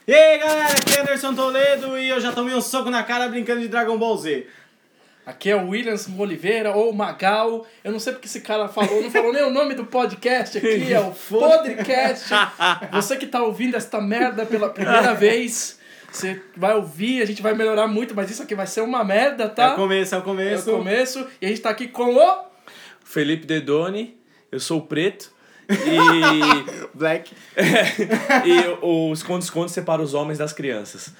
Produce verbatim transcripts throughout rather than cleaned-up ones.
E aí galera, aqui é Anderson Toledo e eu já tomei um soco na cara brincando de Dragon Ball Z. Aqui é o Williams Oliveira, ou Magal. Eu não sei porque esse cara falou, não falou nem o nome do podcast aqui, é o Podcast. Você que tá ouvindo esta merda pela primeira vez, você vai ouvir, a gente vai melhorar muito, mas isso aqui vai ser uma merda, tá? É o começo, é o começo. É o começo. E a gente tá aqui com o... Felipe Dedoni, eu sou o preto. E... Black. e o esconde-esconde separa os homens das crianças.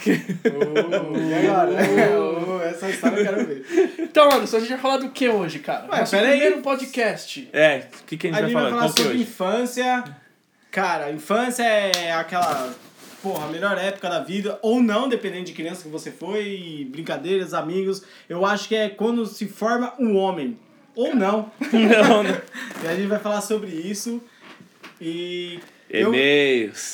Oh, e agora? Oh, essa história eu quero ver. Então, Anderson, a gente vai falar do que hoje, cara? Ué, Nosso pera primeiro aí. podcast. É, o que, que a gente A vai gente falar? vai falar Qual que é sobre hoje? infância. Cara, infância é aquela, porra, a melhor época da vida, ou não, dependendo de criança que você foi, brincadeiras, amigos. Eu acho que é quando se forma um homem. Ou não. Não, não. E a gente vai falar sobre isso. E... eu- E-mails.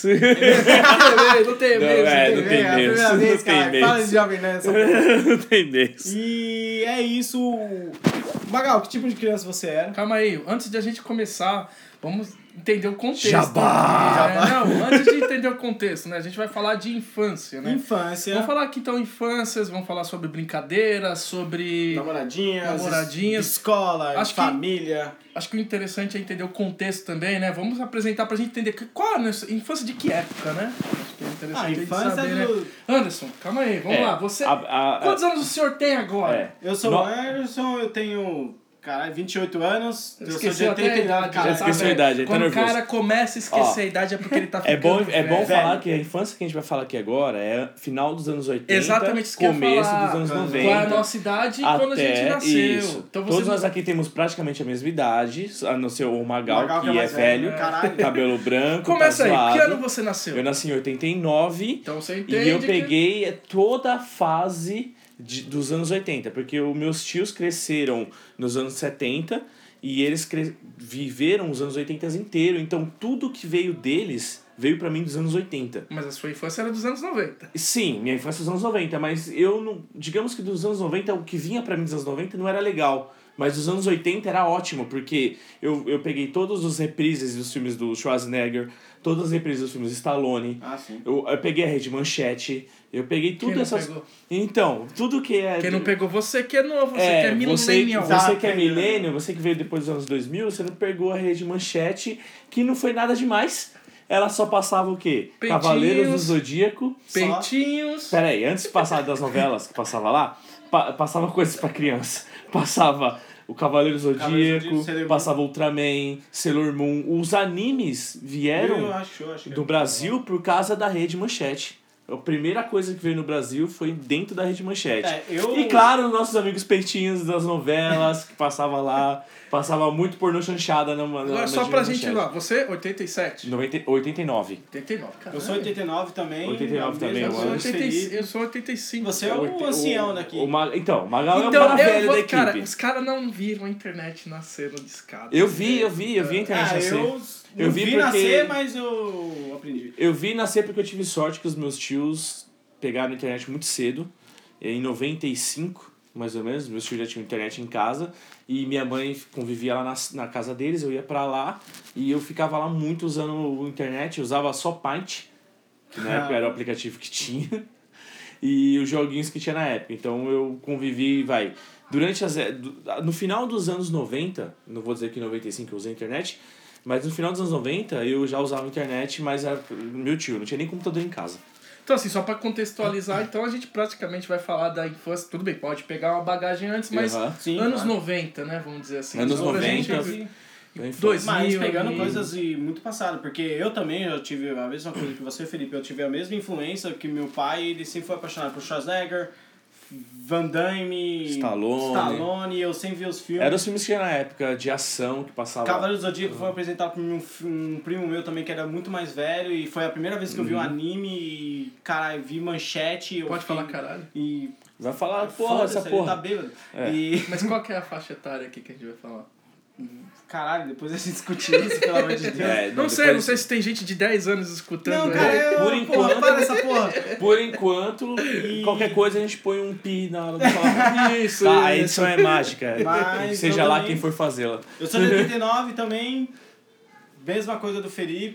Não tem e-mail, Não, é, não não tem tem É a e-mails. primeira Não vez, tem cara. e-mails. Fala de jovem nessa porra. Não tem e-mails. E é isso. Magal, que tipo de criança você era? Calma aí, antes de a gente começar, vamos entender o contexto. Jabá! Né? Não, antes de entender o contexto, né? A gente vai falar de infância, né? Infância. Vamos falar aqui então infâncias, vamos falar sobre brincadeiras, sobre... Namoradinhas. Namoradinhas. Escola, Acho que- família. Acho que o interessante é entender o contexto também, né? Vamos apresentar pra gente entender que- qual é a nossa infância de que época, né? Acho que é interessante Ah, a gente infância saber, do- né? Anderson, calma aí, vamos É, lá. Você... a- a- a- Quantos anos o senhor tem agora? É. Eu sou No- o Anderson, eu tenho, caralho, vinte e oito anos. Eu sou de Esqueceu até a oitenta e nove, idade. cara. Já esqueceu a velho? idade, ele tá Quando nervoso. o cara começa a esquecer Ó, a idade é porque ele tá É ficando bom, é bom velho. falar que a infância que a gente vai falar aqui agora é final dos anos oitenta, Exatamente isso que eu ia começo falar. dos anos Qual é a noventa. Qual é a nossa idade até quando a gente nasceu. isso. Então você Todos não- nós aqui temos praticamente a mesma idade, a não ser o Magal, Magal, que, é mais velho, Caralho. cabelo branco, Começa tá aí, zoado. que ano você nasceu? Eu nasci em oitenta e nove. Então você entende E eu que- peguei toda a fase de, dos anos oitenta, porque os meus tios cresceram nos anos setenta e eles cre... viveram os anos oitenta inteiro, então tudo que veio deles veio pra mim dos anos oitenta. Mas a sua infância era dos anos noventa. Sim, minha infância dos anos noventa, mas eu não... Digamos que dos anos noventa, o que vinha pra mim dos anos noventa não era legal. Mas dos anos oitenta era ótimo, porque eu, eu peguei todos os reprises dos filmes do Schwarzenegger, todas as reprises dos filmes do Stallone. Ah, sim. Eu, eu peguei a Rede Manchete, eu peguei tudo Quem não essas... pegou? Então, tudo que é... Quem não pegou, você que é novo, você É, que é você, millennial. você que é Exato. milênio, você que veio depois dos anos dois mil, você não pegou a Rede Manchete, que não foi nada demais. Ela só passava o quê? Peitinhos. Cavaleiros do Zodíaco. Peitinhos. Pera aí, antes de passar das novelas que passava lá, pa- passava coisas pra criança. Passava o Cavaleiro Cavaleiro Zodíaco, Zodíaco, Sailor Moon. passava Ultraman, Sailor Moon. Os animes vieram Eu acho, eu acho que do Brasil por causa da Rede Manchete. A primeira coisa que veio no Brasil foi dentro da Rede Manchete. É, eu- E claro, nossos amigos peitinhos das novelas, que passava lá, passava muito pornô chanchada na, na, Agora na só Rede pra gente ir Manchete. lá, você oitenta e sete? noventa, oitenta e nove. oitenta e nove, cara. Eu sou oitenta e nove também. oitenta e nove também, eu Eu eu sou, acho. oitenta e- eu sou oitenta e cinco. Você é o Oite- ancião daqui. o Ma- então, o Magal é o Então, cara eu velho vou, da cara, equipe. os caras não viram a internet nascer no discado. Eu vi, eu vi, eu vi a internet Ah, nascer. eu Eu não vi vi porque- nascer, mas eu aprendi. Eu vi nascer porque eu tive sorte que os meus tios pegaram a internet muito cedo. Em noventa e cinco, mais ou menos, meus tios já tinham internet em casa. E minha mãe convivia lá na, na casa deles, eu ia pra lá. E eu ficava lá muito usando o internet, eu usava só Paint, que na época era o aplicativo que tinha. E os joguinhos que tinha na época. Então eu convivi, vai... Durante as... No final dos anos noventa, não vou dizer que em noventa e cinco eu usei a internet, mas no final dos anos noventa eu já usava a internet, mas era meu tio, não tinha nem computador em casa. Então, assim, só pra contextualizar, então a gente praticamente vai falar da infância. Tudo bem, pode pegar uma bagagem antes, mas Aham. Sim, anos claro. noventa, né? Vamos dizer assim. Anos Só pra noventa. gente- Da infância. Dois Mas mil pegando e- coisas e muito passado, porque eu também eu tive a mesma coisa que você, Felipe, eu tive a mesma influência que meu pai, ele sempre foi apaixonado por Schwarzenegger, Van Damme, Stallone. Stallone, eu sempre vi os filmes. Eram os filmes que tinha na época de ação, que passava... Cavaleiro do Zodíaco foi apresentado por um, fi- um primo meu também que era muito mais velho e foi a primeira vez que eu vi um anime e, cara, vi Manchete. Eu Pode fiquei- falar caralho. E... Vai falar, porra, Foda-se, essa ele porra. tá bêbado. É. E... Mas qual que é a faixa etária aqui que a gente vai falar? Caralho, depois a gente discutir isso, pelo amor de Deus. É, Não, sei, depois- não sei se tem gente de dez anos escutando. Não, aí. cara, eu... Por porra, enquanto- para essa porra. Por enquanto, E- qualquer coisa a gente põe um pi na hora do falar. Isso, Tá, a isso. edição é mágica. Mas Seja eu lá também- quem for fazê-la. Eu sou de oitenta e nove também, mesma coisa do Felipe.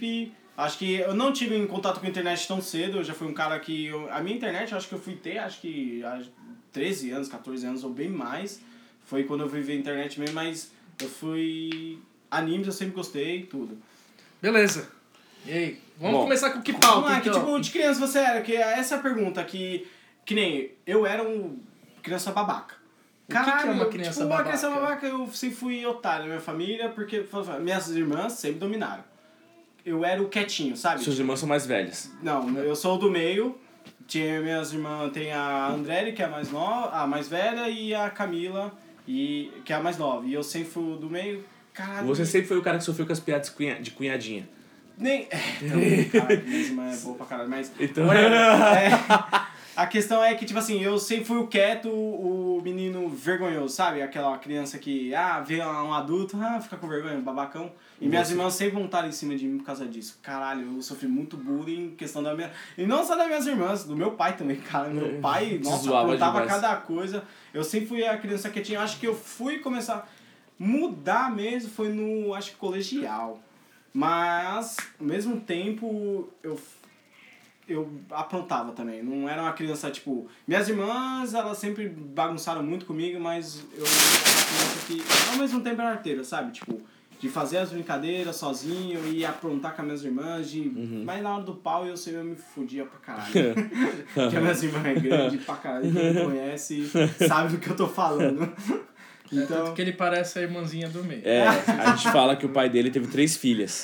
Acho que eu não tive em contato com a internet tão cedo, eu já fui um cara que... Eu, a minha internet, eu acho que eu fui ter, acho que há treze anos, quatorze anos ou bem mais. Foi quando eu fui ver a internet mesmo, mas eu fui... Animes eu sempre gostei, tudo. Beleza. E aí? Vamos Bom, começar com que pauta, Vamos lá, que então? tipo de criança você era? Que essa é a pergunta, que... Que nem eu era um criança babaca. O que que é Caralho, uma eu, criança tipo, uma babaca? criança babaca eu sempre fui otário na minha família, porque minhas irmãs sempre dominaram. Eu era o quietinho, sabe? Suas irmãs são mais velhas. Não, eu sou o do meio. Tinha minhas irmãs, tem a Andrelli, que é a mais nova, a mais velha, e a Camila, e, que é a mais nova. E eu sempre fui o do meio. Caralho. Você sempre foi o cara que sofreu com as piadas cunha- de cunhadinha. Nem. É, então, cara, minha irmã é boa pra caralho, mas. Então... É, a questão é que, tipo assim, eu sempre fui o quieto, o menino vergonhoso, sabe? Aquela criança que, ah, vê um adulto, ah, fica com vergonha, babacão. E minhas Você... irmãs sempre montaram em cima de mim por causa disso. Caralho, eu sofri muito bullying em questão da minha... E não só das minhas irmãs, do meu pai também, cara. Meu pai, nossa, aprontava cada coisa. Eu sempre fui a criança quietinha. Eu acho que eu fui começar a mudar mesmo, foi no, acho que colegial. Mas, ao mesmo tempo, eu... eu aprontava também, não era uma criança, tipo... Minhas irmãs, elas sempre bagunçaram muito comigo, mas eu era uma criança que, ao mesmo tempo, era arteira, sabe? Tipo, de fazer as brincadeiras sozinho e aprontar com as minhas irmãs, de... Uhum. Mas na hora do pau, eu sei, eu me fudia pra caralho. Porque as minhas irmãs é grande pra caralho, quem me conhece sabe do que eu tô falando. Então... Tanto que ele parece a irmãzinha do meio. É, a gente fala que o pai dele teve três filhas.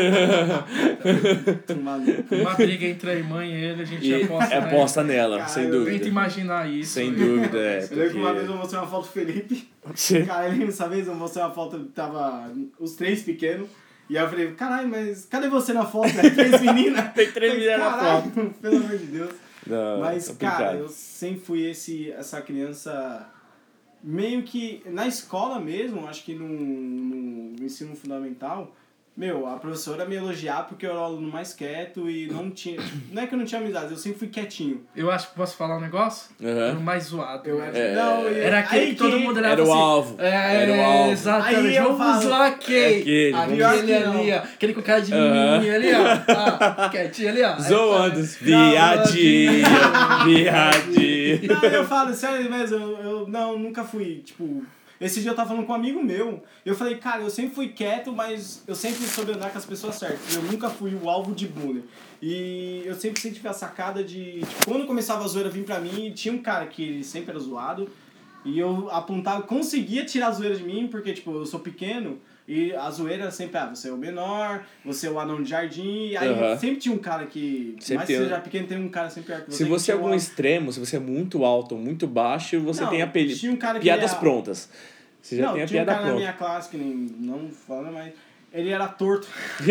Uma briga entre a irmã e ele, a gente e aposta, é aposta nela, cara, sem dúvida. Tenta imaginar isso. Sem dúvida, é. Eu lembro que uma vez eu mostrei uma foto do Felipe. Sim. Cara, eu lembro dessa vez eu mostrei uma foto, tava os três pequenos. E aí eu falei, caralho, mas cadê você na foto? Né? Três meninas? Tem três meninas na foto. Pelo amor de Deus. Não, mas, é cara, eu sempre fui esse, essa criança... Meio que na escola mesmo, acho que no, no ensino fundamental, meu, a professora me elogiava porque eu era o aluno mais quieto e não tinha... Não é que eu não tinha amizade, eu sempre fui quietinho. Eu acho que posso falar um negócio? Uhum. Era o mais zoado. Eu era, é, não, eu, era aquele aí que todo que... mundo olhava era assim. O alvo. É, era o alvo. Exatamente. Aí eu Vamos falo, zoar quem? Aquele, Aquele vamos... ali, ó. Aquele com cara de menininho ali, ó. Ah, quietinho ali, ó. Zoando. Viadinho, viadinho. Não, eu falo, sério mesmo, eu, eu não, nunca fui, tipo... Esse dia eu tava falando com um amigo meu, eu falei, cara, eu sempre fui quieto, mas eu sempre soube andar com as pessoas certas. Eu nunca fui o alvo de bullying. E eu sempre tive a sacada de... Tipo, quando começava a zoeira vir pra mim, tinha um cara que ele sempre era zoado, e eu apontava, conseguia tirar a zoeira de mim, porque, tipo, eu sou pequeno, e a zoeira sempre, ah, você é o menor, você é o anão de jardim, e aí uhum. sempre tinha um cara que, sempre mais que seja pequeno, tem um cara sempre pior que você. Se você é algum extremo, se você é muito alto ou muito baixo, você não, tem a peli... um piadas era... prontas. Você já não, tem a tinha piada um cara pronta. Na minha classe, que nem, não falando, mas ele era torto.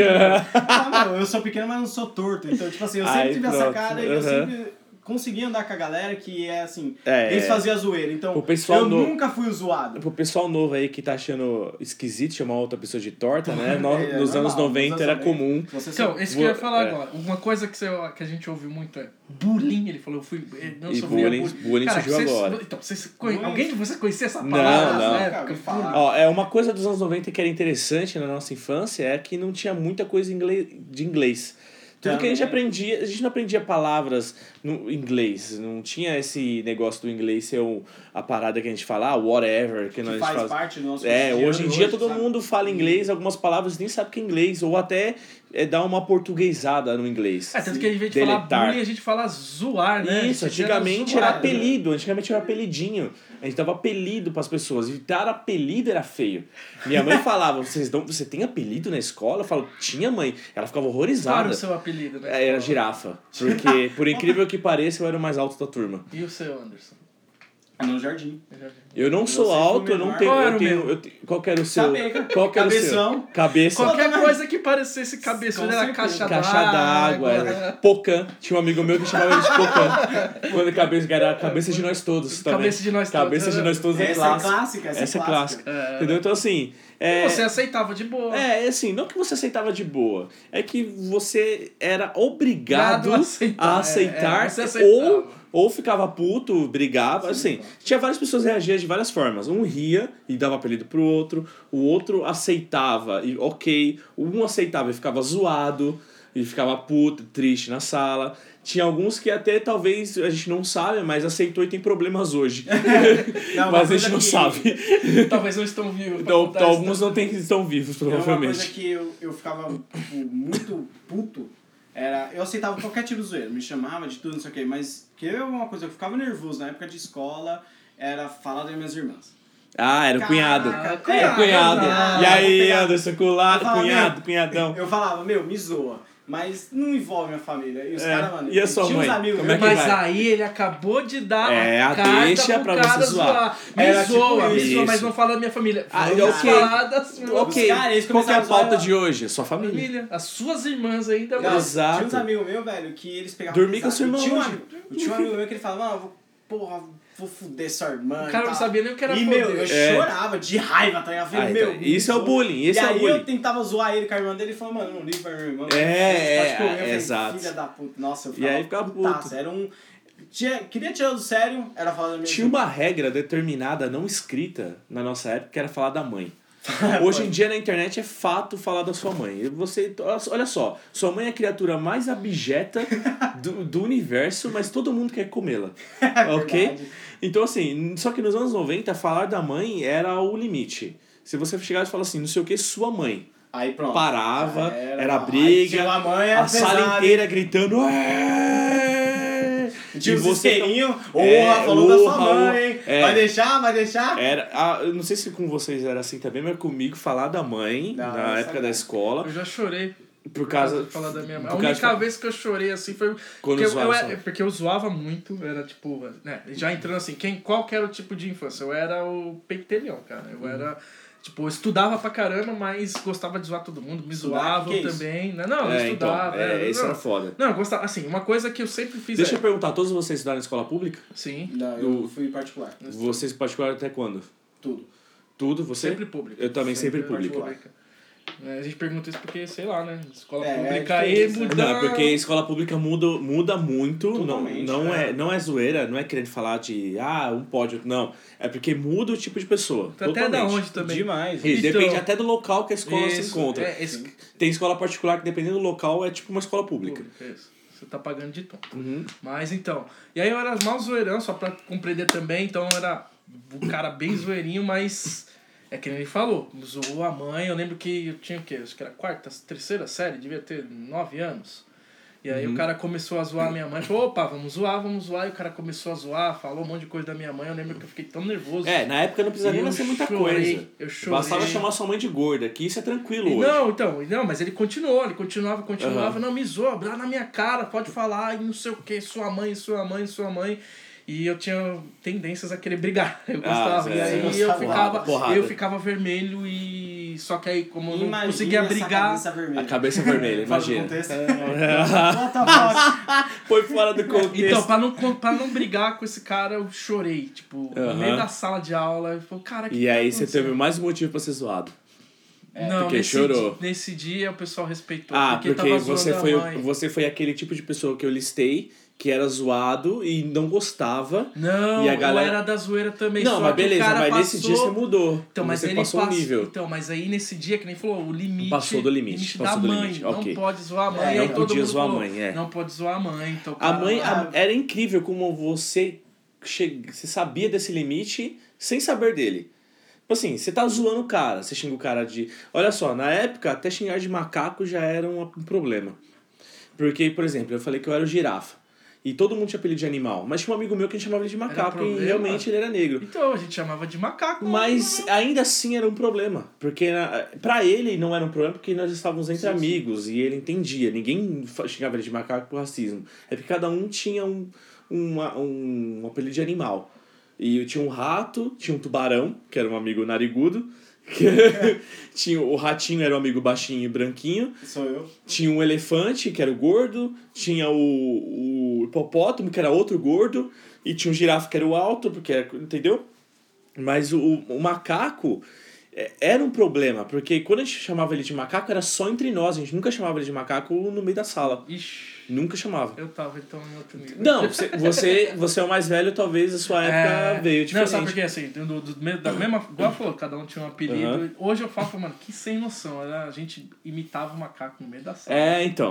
ah, não, eu sou pequeno, mas não sou torto. Então, tipo assim, eu sempre Ai, tive pronto. essa cara e uhum. eu sempre... conseguia andar com a galera que é assim, é, eles faziam a zoeira, então eu no... nunca fui o zoado. Pro pessoal novo aí que tá achando esquisito chamar outra pessoa de torta, né? No, é, nos é anos normal, noventa era comum. Então, isso que eu ia falar é. agora. Uma coisa que, você, que a gente ouviu muito é bullying, ele falou, eu fui, não e sofria bullying. bullying. Bullying Cara, surgiu vocês, agora. Então, vocês, alguém de vocês conhecia essa palavra? Não, não. Época, Ó, é uma coisa dos anos noventa que era interessante na nossa infância, é que não tinha muita coisa de inglês. Tudo que a gente aprendia, a gente não aprendia palavras no inglês, não tinha esse negócio do inglês ser o, a parada que a gente fala, ah, whatever, que, que nós faz faz parte do nosso É, hoje em dia hoje, todo sabe? mundo fala inglês, algumas palavras nem sabe que é inglês, ou até é, dá uma portuguesada no inglês. É, tanto que em vez de falar bullying, a gente fala zoar, né? Isso, antigamente era apelido, antigamente era apelidinho. A gente dava apelido pras pessoas. E dar apelido era feio. Minha mãe falava, Vocês dão, você tem apelido na escola? Eu falo, tinha, mãe. Ela ficava horrorizada. Qual era o seu apelido na escola? Era girafa. Porque, por incrível que pareça, eu era o mais alto da turma. E o seu, Anderson? No jardim. Eu não sou alto, eu não tenho. Qual, eu tenho eu tenho, qual que era o seu? Sabe, qual que era cabeção. O seu? Cabeça. Qualquer coisa que parecesse cabeçudo era caixa d'água. Caixa d'água. Era Pocan. Tinha um amigo meu que chamava ele de Pocan. Quando a cabeça era a cabeça de nós todos também. Cabeça de nós todos. Cabeça de nós todos é essa clássica. É clássica essa, essa é clássica. clássica. É. Entendeu? Então assim. É, você aceitava de boa. É, assim, não que você aceitava de boa. É que você era obrigado a aceitar, a aceitar é, é, ou, ou ficava puto, brigava. Assim, tinha várias pessoas que reagiam de várias formas. Um ria e dava apelido pro outro. O outro aceitava e ok. Um aceitava e ficava zoado. e ficava puto, triste na sala. Tinha alguns que até talvez a gente não sabe, mas aceitou e tem problemas hoje. Não, mas a gente não que... sabe. Talvez não estão vivos. Então, então alguns não tem, estão vivos, provavelmente. Uma coisa que eu, eu ficava tipo, muito puto era... Eu aceitava qualquer tipo de zoeira, me chamava de tudo, não sei o quê, mas que eu, uma coisa, eu ficava nervoso na época de escola, era falar das minhas irmãs. Ah, era o cunhado. Caraca, era o cunhado. cunhado. E aí, Pegar... Anderson, colado, falava, cunhado, meu, cunhadão. Eu falava, meu, me zoa. Mas não envolve minha família. E os é. caras, mano... E a sua tinha mãe? Uns amigos Como é que Mas vai? aí ele acabou de dar é, a, a carta deixa pro pra cara você zoar. zoar. Me Era zoa, tipo me isso. zoa, mas não fala da minha família. Ah, Vamos ok. falar da sua Ok, Cara, qual que é a pauta zoar... de hoje? Sua família. família. As suas irmãs ainda. Não, Exato. Tinha uns amigos meus, velho, que eles pegavam... Dormir com a sua irmã tinha um, hoje. amigo, tinha um amigo meu que ele falava, mano, vou, porra, vou fuder sua irmã. O cara não sabia nem o que era E, foder. meu, eu É. chorava de raiva, tá ligado? Eu falei, Ah, meu, então, isso é o bullying, esse e é o aí bullying. eu tentava zoar ele com a irmã dele e falou, mano, não liga pra minha irmã. É, é, pode correr. Eu falei, exato. Filha da puta. Nossa, eu E ficava aí ficava putaço. puto. Era um... Tinha, queria tirar do sério, era falar da minha Tinha irmã. uma regra determinada, não escrita, na nossa época, que era falar da mãe. Hoje em dia na internet é fato falar da sua mãe. Você, olha só, sua mãe é a criatura mais abjeta do, do universo, mas todo mundo quer comê-la. É ok? verdade. Então assim, só que nos anos noventa, falar da mãe era o limite. Se você chegasse e falasse assim, não sei o que, sua mãe. Aí pronto. Parava, Era, era não. briga, Aí, a mãe a é sala pesada, inteira gritando. "Ué!" Tinha E os você isqueirinhos. Porra, É, falou da sua orra, mãe. é. Vai deixar, vai deixar? Era, ah, eu não sei se com vocês era assim também, mas comigo falar da mãe, Não, na essa época não. da escola, Eu já chorei. por causa... de falar da minha mãe. A por única causa- vez que eu chorei assim foi Quando porque eu, zoava eu só. era, porque eu zoava muito, era tipo, né, já entrando assim, quem, qual que era o tipo de infância? Eu era o pentelhão, cara. Eu Uhum. era, tipo, eu estudava pra caramba, mas gostava de zoar todo mundo, me Estudar? zoavam Que que é isso? também. Né? Não, eu É, então, estudava. é, era- isso não, era foda. não, eu gostava, assim, uma coisa que eu sempre fiz Deixa é, eu perguntar, todos vocês estudaram em escola pública? sim, Não, eu fui particular. Vocês particular até quando? Tudo. Tudo? Você? sempre público. Eu também sempre, público. pública. É, a gente pergunta isso porque, sei lá, né? Escola É, pública é aí diferente, né? muda... Não, porque escola pública muda, muda muito, não, Totalmente, não, é. é, não é zoeira, não é querendo falar de, ah, um pode, outro não. É porque muda o tipo de pessoa, Até totalmente. da onde também. Demais. E Então- depende até do local que a escola se Isso, encontra. é, esse- Tem escola particular que, dependendo do local, é tipo uma escola pública. Pública, isso. Você tá pagando de tonto. Uhum. Mas então. E aí eu era mal zoeirão, só pra compreender também, então eu era um cara bem zoeirinho, mas. É que nem ele falou, zoou a mãe, eu lembro que eu tinha o quê? Acho que era quarta, terceira série, devia ter nove anos. E aí Uhum. o cara começou a zoar a minha mãe, falou, opa, vamos zoar, vamos zoar. E o cara começou a zoar, falou um monte de coisa da minha mãe, eu lembro que eu fiquei tão nervoso. É, na época não precisava E nem eu ser muita chorei, coisa. eu chorei. Bastava chamar sua mãe de gorda, que isso é tranquilo E hoje. não, então, não, mas ele continuou, ele continuava, continuava, Uhum. não, me zoa, lá na minha cara, pode falar, e não sei o que, sua mãe, sua mãe, sua mãe. E eu tinha tendências a querer brigar, eu gostava. Ah, e é, aí você eu gostava. ficava, Porrada. eu ficava vermelho e. Só que aí, como eu não Imagina conseguia essa brigar. cabeça vermelha. A cabeça vermelha, Fora do imagina. contexto. What the fuck? Foi fora do contexto. Então, pra não, pra não brigar com esse cara, eu chorei. Tipo, Aham. no meio da sala de aula, eu falei, cara, que E tá aí você acontecendo? teve mais um motivo pra ser zoado. Não, porque nesse, chorou. di- nesse dia o pessoal respeitou. Ah, porque, porque, tava você, zoando a foi, o- mãe. você foi aquele tipo de pessoa que eu listei, que era zoado e não gostava. Não, E a galera- eu era da zoeira também. Não, só mas que o beleza, cara mas passou... nesse dia você mudou. Então, mas você ele passou passou, o nível. Então, mas aí nesse dia, que nem falou, o limite... Passou do limite, da passou do mãe. limite, Não ok. pode zoar a mãe. É, aí não todo podia mundo zoar a falou, mãe, é. Não pode zoar a mãe. Então, o A cara- mãe, a- Ah. era incrível como você, che... você sabia desse limite sem saber dele. Tipo assim, você tá zoando o cara, você xinga o cara de... Olha só, na época, até xingar de macaco já era um, um problema. Porque, por exemplo, eu falei que eu era o girafa. E todo mundo tinha apelido de animal. Mas tinha um amigo meu que a gente chamava ele de macaco e problema? realmente ele era negro. Então, a gente chamava de macaco. Mas ainda assim era um problema. Porque na- pra ele não era um problema porque nós estávamos entre Sim, sim. amigos e ele entendia. Ninguém fa- xingava ele de macaco por racismo. É porque cada um tinha um, uma, um, um apelido de animal. E eu tinha um rato, tinha um tubarão, que era um amigo narigudo. Que tinha o ratinho, era um amigo baixinho e branquinho. Sou eu. Tinha um elefante, que era o gordo. Tinha o, o hipopótamo, que era outro gordo. E tinha um girafa, que era o alto, porque era, entendeu? Mas o, o macaco é, era um problema, porque quando a gente chamava ele de macaco, era só entre nós. A gente nunca chamava ele de macaco no meio da sala. Ixi, Nunca chamava. eu tava então em outro nível. Não, você, você, você é o mais velho, talvez a sua época veio diferente. Não, sabe por quê? Assim, do, do, do- da mesma... Igual falou, cada um tinha um apelido. Uhum. Hoje eu falo, mano, que sem noção. Era, a gente imitava o macaco no meio da sala. É, então.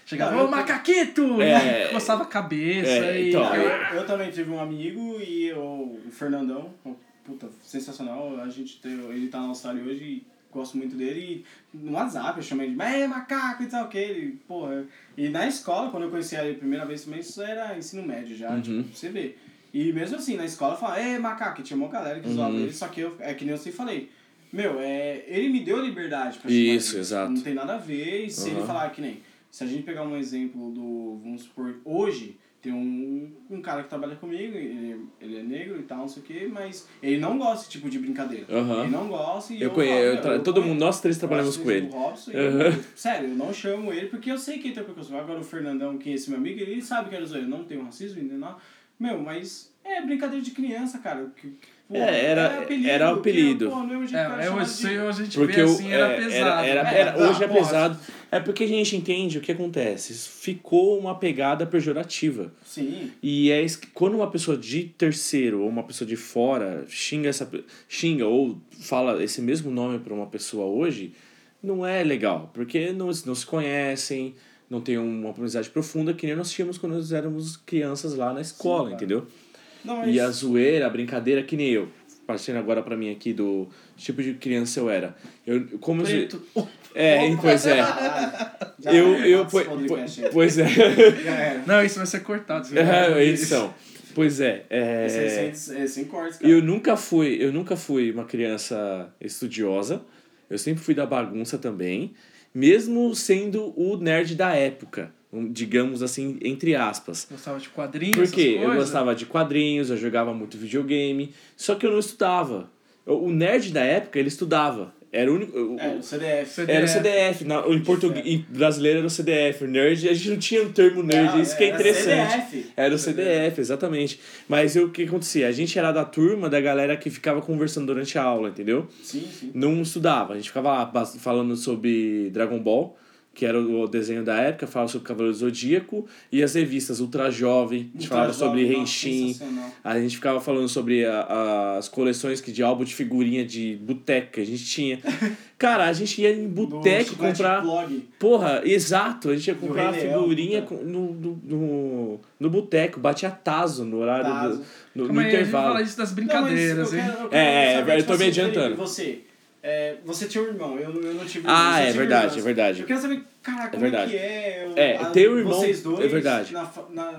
Chegava, Não, ô eu- macaquito! É. E coçava a cabeça. É, e... então. Eu, eu também tive um amigo e eu, o Fernandão, um puta, sensacional. A gente tem, ele tá na Austrália hoje e gosto muito dele. E no WhatsApp eu chamei ele de é macaco e tal, que ele, porra. E na escola, quando eu conheci ele a primeira vez também, isso era ensino médio já, Uhum. tipo, você vê. E mesmo assim, na escola eu falava, é macaco, e tinha uma galera que zoava Uhum. ele, só que eu, é que nem eu sempre falei. Meu, é, ele me deu liberdade pra chamar Isso, ele. exato. Não tem nada a ver, e se Uhum. ele falar que nem. Se a gente pegar um exemplo do, vamos supor, hoje, tem um, um cara que trabalha comigo, ele, ele é negro e tal, não sei o quê, mas ele não gosta desse tipo de brincadeira. Uhum. Ele não gosta e Eu eu, conheço, falo, eu meu, tra- eu todo conheço. mundo, nós três trabalhamos Eu com ele. acho que o Robson, e Uhum. eu, sério, eu não chamo ele porque eu sei que ele tem preconceito. Agora o Fernandão, que é esse meu amigo, ele sabe que era zoeiro, não tem um racismo, não. Meu, mas é brincadeira de criança, cara. Que, pô, É, era- era o apelido. Que, pô, não é um jeito que É, era eu chamado sei, de- a gente Porque vê o- assim, era é, pesado. Era, né? era- É, hoje é tá, pesado. É porque a gente entende o que acontece. Ficou uma pegada pejorativa. Sim. E é isso que- quando uma pessoa de terceiro ou uma pessoa de fora xinga essa pe- xinga ou fala esse mesmo nome para uma pessoa hoje, não é legal, porque não, não se conhecem, não tem uma amizade profunda que nem nós tínhamos quando nós éramos crianças lá na escola, claro. entendeu? Não, mas... E a zoeira, a brincadeira que nem eu. Partindo agora pra mim aqui do tipo de criança eu era. Eu, como Preto. Eu, é, Opa! pois é. Ah, já Eu, era, eu, nossa, pois, podcast aí. pois é. Já era. Não, isso vai ser cortado. você É, vai ver edição. Pois é. é... Esse é sem, é sem cortes, cara. Eu nunca fui, eu nunca fui uma criança estudiosa. Eu sempre fui da bagunça também, mesmo sendo o nerd da época, um, digamos assim, entre aspas. Gostava de quadrinhos, Porque essas eu coisas? gostava de quadrinhos, eu jogava muito videogame, só que eu não estudava. O o nerd da época, ele estudava. Era o único. o- É, o C D F. Era o C D F, na, em português, em brasileiro era o C D F, nerd, a gente não tinha um termo nerd, Não, isso que é era interessante. C D F. Era o C D F, exatamente. Mas eu- o que acontecia? A gente era da turma da galera que ficava conversando durante a aula, entendeu? Sim, sim. Não estudava, a gente ficava lá bas- falando sobre Dragon Ball, que era o desenho da época, falava sobre Cavaleiro do Zodíaco, e as revistas Ultra Jovem, a gente falava sobre Nossa, Henshin, sensacional. a gente ficava falando sobre a- a- as coleções que de álbum de figurinha de boteco que a gente tinha. Cara, a gente ia em boteco Do comprar. Blog. Porra, exato, a gente ia Do comprar Rei Leão, figurinha puta. com- no, no, no, no boteco, batia tazo no horário Tazo. do, no, no Calma aí, a gente vai intervalo. falar isso das Não, brincadeiras, mas eu hein? quero- eu quero É, é, saber, eu tipo tô me assim, adiantando. Felipe, Você, é, você tinha um irmão, eu, não- eu não tive Ah, irmão, você é tive verdade, irmãs. é verdade. Eu quero saber, cara, como é, verdade. que é... eu- É, a- ter um irmão- vocês dois, é verdade. Na, fa- na,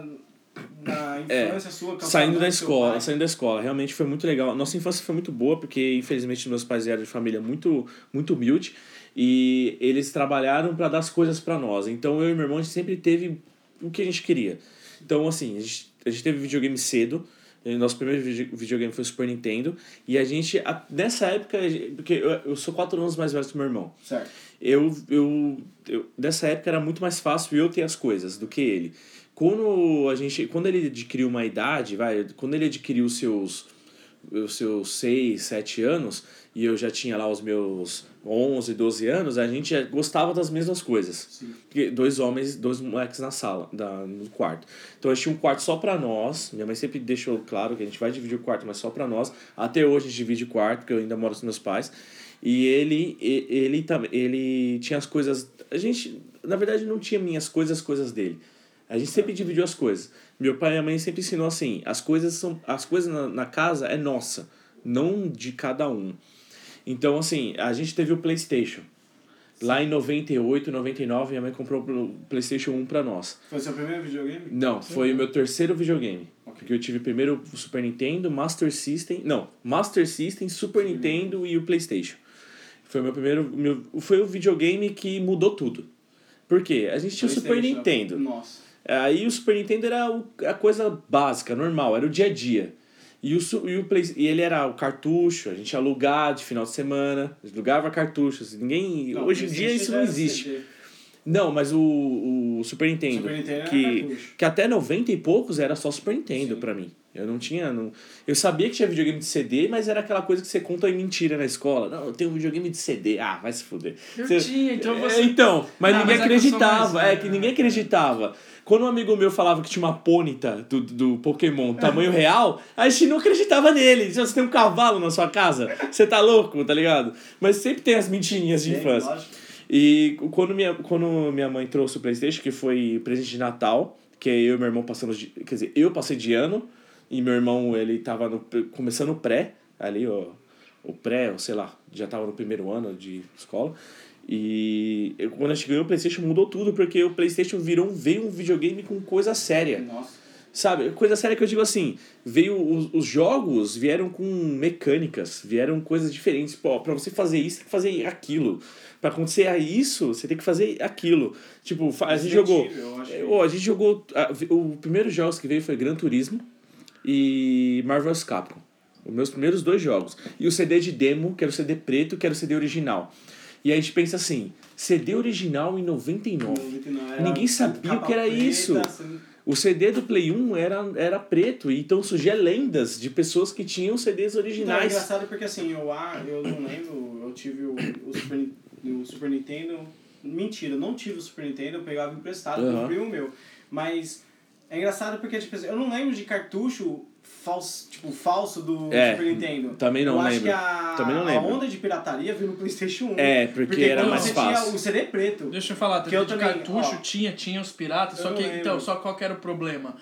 na É, infância sua... com a Saindo sua da mãe, seu escola, pai. saindo da escola, realmente foi muito legal. Nossa infância foi muito boa, porque infelizmente meus pais eram de família muito, muito humilde e eles trabalharam para dar as coisas para nós. Então eu e meu irmão a gente sempre teve o que a gente queria. Então, assim, a gente, a gente teve videogame cedo. E nosso primeiro vide- videogame foi o Super Nintendo. E a gente, a- nessa época, a gente- porque eu, eu sou quatro anos mais velho que o meu irmão. Certo. Eu, eu, eu, nessa época era muito mais fácil eu ter as coisas do que ele. Quando, a gente, quando ele adquiriu uma idade, vai, quando ele adquiriu os seus, os seus seis, sete anos, e eu já tinha lá os meus onze, doze anos, a gente já gostava das mesmas coisas. Sim. Porque dois homens, dois moleques na sala, da, no quarto. Então a gente tinha um quarto só pra nós. Minha mãe sempre deixou claro que a gente vai dividir o quarto, mas só pra nós. Até hoje a gente divide o quarto, porque eu ainda moro com meus pais. E ele, e- ele, tam- ele tinha as coisas... A gente, na verdade, não tinha minhas coisas, as coisas dele. A gente sempre dividiu as coisas. Meu pai e minha mãe sempre ensinou assim, as coisas, são, as coisas na, na casa é nossa, não de cada um. Então, assim, a gente teve o PlayStation. Lá em noventa e oito, noventa e nove, minha mãe comprou o PlayStation um pra nós. Foi seu primeiro videogame? Não, foi o meu terceiro videogame. Ok. Porque eu tive primeiro o Super Nintendo, Master System... Não, Master System, Super Nintendo e o PlayStation. Foi o meu primeiro... Meu, foi o videogame que mudou tudo. Por quê? A gente tinha o Super PlayStation. Nintendo. Nossa. Aí o Super Nintendo era o, a coisa básica, normal, era o dia a dia. E, o, su- e, o Play, e ele era o cartucho, a gente ia alugar de final de semana, alugava cartuchos. Ninguém, Não, hoje em dia PlayStation isso não era existe. C D. Não, mas o, o Super Nintendo, Super Nintendo era que, cartucho. que até noventa e poucos era só Super Nintendo Sim. pra mim. Eu não tinha... Não, eu sabia que tinha videogame de C D, mas era aquela coisa que você conta em mentira na escola. Não, eu tenho um videogame de C D. Ah, vai se fuder. Eu Você- tinha, então É, você... então, mas Ah, ninguém mas é que eu sou acreditava. mais- É que ninguém acreditava. Quando um amigo meu falava que tinha uma pônita do, do Pokémon tamanho real, a gente não acreditava nele. Você tem um cavalo na sua casa? Você tá louco, tá ligado? Mas sempre tem as mentirinhas de Sim, infância. lógico. E quando minha, quando minha mãe trouxe o PlayStation, que foi presente de Natal, que eu e meu irmão passamos de... Quer dizer, eu passei de ano, e meu irmão, ele tava no, começando o pré, ali, ó, o pré, ou sei lá, já tava no primeiro ano de escola. E eu, quando a gente ganhou o PlayStation, mudou tudo, porque o PlayStation virou, veio um videogame com coisa séria. Nossa. Sabe, coisa séria que eu digo assim, veio os, os jogos vieram com mecânicas, vieram coisas diferentes. Pô, pra você fazer isso, tem que fazer aquilo. Pra acontecer isso, você tem que fazer aquilo. Tipo, a gente jogou. Oh, a gente jogou. A, o primeiro jogos que veio foi Gran Turismo e Marvel's Capcom. Os meus primeiros dois jogos. E o C D de demo, que era o C D preto, que era o C D original. E aí a gente pensa assim, C D original em noventa e nove. noventa e nove Ninguém sabia o que era preta, isso. Assim. O C D do Play um era, era preto, e então surgia lendas de pessoas que tinham C Ds originais. Então, é engraçado porque assim, eu, ah, eu não lembro, eu tive o, o, Super, o Super Nintendo, mentira, eu não tive o Super Nintendo, eu pegava emprestado, uhum. comprei o meu. Mas é engraçado porque, tipo, eu não lembro de cartucho falso, tipo, falso do é, Super Nintendo. Também não eu lembro. acho que a, também não lembro. a onda de pirataria veio no PlayStation um. É, porque, porque era mais você fácil. Tinha o C D preto. Deixa eu falar, que eu de também, cartucho ó, tinha, tinha os piratas, só que, então, só qual que era o problema?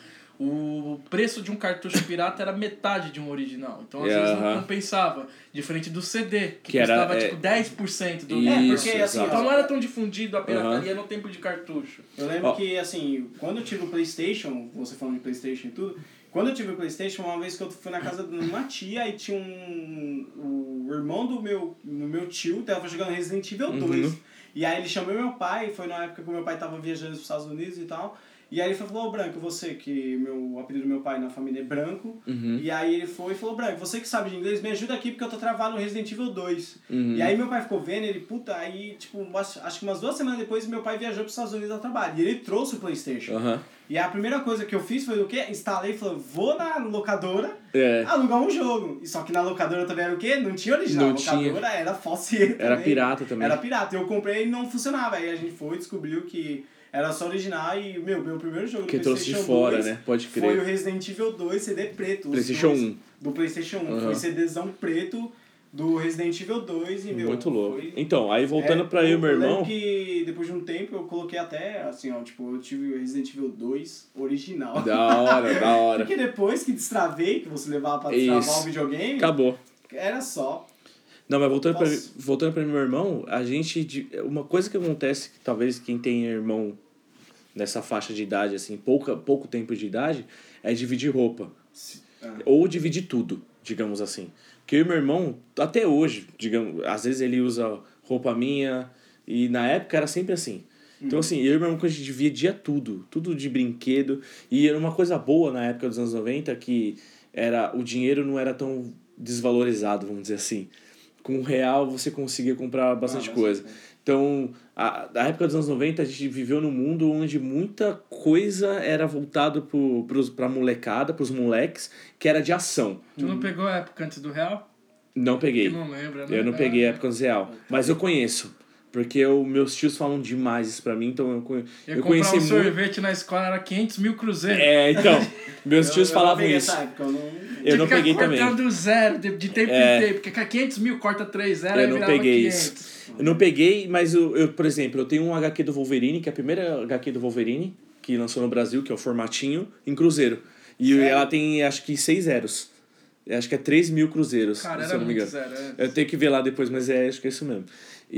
O preço de um cartucho pirata era metade de um original. Então, às yeah, vezes, não uh-huh. compensava. Diferente do C D, que, que custava, era, tipo, é... dez por cento do... É, porque, assim... Então, não era tão difundido a pirataria uh-huh. no tempo de cartucho. Eu lembro oh. que, assim, quando eu tive o PlayStation, você falando de PlayStation e tudo... Quando eu tive o PlayStation, uma vez que eu fui na casa de uma tia e tinha um... O irmão do meu, do meu tio tava jogando Resident Evil dois. Uhum. E aí ele chamou meu pai, foi na época que o meu pai tava viajando para os Estados Unidos e tal... E aí ele falou, ô Branco, você, que meu, o apelido do meu pai na família é Branco. Uhum. E aí ele foi e falou, Branco, você que sabe de inglês, me ajuda aqui porque eu tô travado no Resident Evil dois. Uhum. E aí meu pai ficou vendo, ele, puta, aí, tipo, acho que umas duas semanas depois meu pai viajou pros Estados Unidos a trabalho. E ele trouxe o PlayStation. Uhum. E a primeira coisa que eu fiz foi o quê? Instalei e falei, vou na locadora é. alugar um jogo. E só que na locadora também era o quê? Não tinha original. Não a locadora tinha. era falseta. Era pirata também. Era pirata. Eu comprei e não funcionava. Aí a gente foi e descobriu que... Era só original e, meu, meu primeiro jogo que do trouxe PlayStation de fora, dois né? Pode crer. Foi o Resident Evil dois C D preto. PlayStation um. Do PlayStation um. Uhum. Foi CDzão preto do Resident Evil dois e, meu... Muito louco. Foi... Então, aí voltando é, pra eu e meu irmão... Eu lembro que depois de um tempo eu coloquei até, assim, ó, tipo, eu tive o Resident Evil dois original. Da hora, da hora. Porque depois que destravei, que você levava pra destravar Isso. o videogame... Acabou. Era só... Não, mas voltando pra, voltando pra meu irmão, a gente... Uma coisa que acontece, que talvez quem tem irmão... nessa faixa de idade, assim, pouca, pouco tempo de idade, é dividir roupa. Ah. Ou dividir tudo, digamos assim. Porque eu e meu irmão, até hoje, digamos, às vezes ele usa roupa minha, e na época era sempre assim. Então, assim, eu e meu irmão, a gente dividia tudo, tudo de brinquedo, e era uma coisa boa na época dos anos noventa, que era, o dinheiro não era tão desvalorizado, vamos dizer assim. Com o real você conseguia comprar bastante ah, coisa. Então, a, a época dos anos noventa, a gente viveu num mundo onde muita coisa era voltado para a molecada, para os moleques, que era de ação. Tu não pegou a época antes do real? Não peguei. Eu não lembro, né? Eu não peguei a época antes do real. Mas eu conheço. Porque eu, meus tios falam demais isso pra mim, então eu, eu, eu conheci um muito... sorvete na escola era quinhentos mil cruzeiros. É, então, meus tios eu, falavam eu isso. Época, eu não, eu não peguei também. cortando zero de, de tempo é, em tempo, porque quinhentos mil corta três zero, eu não peguei quinhentos. Isso. Eu não peguei, mas eu, eu, por exemplo, eu tenho um agá quê do Wolverine, que é a primeira agá quê do Wolverine, que lançou no Brasil, que é o formatinho, em cruzeiro. E Sério? Ela tem, acho que, seis zeros. Acho que é três mil cruzeiros, Cara, se eu não me engano. Zero, é. Eu tenho que ver lá depois, mas é, acho que é isso mesmo.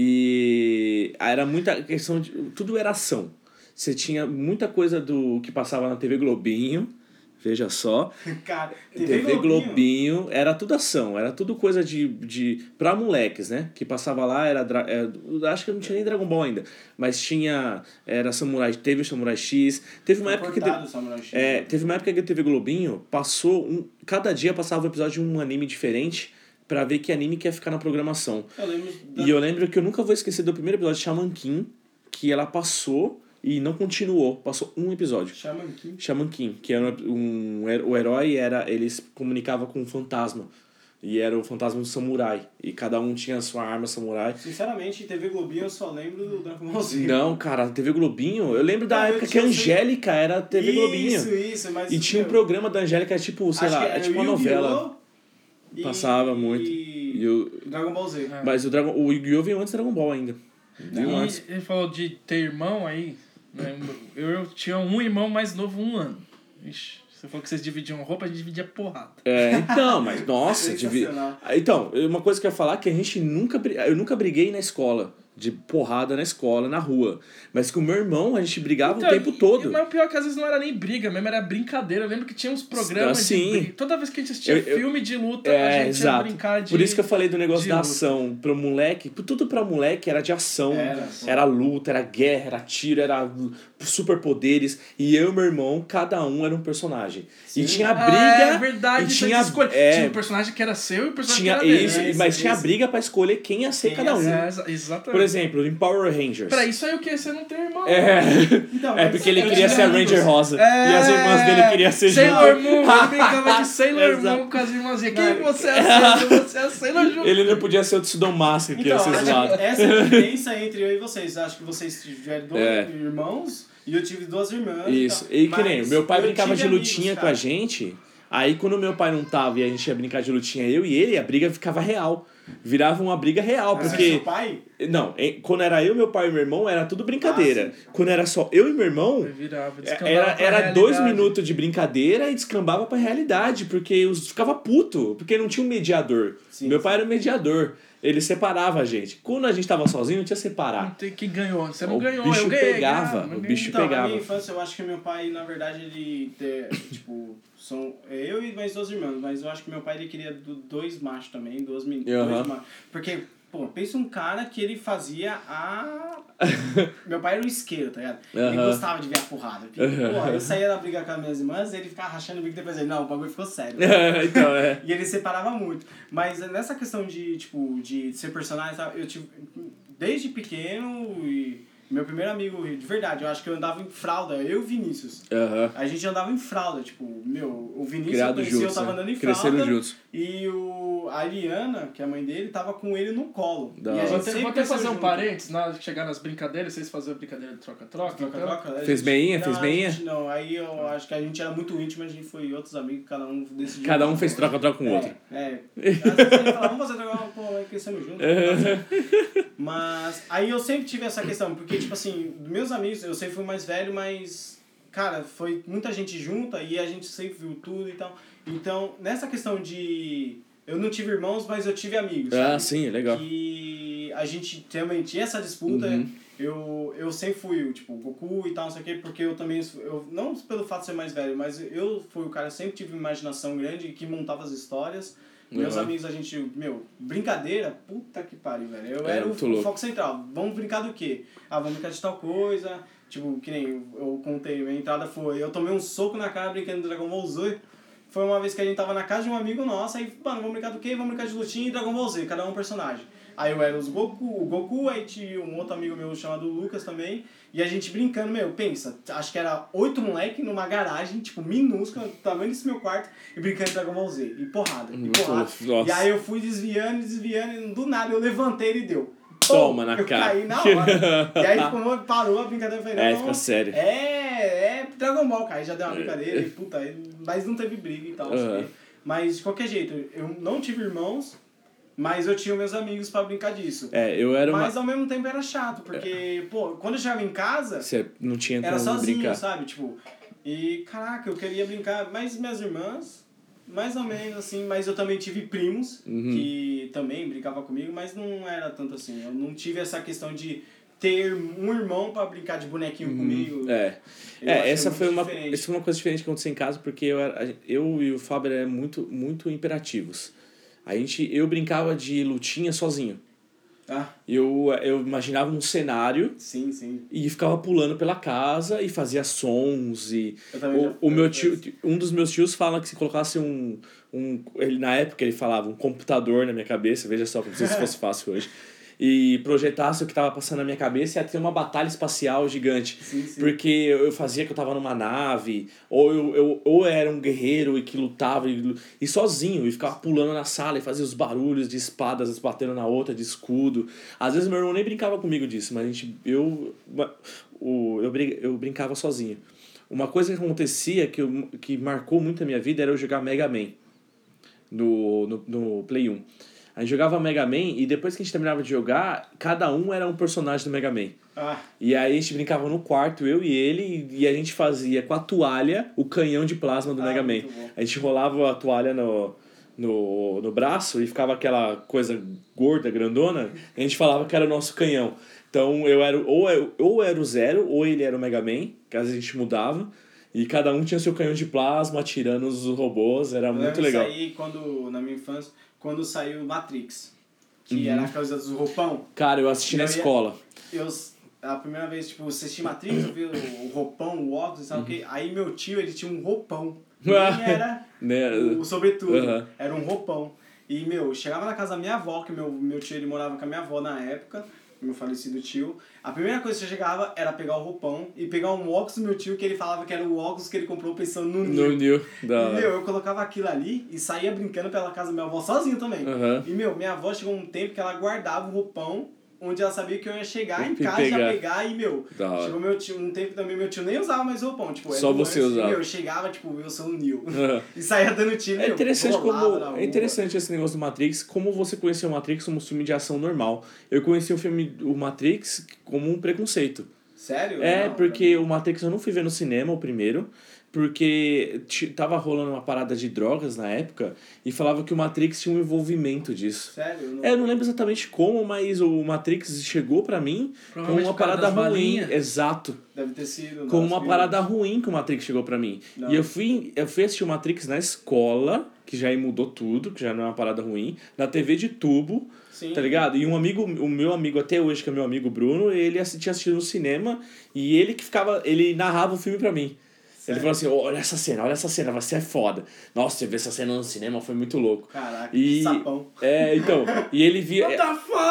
E era muita questão de... Tudo era ação. Você tinha muita coisa do que passava na T V Globinho. Veja só. Cara, T V, T V Globinho. Globinho. Era tudo ação. Era tudo coisa de... de pra moleques, né? Que passava lá, era... era acho que não tinha nem Dragon Ball ainda. Mas tinha... Era Samurai... Teve o Samurai X. Teve uma Foi época que... Te, Samurai X, é, né? teve uma época que a T V Globinho passou... Um, cada dia passava um episódio de um anime diferente... Pra ver que anime que ia ficar na programação. Eu lembro da... E eu lembro que eu nunca vou esquecer do primeiro episódio de Shaman King, que ela passou e não continuou. Passou um episódio. Shaman King? Shaman King, que era um, um, o herói, era, eles comunicavam com um fantasma. E era o fantasma do samurai. E cada um tinha a sua arma samurai. Sinceramente, T V Globinho eu só lembro do Dragon Ball Z. Não, cara, T V Globinho... Eu lembro da não, época que a Angélica era T V isso, Globinho. Isso, isso. Mas e tinha um programa da Angélica, tipo, sei lá, é tipo uma novela. E... Passava muito. E o... Dragon Ball Z. Mas o, Dragon... o Yu-Gi-Oh! Veio antes do Dragon Ball ainda. Vi um ano. E ele falou de ter irmão aí, né? Eu, eu tinha um irmão mais novo, um ano. Ixi, você falou que vocês dividiam roupa, a gente dividia porrada. É, então, mas nossa, divi... Então, uma coisa que eu ia falar é que a gente nunca. bri- Eu nunca briguei na escola. De porrada na escola, na rua. Mas com o meu irmão, a gente brigava Então, o tempo e- todo. Mas o pior é que às vezes não era nem briga mesmo, era brincadeira. Eu lembro que tinha uns programas Assim, de briga. Toda vez que a gente assistia eu- eu- filme de luta, É, a gente exato. ia brincar de... Por isso que eu falei do negócio de da luta. ação. Pro moleque, tudo pra moleque era de ação. Era, Era luta, era guerra, era tiro, era superpoderes. E eu e meu irmão, cada um era um personagem. E tinha Ah, briga. é verdade, e tinha, tinha, escolha. é, Tinha um personagem que era seu e o personagem tinha que era dele. esse, Esse, mas tinha esse. briga pra escolher quem ia ser Quem cada ia um. ser. É, exa- exatamente. Por exemplo, em Power Rangers. Peraí, isso aí o que? Você não tem irmão? É, Então, é mas porque ele eu queria tinha ser a amigos. Ranger Rosa. É, E as irmãs dele queriam ser Sailor junto. Moon, ele brincava de Sailor Exato. Moon com as irmãzinhas. Quem Não, você é Sailor? Você é Sailor junto. Ele não podia ser o Tsudomasa, que ia Então, ser acho zoado. que essa é a diferença entre eu e vocês. Acho que vocês tiveram dois É. irmãos e eu tive duas irmãs. Isso. tal. E que nem, Mas meu pai eu brincava tive de amigos, lutinha com cara. a gente. Aí quando meu pai não tava e a gente ia brincar de lutinha, eu e ele, a briga ficava real. Virava uma briga real, Mas porque... seu pai? Não, em- quando era eu, meu pai e meu irmão, era tudo brincadeira. Ah, quando era só eu e meu irmão, Ele virava, descambava era, pra era realidade. dois minutos de brincadeira e descambava pra realidade, porque os ficava puto, porque não tinha um mediador. Sim, meu sim. pai era o mediador. Ele separava a gente. Quando a gente tava sozinho, não tinha Não separar. tem que ganhou. Você não O ganhou, bicho eu ganhei. pegava, ah, mas o ganhei. bicho- Então, pegava. na minha infância, eu acho que meu pai, na verdade, ele... Ter, tipo, são eu e mais duas irmãs. Mas eu acho que meu pai, ele queria do- dois machos também, duas meninas. Aham. Dois machos. Porque, pô, pensa um cara que ele fazia a... Meu pai era um isqueiro, tá ligado? Ele Aham. gostava de ver a porrada. Porque, pô, eu saía da briga com as minhas irmãs, ele ficava rachando o bico e depois ele, não, o bagulho ficou sério. Então, é. E ele separava muito. Mas nessa questão de, tipo, de ser personagem, e tal, eu tive... Desde pequeno e... Meu primeiro amigo, de verdade, eu acho que eu andava em fralda, eu e o Vinícius. Aham. A gente andava em fralda, tipo, meu, o Vinícius Criado eu conheci, eu juntos, tava né? andando em Cresceram fralda. juntos. E o, a Ariana, que é a mãe dele, tava com ele no colo. Da e a hora. gente Vou até, sempre vou até cresceu fazer um junto. parênteses, na hora de chegar nas brincadeiras, vocês faziam a brincadeira de troca-troca? então? Troca-troca, a Fez gente- meinha? não, Fez a meinha? gente Não, aí eu acho que a gente era muito íntimo, a gente foi outros amigos, cada um decidiu. Cada um fez troca-troca com o outro. É, é. Às vezes a gente fala, vamos fazer troca, pô, vai crescendo junto. Mas aí eu sempre tive essa questão, porque, tipo assim, dos meus amigos, eu sempre fui mais velho, mas, cara, foi muita gente junta e a gente sempre viu tudo e tal. Então, nessa questão de... Eu não tive irmãos, mas eu tive amigos, Ah, sabe? sim, legal. Que a gente também tinha essa disputa. Uhum. Eu, eu sempre fui, tipo, Goku e tal, não sei o quê, porque eu também... Eu, não pelo fato de ser mais velho, mas eu fui o cara que sempre tive uma imaginação grande que montava as histórias. Meus Uhum. amigos, a gente, meu, brincadeira, puta que pariu, velho. Eu É, era o, muito o louco. foco central. Vamos brincar do quê? Ah, vamos brincar de tal coisa. Tipo, que nem eu, eu contei, minha entrada foi... Eu tomei um soco na cara brincando do Dragon Ball Z. Foi uma vez que a gente tava na casa de um amigo nosso, aí, mano, vamos brincar do quê? Vamos brincar de lutinha e Dragon Ball Z, cada um um personagem. Aí eu era os Goku, o Goku, aí tinha um outro amigo meu chamado Lucas também, e a gente brincando, meu, pensa, acho que era oito moleque numa garagem, tipo, minúscula, do tamanho desse meu quarto, e brincando de Dragon Ball Z, e porrada, e Nossa. porrada. Nossa. E aí eu fui desviando, desviando, e do nada eu levantei e ele deu. Toma na eu cara. caí na hora. E aí ficou, parou a brincadeira, eu falei, É, não, fica sério. É, é Dragon Ball, cara, aí já deu uma brincadeira, e puta, aí- mas não teve briga e tal, não sei o Uhum. quê. Mas, de qualquer jeito, eu não tive irmãos, mas eu tinha meus amigos pra brincar disso. É, eu era uma... Mas, ao mesmo tempo, era chato, porque, pô, quando eu chegava em casa, Você não tinha era como sozinho, brincar. sabe? Tipo, e, caraca, eu queria brincar, mas minhas irmãs, mais ou menos, assim, mas eu também tive primos Uhum. que também brincavam comigo, mas não era tanto assim. Eu não tive essa questão de ter um irmão pra brincar de bonequinho comigo. É, Eu é acho essa, muito foi uma, diferente. essa foi uma coisa diferente que aconteceu em casa, porque eu, era, a gente- eu e o Fábio eram muito, muito imperativos. A gente, eu brincava de lutinha sozinho. Ah, Eu, eu imaginava um cenário sim, sim. e ficava pulando pela casa e fazia sons e... Eu também já- O, o meu eu- tio, um dos meus tios fala que se colocasse um, um... Ele, na época ele falava um computador na minha cabeça, veja só, como se isso fosse fácil hoje. E projetasse o que estava passando na minha cabeça, ia ter uma batalha espacial gigante. Sim, sim. Porque eu fazia que eu tava numa nave, ou eu, eu ou era um guerreiro e que lutava e, e sozinho, e ficava pulando na sala e fazia os barulhos de espadas batendo na outra, de escudo. Às vezes meu irmão nem brincava comigo disso, mas a gente, eu, o, eu, brin- eu brincava sozinho. Uma coisa que acontecia que, eu, que marcou muito a minha vida era eu jogar Mega Man no, no, no Play um. A gente jogava Mega Man e depois que a gente terminava de jogar, cada um era um personagem do Mega Man. Ah. E aí a gente brincava no quarto, eu e ele, e a gente fazia com a toalha o canhão de plasma do Ah, Mega Man. A gente rolava a toalha no, no, no braço e ficava aquela coisa gorda, grandona, e a gente falava que era o nosso canhão. Então eu era, ou, eu, ou era o Zero, ou ele era o Mega Man, que às vezes a gente mudava. E cada um tinha seu canhão de plasma atirando os robôs, era eu muito legal. Eu saí quando, na minha infância, quando saiu Matrix, que Uhum. era a coisa dos roupão. Cara, eu assisti eu na ia, escola. Eu, a primeira vez, tipo, assisti Matrix, eu vi o, o roupão, o óculos e sabe o uhum. quê. Aí meu tio, ele tinha um roupão. Nem era o sobretudo, uhum. era um roupão. E, meu, eu chegava na casa da minha avó, que meu, meu tio, ele morava com a minha avó na época, meu falecido tio. A primeira coisa que eu chegava era pegar o roupão e pegar um óculos do meu tio, que ele falava que era o óculos que ele comprou pensando no Neo. No Neo, da E, meu, eu colocava aquilo ali e saía brincando pela casa da minha avó sozinho também. Uhum. E, meu, minha avó chegou um tempo que ela guardava o roupão onde ela sabia que eu ia chegar em casa pegar. já pegar e, meu, Da chegou meu tio, um tempo também meu tio nem usava mais roupão, tipo, só você antes, usava. E, meu, eu chegava, tipo, eu sou o Neo. Uhum. E saía dando tiro, É meu, interessante como na é interessante esse negócio do Matrix, como você conheceu o Matrix como um filme de ação normal. Eu conheci o filme o Matrix como um preconceito. Sério? É, Não, porque o Matrix eu não fui ver no cinema o primeiro, porque t- tava rolando uma parada de drogas na época e falava que o Matrix tinha um envolvimento disso. Sério? Não... É, eu não lembro exatamente como, mas o Matrix chegou pra mim com uma por causa parada das ruim. balinhas. Exato. Deve ter sido. Com nossa, uma meu parada Deus. ruim que o Matrix chegou pra mim. Não. E eu fui, eu fui assistir o Matrix na escola, que já aí mudou tudo, que já não é uma parada ruim, na T V de tubo, Sim. tá ligado? E um amigo, o meu amigo até hoje, que é meu amigo Bruno, ele assi- tinha assistido no cinema e ele que ficava, ele narrava o filme pra mim. Sério? Ele falou assim, olha essa cena, olha essa cena, vai ser foda. Nossa, você ver essa cena no cinema foi muito louco. Caraca, E, que sapão. é, então, e ele via... What the fuck?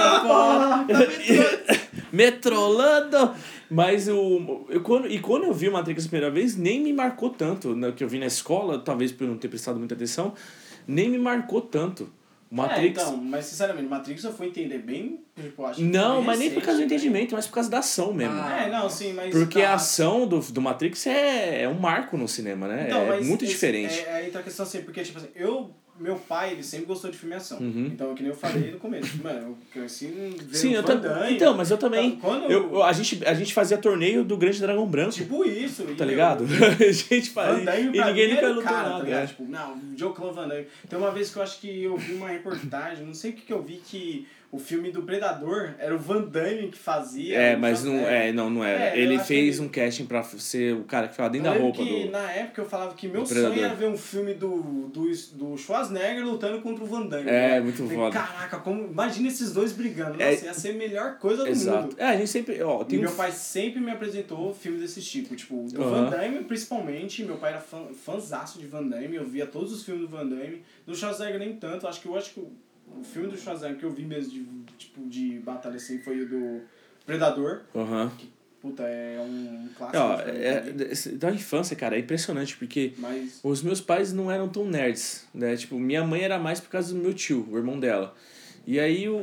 What the fuck? Metrolando! Mas o, eu, quando, e quando eu vi o Matrix a primeira vez, nem me marcou tanto. Né, que eu vi na escola, talvez por não ter prestado muita atenção, nem me marcou tanto. O Matrix... É, então, mas sinceramente, Matrix eu fui entender bem, tipo, acho que Não, foi mas nem por recente, causa do né? entendimento, mas por causa da ação mesmo. Ah, É, não, sim, mas... Porque tá, a ação do, do Matrix é, é um marco no cinema, né? Então, é mas muito esse- diferente. É, aí entra a questão assim, porque, tipo assim, eu... Meu pai, ele sempre gostou de filme ação. Uhum. Então, que nem eu falei no começo. Mano, eu cresci vendo Sim, eu Van também. Damme. Então, mas eu também. Então, quando Eu, eu- a, gente, a gente fazia torneio do Grande Dragão Branco. Tipo isso. Tá e ligado? Eu, a gente Van fazia. Damme E pra ninguém mim nunca era o lutou cara, nada. tá ligado? é. Tipo, não, Joe Clone Van Damme. Tem uma vez que eu acho que eu vi uma reportagem, não sei o que que eu vi, que o filme do Predador era o Van Damme que fazia. É, o mas Van- não, é, não, não era. É, eu ele acho fez que- um casting pra ser o cara que ficava dentro Eu da lembro roupa que do. na época eu falava que meu do sonho Predador. era ver um filme do, do, do Schwarzenegger lutando contra o Van Damme. É, né? muito Falei, foda. Caraca, como, imagina esses dois brigando. Nossa, É- ia ser a melhor coisa do Exato. mundo. É, a gente sempre. Ó, E tem um. meu pai sempre me apresentou filmes desse tipo. Tipo, do Aham. Van Damme, principalmente. Meu pai era fã, fãzaço de Van Damme. Eu via todos os filmes do Van Damme. Do Schwarzenegger nem tanto. Acho que eu acho que o, o filme do Schwarzenegger que eu vi mesmo de, tipo, de batalha assim foi o do Predador. Aham. Puta, é um clássico. Ó, de filme é, também. é- da infância, cara, é impressionante, porque Mas... os meus pais não eram tão nerds, né? Tipo, minha mãe era mais por causa do meu tio, o irmão dela. E aí o,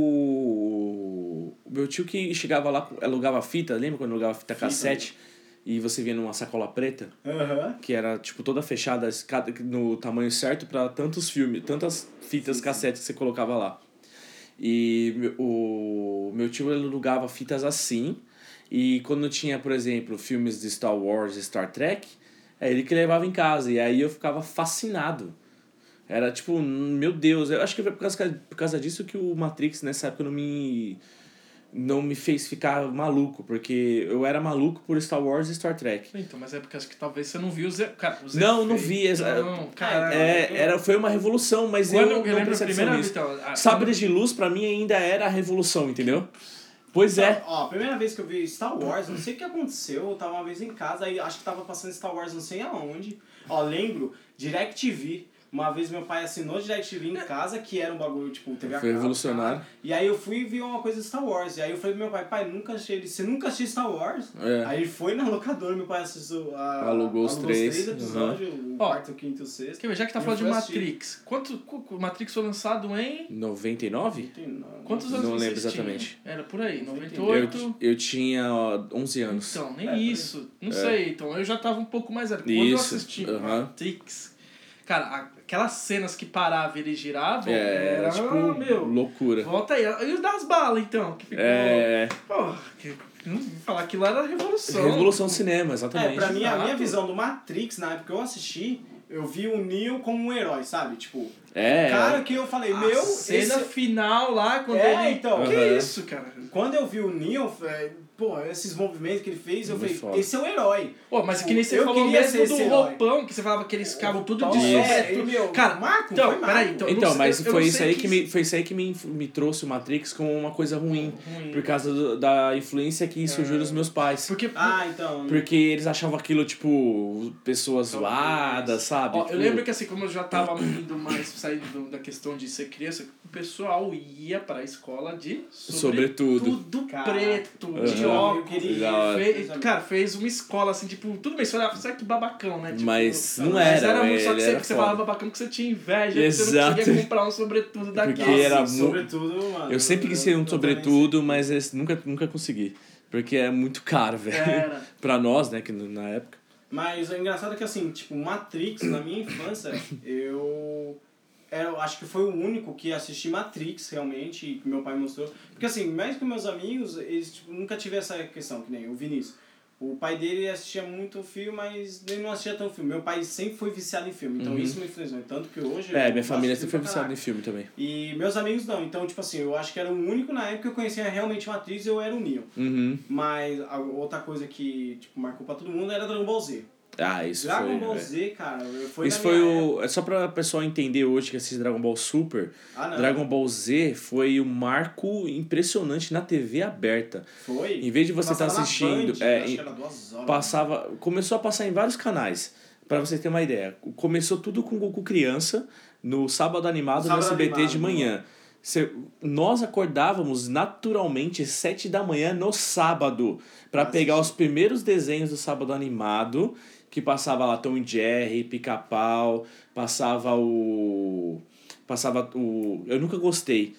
o, o meu tio que chegava lá, alugava fita, lembra quando alugava fita, Fita, cassete? E você via numa sacola preta? Aham. Que era, tipo, toda fechada cada- no tamanho certo pra tantos filmes, tantas fitas Sim, sim. cassete que você colocava lá. E meu- o meu tio ele alugava fitas assim. E quando tinha, por exemplo, filmes de Star Wars e Star Trek, é ele que levava em casa. E aí eu ficava fascinado. Era tipo, meu Deus, eu acho que foi por causa, por causa disso que o Matrix nessa época não me, não me fez ficar maluco. Porque eu era maluco por Star Wars e Star Trek. Então, mas é porque acho que talvez você não viu os, e- cara, os Não, não efeitos. vi, exa- Não, cara. É, era, foi uma revolução, mas Quando eu eu não lembro a prestei primeira atenção vez, nisso. então, a- Sabres de Luz pra mim ainda era a revolução, entendeu? Pois é. Ó, a primeira vez que eu vi Star Wars, não sei o que aconteceu, eu tava uma vez em casa, aí acho que tava passando Star Wars não sei aonde. Ó, lembro, DirecTV. Uma vez meu pai assinou DirecTV em casa, que era um bagulho, tipo, T V a Foi cabo, revolucionário. cara. E aí eu fui e vi uma coisa de Star Wars. E aí eu falei pro meu pai, pai, nunca achei ele. Você nunca assistiu Star Wars? É. Aí ele foi na locadora, meu pai assistiu a, Alugou os três, episódios, o Ó, quarto, o quinto e o sexto. Quer ver, já que tá Eu falando de fui assistir. Matrix, quanto, qu- o Matrix foi lançado em... noventa e nove? Tem nada. Quantos anos Não vocês lembro exatamente. tinham? Era por aí, noventa e Eu, oito... eu tinha ó, onze anos. Então, nem É, por aí. isso. Não sei, então eu já tava um pouco mais velho. Quando eu Isso, assisti aham. Matrix, Cara, aquelas cenas que paravam e eles giravam, É, era, tipo, meu, loucura. volta aí. E os das balas, então, que ficou... É... Porra, que, não vou falar que lá era a revolução. Revolução do cinema, exatamente. É, pra mim, a minha Exato. visão do Matrix, na época que eu assisti, eu vi o Neo como um herói, sabe? Tipo, É, cara que eu falei, A meu... cena esse... final lá, quando É, ele... então. Que Uhum. isso, cara? Quando eu vi o Neo, é, pô, esses movimentos que ele fez, eu Muito falei, foda. esse é o herói. Pô, mas que nem você Eu falou queria mesmo ser do esse herói. roupão, que você falava que eles ficavam tudo de Isso. sobre É, e, tudo. meu, Cara, Marco, então, foi peraí, Marco. então, eu Então, não sei- mas eu- eu foi não isso sei aí que me, foi isso aí que me, me trouxe o Matrix como uma coisa ruim. Ruim. Por causa do- da influência que surgiu dos meus pais. Porque, Ah, então... Porque eles achavam aquilo, tipo, pessoas zoadas, sabe? ó, Tipo, eu lembro que assim, como eu já tava indo mais, saindo do- da questão de ser criança, o pessoal ia pra escola de Sobretudo. tudo Cara, preto, de Aham. óculos. Eu queria- Da hora. Fez, cara, fez uma escola assim, tipo, tudo bem, você olhava, será que babacão, né? Tipo, Mas não mas era, muito, só que ele você, era você foda. falava babacão que você tinha inveja, que você não Exato. conseguia comprar um sobretudo daquele. Porque era Nossa, mu- sobretudo, mano. Eu sempre quis ser um eu sobretudo, também mas esse nunca, nunca consegui. Porque é muito caro, velho. Era. Pra nós, né, que no- na época. Mas o engraçado é que, assim, tipo, Matrix, na minha infância, eu... Era, eu acho que foi o único que assisti Matrix, realmente, e que meu pai mostrou. Porque, assim, mais que meus amigos, eles tipo, nunca tiveram essa questão, que nem o Vinícius. O pai dele assistia muito filme, mas ele não assistia tão filme. Meu pai sempre foi viciado em filme, então Uhum. isso me influenciou. Tanto que hoje... É, eu minha gosto família de sempre filme foi pra viciada caralho. em filme também. E meus amigos não. Então, tipo assim, eu acho que era o único na época que eu conhecia realmente Matrix e eu era o Neo. Uhum. Mas a outra coisa que tipo, marcou pra todo mundo era Dragon Ball Z. Ah, isso Dragon foi... Ball é. Z, cara, foi Isso na foi minha o... É só pra pessoal entender hoje que assiste Dragon Ball Super. época. Ah, não. Dragon Ball Z foi um marco impressionante na T V aberta. Foi. Em vez de você estar Passava na assistindo... Band, é, acho em- que era duas horas. passava começou a passar em vários canais, pra você ter uma ideia. Começou tudo com Goku criança, no sábado animado no Sábado S B T animado, de manhã. Cê, nós acordávamos naturalmente às sete da manhã no sábado pra Pra pegar assistir. os primeiros desenhos do sábado animado, que passava lá Tom e Jerry, Pica-Pau, passava o passava o eu nunca gostei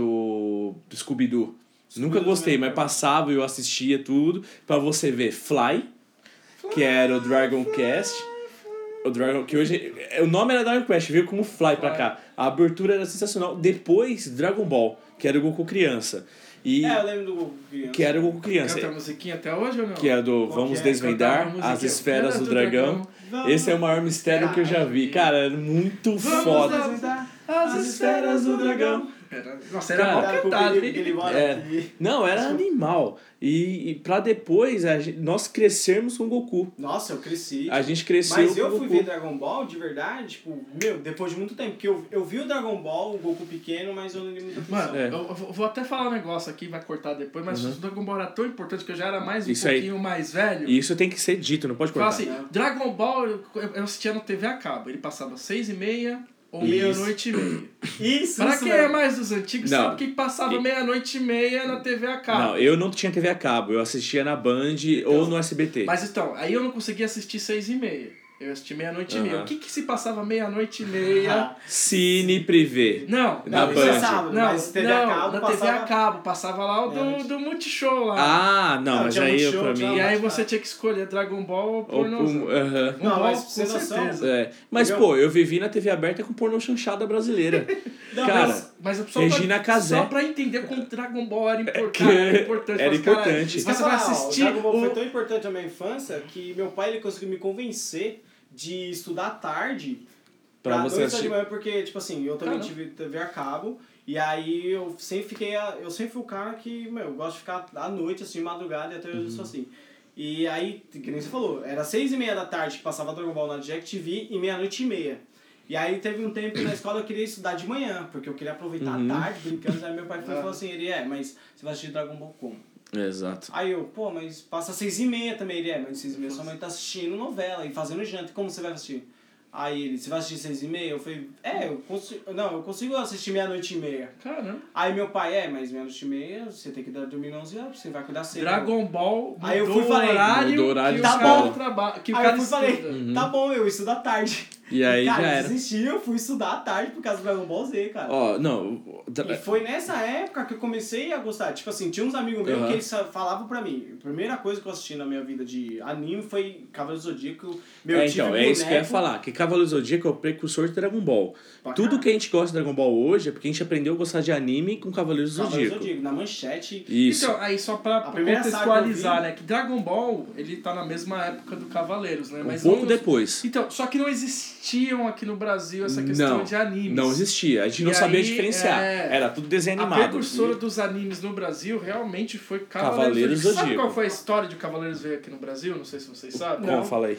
do, do Scooby-Doo. Nunca Scooby-Doo gostei, também, mas cara. passava e eu assistia tudo pra você ver Fly, que era o Dragon Quest. O Dragon, que hoje. O nome era Dragon Quest, veio como Fly pra Fly. cá. A abertura era sensacional. Depois, Dragon Ball, que era o Goku criança. E, É, eu lembro do Goku criança. que era o Goku criança. Canta a musiquinha até hoje ou não? Que é do Qual Vamos que é? Desvendar Cantava a musiquinha. as Esferas do Do Dragão. Vamos Esse é o maior mistério que eu já vi. Cara, era muito Vamos foda. desvendar As Esferas do Dragão. Era, nossa, era Cara, mal Cara, com cantado, aquele- hein? aquele mano É. aqui. Não, era animal. E, e pra depois a gente- nós crescermos com o Goku. Nossa, eu cresci. A gente cresceu Mas com eu o fui Goku. ver Dragon Ball de verdade, tipo, meu, depois de muito tempo. Porque eu, eu vi o Dragon Ball, o Goku pequeno, mas eu não dei muita atenção. Mano, É. eu, eu vou até falar um negócio aqui, vai cortar depois, mas Uhum. o Dragon Ball era tão importante que eu já era mais um Isso aí. pouquinho mais velho. E isso tem que ser dito, não pode Fala cortar. assim, Dragon Ball eu, eu assistia no T V a cabo, ele passava seis e meia ou Isso. meia-noite e meia. Isso, Pra isso quem mesmo. é mais dos antigos, Não. sabe que passava E- meia-noite e meia na T V a cabo. Não, eu não tinha T V a cabo, eu assistia na Band ou no S B T. Mas então, aí eu não conseguia assistir seis e meia. Eu assisti meia-noite e meia. Aham. O que que se passava meia-noite e meia? Cine Privé. Não, Na Não, isso é Band. sábado, Não, mas T V não, a cabo na passava... T V a cabo, passava lá o do, Meia-noite. do Multishow lá. Ah, não, Não, mas tinha aí muito eu, show, pra tinha mim... E aí mas- você tinha que escolher Dragon Ball ou ou- pornozão. um- aham. Um Não, bom, mas com você tem noção? certeza. É. Mas, Entendeu? pô, eu vivi na T V aberta com pornô chanchada brasileira. Não, Cara, mas- Mas só Regina pra, Casé. só pra entender como Dragon Ball era importante. que Era importante. era Mas, cara, importante. Você vai Falar, ó, assistir O Dragon Ball o... foi tão importante na minha infância que meu pai ele conseguiu me convencer de estudar à tarde Pra pra você noite assistir. de manhã, porque, tipo assim, eu também Caramba. tive T V a cabo, e aí eu sempre fiquei, a- eu sempre fui o cara que, meu, eu gosto de ficar à noite, assim, madrugada, e até hoje eu Uhum. sou assim. E aí, que nem você falou, era seis e meia da tarde que passava Dragon Ball na Jack T V e meia-noite e meia. E aí teve um tempo que na escola eu queria estudar de manhã, porque eu queria aproveitar Uhum. a tarde, brincando, aí meu pai falou assim, ele, é, mas você vai assistir Dragon Ball como? Exato. Aí eu, pô, mas passa seis e meia também, ele é, mas seis e meia sua mãe tá assistindo novela e fazendo janta, como você vai assistir? Aí ele, você vai assistir seis e meia? Eu falei, é, eu consigo, não, eu consigo assistir meia-noite e meia. Caramba. Aí meu pai, é, mas meia-noite e meia, você tem que dar dormir onze horas, você vai cuidar cedo. Dragon Ball Aí eu mudou fui e falei, o horário, mudou o horário que de os escola. caras trabalham. Que o Aí cara eu fui e falei, estuda. Uhum. tá bom, eu estudo à tarde. E aí cara, já eu era. desisti, eu fui estudar à tarde por causa do Dragon Ball Z, cara. Ó, não... E foi nessa época que eu comecei a gostar. Tipo assim, tinha uns amigos meus Uhum. que eles falavam pra mim. A primeira coisa que eu assisti na minha vida de anime foi Cavaleiro do Zodíaco. Meu É, tive então, é boneco. isso que eu ia falar. Que Cavaleiro do Zodíaco é o precursor de Dragon Ball. Pra Tudo caralho. que a gente gosta de Dragon Ball hoje é porque a gente aprendeu a gostar de anime com Cavaleiro do Cavaleiro do Zodíaco. Zodíaco, na manchete. Isso. Então, aí só pra A primeira contextualizar, saga que eu vi- né? Que Dragon Ball, ele tá na mesma época do Cavaleiros, né? Um Mas pouco não- depois. Então, só que não existiam aqui no Brasil essa questão Não, de animes. não existia. A gente E não sabia aí, diferenciar. é, Era tudo desenho A animado. precursora dos animes no Brasil realmente foi Cavaleiros, Cavaleiros do Zodíaco. Sabe Zodíaco. qual foi a história de Cavaleiros veio aqui no Brasil? Não sei se vocês sabem. Como eu falei.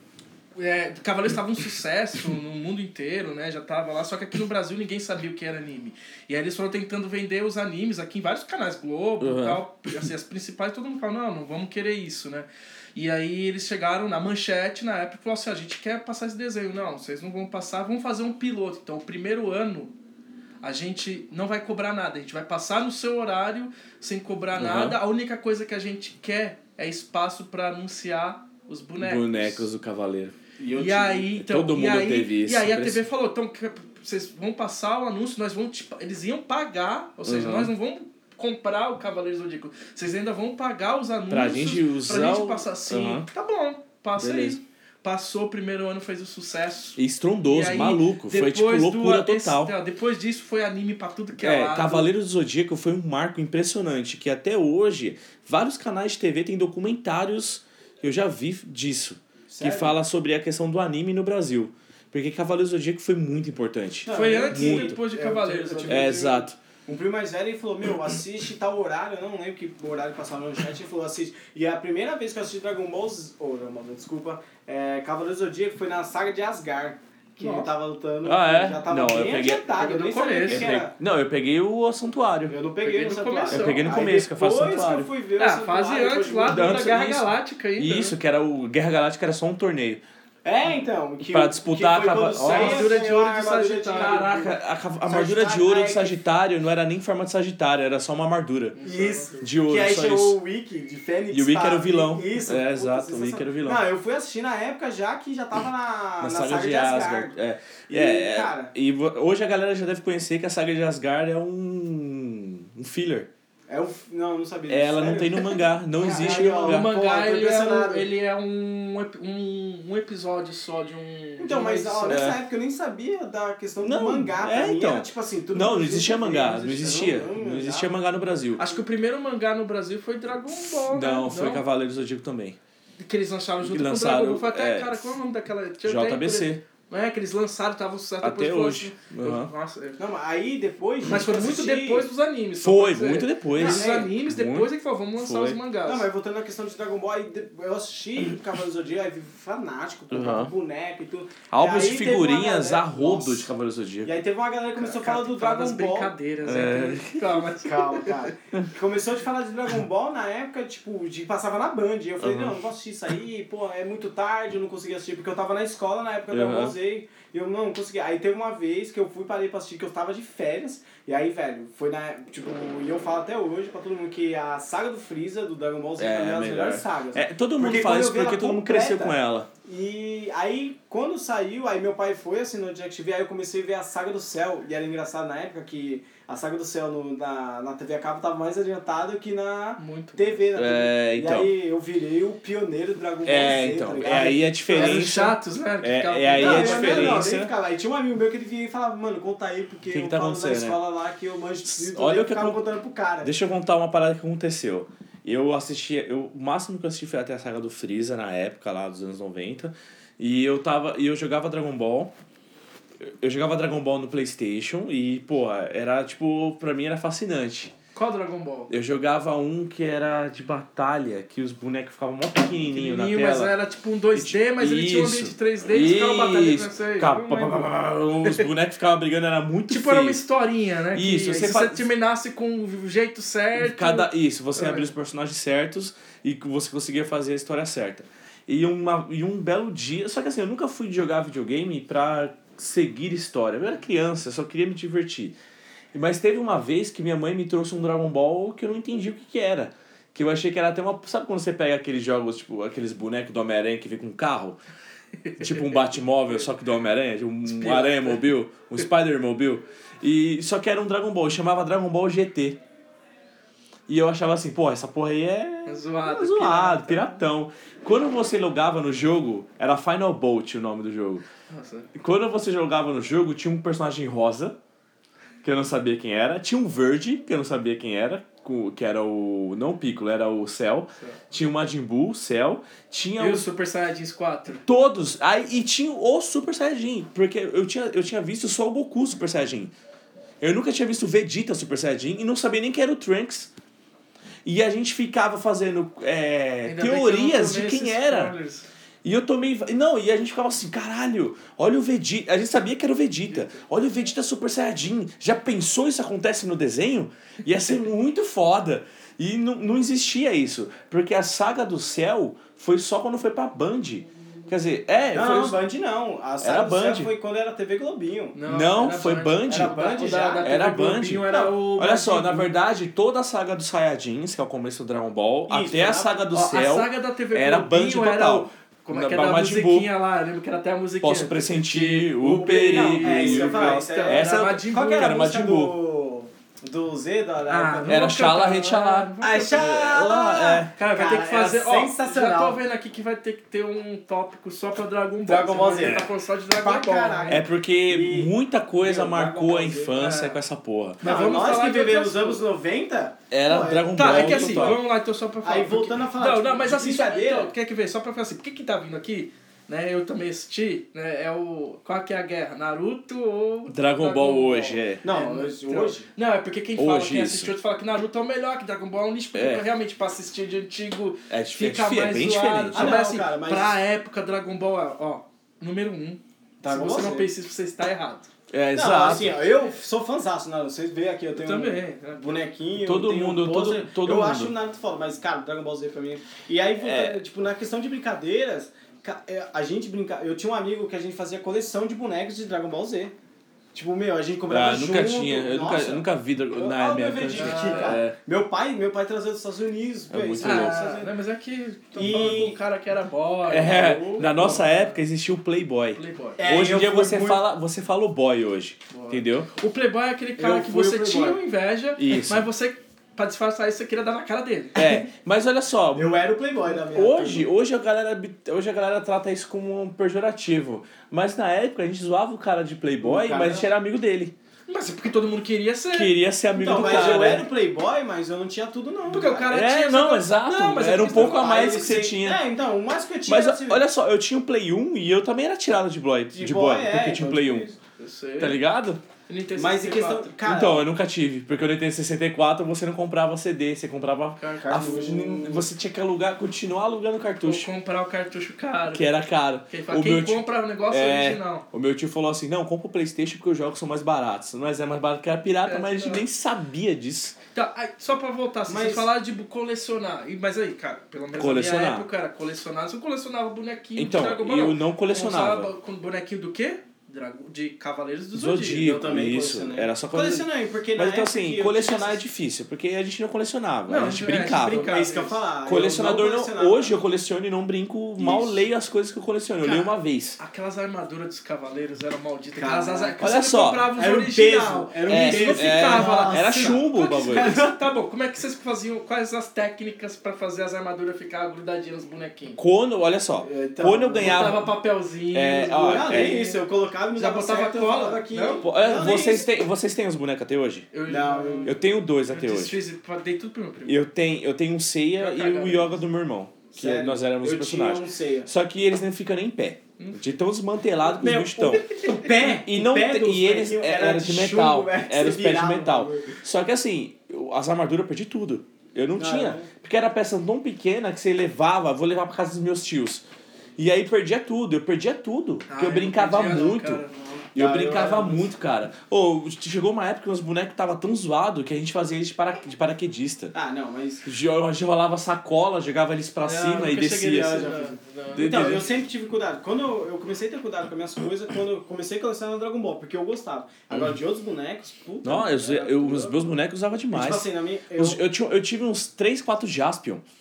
É, Cavaleiros estava um sucesso no mundo inteiro, né? Já tava lá, só que aqui no Brasil ninguém sabia o que era anime. E aí eles foram tentando vender os animes aqui em vários canais, Globo e Uhum. tal. Assim, as principais, todo mundo falou, não, não vamos querer isso, né? E aí eles chegaram na Manchete na época e falaram assim, a gente quer passar esse desenho. Não, vocês não vão passar, vamos fazer um piloto. Então, o primeiro ano, a gente não vai cobrar nada. A gente vai passar no seu horário sem cobrar Uhum. nada. A única coisa que a gente quer é espaço para anunciar os bonecos. Bonecos do Cavaleiro. E, eu E tive- aí, então, Todo e mundo aí, teve isso. E aí a Parece- T V falou, então que- vocês vão passar o anúncio, nós vamos te- eles iam pagar, ou seja, Uhum. nós não vamos comprar o Cavaleiro Zodíaco, vocês ainda vão pagar os anúncios Pra gente usar pra gente o- passar assim. Uhum. Tá bom, passa Beleza. aí. Passou o primeiro ano, fez o sucesso. E estrondoso, E aí, maluco. Foi tipo depois do- loucura esse- total. não, depois disso foi anime pra tudo que é, É, lado. Cavaleiro do Zodíaco foi um marco impressionante, que até hoje vários canais de T V têm documentários que eu já vi disso, Sério? que fala sobre a questão do anime no Brasil. Porque Cavaleiro do Zodíaco foi muito importante. Não, Foi eu- antes e muito. depois de Eu- Cavaleiros. eu- eu- né? É, exato. Um primo mais velho ele falou, meu, assiste tal horário, eu não lembro que horário passava no chat, ele falou, assiste. E a primeira vez que eu assisti Dragon Ball, Z- oh, Dragon Ball, desculpa, é, Cavaleiro do Zodíaco foi na saga de Asgard, que Nossa. ele tava lutando, Ah, é? já tava Não, eu bem peguei- adiantado, peguei eu nem no sabia o começo. que Eu que peguei- era. não, eu peguei o Santuário. Eu não peguei, Peguei no no Santuário. começo. Eu peguei no Aí começo, que eu faço depois Santuário. que eu fui ver o Ah, Santuário, fase depois antes de lá muito da Antes- Guerra isso. Galáctica ainda. né? Isso, que era o Guerra Galáctica, era só um torneio. É, então. Que, Pra disputar que foi a quando cava- saiu Ó, a armadura de ouro de armadura de Sagitário. Caraca, a, ca- a armadura de ouro de Sagitário não era nem forma de Sagitário, era só uma armadura. Isso. De ouro, que aí só chegou isso. o Wiki de Fênix. E o Wiki pra- era o vilão. Isso. É, puta, exato, o Wiki era o vilão. Não, eu fui assistir na época já que já tava na, Na, na saga, saga de Asgard. É. E, É, é, cara... e vo- hoje a galera já deve conhecer que a saga de Asgard é um, um filler. É o... Não, não sabia disso. Ela não sério? tem no mangá, não Caralho, existe no ó, O mangá. Pô, mangá, eu tô ele é, um, impressionado. ele é um, ep- um, um episódio só de um... Então, de uma mas ó, edição. nessa É. época eu nem sabia da questão Não, do mangá. Pra é, mim então. era tipo assim, tudo Não, não tudo existia junto, mangá, não não existia. Não existia mangá no Brasil. Acho que o primeiro mangá no Brasil foi Dragon Ball, né? Não, foi Cavaleiro do Zodíaco também. Que eles lançaram junto Que com o lançaram, Dragon Ball. Foi até, é, cara, qual é o nome daquela... tinha até J B C. Não é, que eles lançaram, tava sucesso Até depois falou hoje. assim, eu- Uhum. Nossa, é. Não, mas aí depois... Mas foi eu muito assisti- depois dos animes. só pra Foi, dizer. muito depois. Os É, animes, depois muito. é que falou, vamos lançar Foi. os mangás. Não, mas voltando à questão de Dragon Ball, aí de- eu assisti Cavaleiro do Zodíaco, aí vi fanático, comprava Uhum. boneco e tudo. Álbuns E de aí teve uma figurinhas galera- a rodo Nossa. de Cavaleiro do Zodíaco. E aí teve uma galera que começou a falar do Fala Dragon das Ball. brincadeiras, É. né? Calma. Calma, cara. Começou a falar de Dragon Ball na época, tipo, de passava na Band. E eu falei, Uhum. não, não posso assistir isso aí, pô, é muito tarde, eu não consegui assistir, porque eu tava na escola na época da Dragon Ball Uhum. Z. E eu não consegui. Aí teve uma vez que eu fui parei pra assistir, que eu tava de férias. E aí, velho, foi na. Tipo, e eu falo até hoje pra todo mundo que a saga do Freeza, do Dragon Ball Z, É, pra mim, é a as melhor. melhores sagas. É, todo mundo Porque fala quando isso eu vi ela porque todo mundo completa- cresceu com ela. E aí, quando saiu, aí meu pai foi, assim, no DirecTV, aí eu comecei a ver a Saga do Céu. E era engraçado na época que a Saga do Céu no, na, na T V a cabo tava mais adiantada que na Muito. T V. Na É, T V. então. E aí eu virei o pioneiro do Dragon Ball É, Z, então. tá É ligado? aí a Eram diferença. chatos, né? Que É, ficavam- é aí Não, a eu- não, não, diferença- nem ficava. Aí tinha um amigo meu que ele vinha e falava, mano, conta aí, porque Que que eu tá falo da acontecendo, escola lá que eu manjo de tudo. Olha Olha o que eu ficava acon- contando pro cara. Deixa eu contar uma parada que aconteceu. Eu assisti, eu, o máximo que eu assisti foi até a saga do Freeza na época lá dos anos noventa. E eu tava, e eu jogava Dragon Ball. Eu jogava Dragon Ball no PlayStation e, pô, era tipo, pra mim era fascinante. Qual Dragon Ball? Eu jogava um que era de batalha, que os bonecos ficavam mó pequenininho na Pequenininho, mas tela. era tipo um dois D, mas ele tinha um Isso. ambiente três D e ficava batalhando com Isso. essa aí. Ficava- Eu não lembro. Os bonecos ficavam brigando, era muito Tipo, feio. era uma historinha, né? Que Isso, você se faz- você terminasse com o jeito certo... Cada, isso, você É. abria os personagens certos e que você conseguia fazer a história certa. E, uma, e um belo dia... Só que assim, eu nunca fui jogar videogame pra seguir história. Eu era criança, eu só queria me divertir. Mas teve uma vez que minha mãe me trouxe um Dragon Ball que eu não entendi o que que era. Que eu achei que era até uma... Sabe quando você pega aqueles jogos, tipo, aqueles bonecos do Homem-Aranha que vem com um carro? Tipo um Batmóvel, só que do Homem-Aranha, um Aranha-Mobile, um Spider-Mobile. E só que era um Dragon Ball, chamava Dragon Ball G T. E eu achava assim, pô, essa porra aí é... É zoado, é zoado, piratão. Quando você logava no jogo, era Final Bolt o nome do jogo. Nossa. Quando você jogava no jogo, tinha um personagem rosa, que eu não sabia quem era. Tinha um verde, que eu não sabia quem era, que era o... não o Piccolo, era o Cell. Cell. Tinha o Majin Buu, Cell. Tinha E o... os Super Saiyajins quatro? Todos. Aí, e tinha o Super Saiyajin, porque eu tinha, eu tinha visto só o Goku Super Saiyajin. Eu nunca tinha visto o Vegeta Super Saiyajin e não sabia nem que era o Trunks. E a gente ficava fazendo é, teorias de quem era. Spoilers. E eu tomei... Não, e a gente ficava assim, caralho, olha o Vegeta. A gente sabia que era o Vegeta. Olha o Vegeta Super Saiyajin. Já pensou isso acontece no desenho? Ia ser muito foda. E não, não existia isso. Porque a saga do Cell foi só quando foi pra Band. Quer dizer, é... Não, foi... Band não. A saga era do Band. Cell foi quando era T V Globinho. Não, não foi Band. Era Band já? Da, da era Band. Globinho era o Olha só, na verdade, toda a saga dos Saiyajins, que é o começo do Dragon Ball, Isso, até a saga do ó, Cell, a saga da T V era Band Globinho era total. o... Como é que era a musiquinha lá? Eu lembro que era até a musiquinha. Posso pressentir o perigo. Não, é isso que eu falei. Essa Essa era Majin Buu. Qual que era a Era música Majin Buu. do, do Z da, da Ah, época? Era vamos Xalá, cantar, Rei Xalá. vamos Ai, Xalá! É. Cara, vai ter que fazer... era Ó, sensacional. já tô vendo aqui que vai ter que ter um tópico só pra Dragon Ball. Dragon Ball Você Z. vai tá falando só de Dragon Pra Ball. caralho. né? É porque E- muita coisa Meu, marcou Dragon a Ball Z, infância é. com essa porra. Não, Mas vamos nós falar que de vivemos outras nos anos noventa... Era pô, é- Dragon Tá, Ball é que assim, total. vamos lá então só pra falar. Aí, voltando a falar Não, de- não, mas de assim, só, brincadeira. então, quer que ver? Só pra falar assim, por que que tá vindo aqui, né, eu também assisti, né, é o... Qual que é a guerra? Naruto ou... Dragon Ball hoje, é. Não, mas então- hoje... Não, é porque quem fala, Hoje quem isso. assistiu outro fala que Naruto é o melhor, que Dragon Ball é um lixo, porque É. realmente pra assistir de antigo É diferente, fica é mais bem zoado. diferente. Só Ah, mas não, assim, cara, mas- pra época Dragon Ball é, ó, número um. Dragon Se Ball você não Z. pensa isso, você está errado. É, Não, exato. assim, ó, eu sou fãzaço, né? Vocês veem aqui, eu tenho Também, um né? bonequinho, Todo eu tenho mundo, um pôster. todo- todo eu mundo. acho nada foda, mas, cara, Dragon Ball Z pra mim... E aí, voltando, É. tipo, na questão de brincadeiras, ca- é, a gente brincava... Eu tinha um amigo que a gente fazia coleção de bonecos de Dragon Ball Z. Tipo, meu, a gente comprava Ah, junto. nunca tinha, eu nunca, Nossa. eu nunca vi Dra- Eu- na Olha o minha meu época. Vegeta Ah, aqui, cara. é. Meu pai, meu pai trazia dos Estados Unidos. É velho, muito isso aí, louco. dos Estados Ah, Unidos. não, mas é que tô E- falando com um cara que era boy. É, ou- na nossa época existia o Playboy. Playboy. É, hoje em eu dia fui você muito- fala, você fala o boy hoje, Boy. entendeu? O Playboy é aquele cara Eu que fui o você Playboy. tinha inveja, Isso. mas você, pra disfarçar isso, você queria dar na cara dele. É, mas olha só, Eu era o playboy da minha hoje, época. hoje, a galera, hoje a galera trata isso como um pejorativo, mas na época a gente zoava o cara de Playboy, O cara- mas a gente era amigo dele. Mas é porque todo mundo queria ser. Queria ser amigo Então, do mas eu cara. era o playboy, mas eu não tinha tudo, não. Porque o cara É, tinha... não, essa- exato, Não, mas é era um questão- pouco a mais Aí que você você- tinha. É, então, o mais que eu tinha Mas era assim, olha só, eu tinha o Play um e eu também era tirado de boy, de, boy, é, porque tinha o então, Play tipo um. isso. Eu sei. Tá ligado? Nintendo Mas em sessenta e questão. quatro. Cara, Então, eu nunca tive, porque o Nintendo sessenta e quatro você não comprava C D, você comprava. Car- a- cartucho. você tinha que alugar, continuar alugando Ou cartucho, comprar o cartucho caro. que era caro. Quem, fala, O quem meu tio- compra o negócio É, original. o meu tio falou assim: não, compra o PlayStation porque os jogos são mais baratos. Mas é mais barato que era pirata, É, mas a gente não. nem sabia disso. Tá, aí, só pra voltar, se Mas- vocês falaram de bu- colecionar. E- Mas aí, cara, pelo menos na Colecionar. minha época era colecionar. Você colecionava bonequinho Então, de Dragon Ball. eu não colecionava. Começava com bonequinho do quê? Drago- De Cavaleiros do Zodíaco. Zodíaco. eu também isso, colecionei. era só coisa- Colecionei, porque na Mas então época assim, que eu colecionar tinha é difícil, porque a gente não colecionava, Não, a gente é, a gente brincava. brincava. É isso que eu ia falar. Colecionador eu não, colecionava. hoje eu coleciono e não brinco, mal Isso. leio as coisas que eu coleciono, eu Cara, leio uma vez. Aquelas armaduras dos cavaleiros eram malditas. Cara, Aquelas asas que olha você só, comprava os era um original. peso, era um É, Isso, peso. não ficava lá. era Nossa. chumbo o Qual que- bagulho. Tá bom, como é que vocês faziam? Quais as técnicas pra fazer as armaduras ficar grudadinhas nos bonequinhos? Quando, olha só, Então, quando eu Botava ganhava. papelzinho. É, os ó, bonequinhos. Ah, é. nem isso, eu colocava e não Já dava botava certo, eu cola? falava que... Não? Pô, é, Não, nem vocês, isso. têm, vocês têm os bonecos até hoje? Eu, Não, eu- Eu tenho dois eu até hoje. desfiz, dei tudo pro meu primo. Eu tenho, eu tenho um Seiya Eu e cagava o Yoga do meu irmão. Que Sério? nós éramos os eu personagens. tinha um ceia. Só que eles não ficam nem em pé. De tão desmantelado que os Meu, bichos estão. O pé, E, o não pé te- dos e eles bonequinhos era, de chumbo, metal. velho, Era os você pés de virava metal. o bagulho. Só que assim, eu- as armaduras eu perdi tudo. Eu não Ah, tinha. é? Porque era peça tão pequena que você levava, vou levar pra casa dos meus tios. E aí perdia tudo, eu perdia tudo. Porque Ah, eu brincava não podia não, muito. cara, não. Eu Cara, eu brincava era muito, cara. Ô, chegou uma época que os bonecos estavam tão zoados que a gente fazia eles de, para, de paraquedista. Ah, não, mas... Jo- Eu rolava sacola, jogava eles pra É, cima eu e nunca cheguei descia. nesse- assim. não, não. De- Então, Entendeu? eu sempre tive cuidado. Quando eu, eu comecei a ter cuidado com as minhas coisas, quando eu comecei a colecionar Dragon Ball, porque eu gostava. Agora, de outros bonecos, puta... Não, eu, era eu- tudo- os meus bonecos eu usava demais. Tipo assim, na minha... Eu, Os- Eu, tinha, eu tive uns três, quatro Jaspion.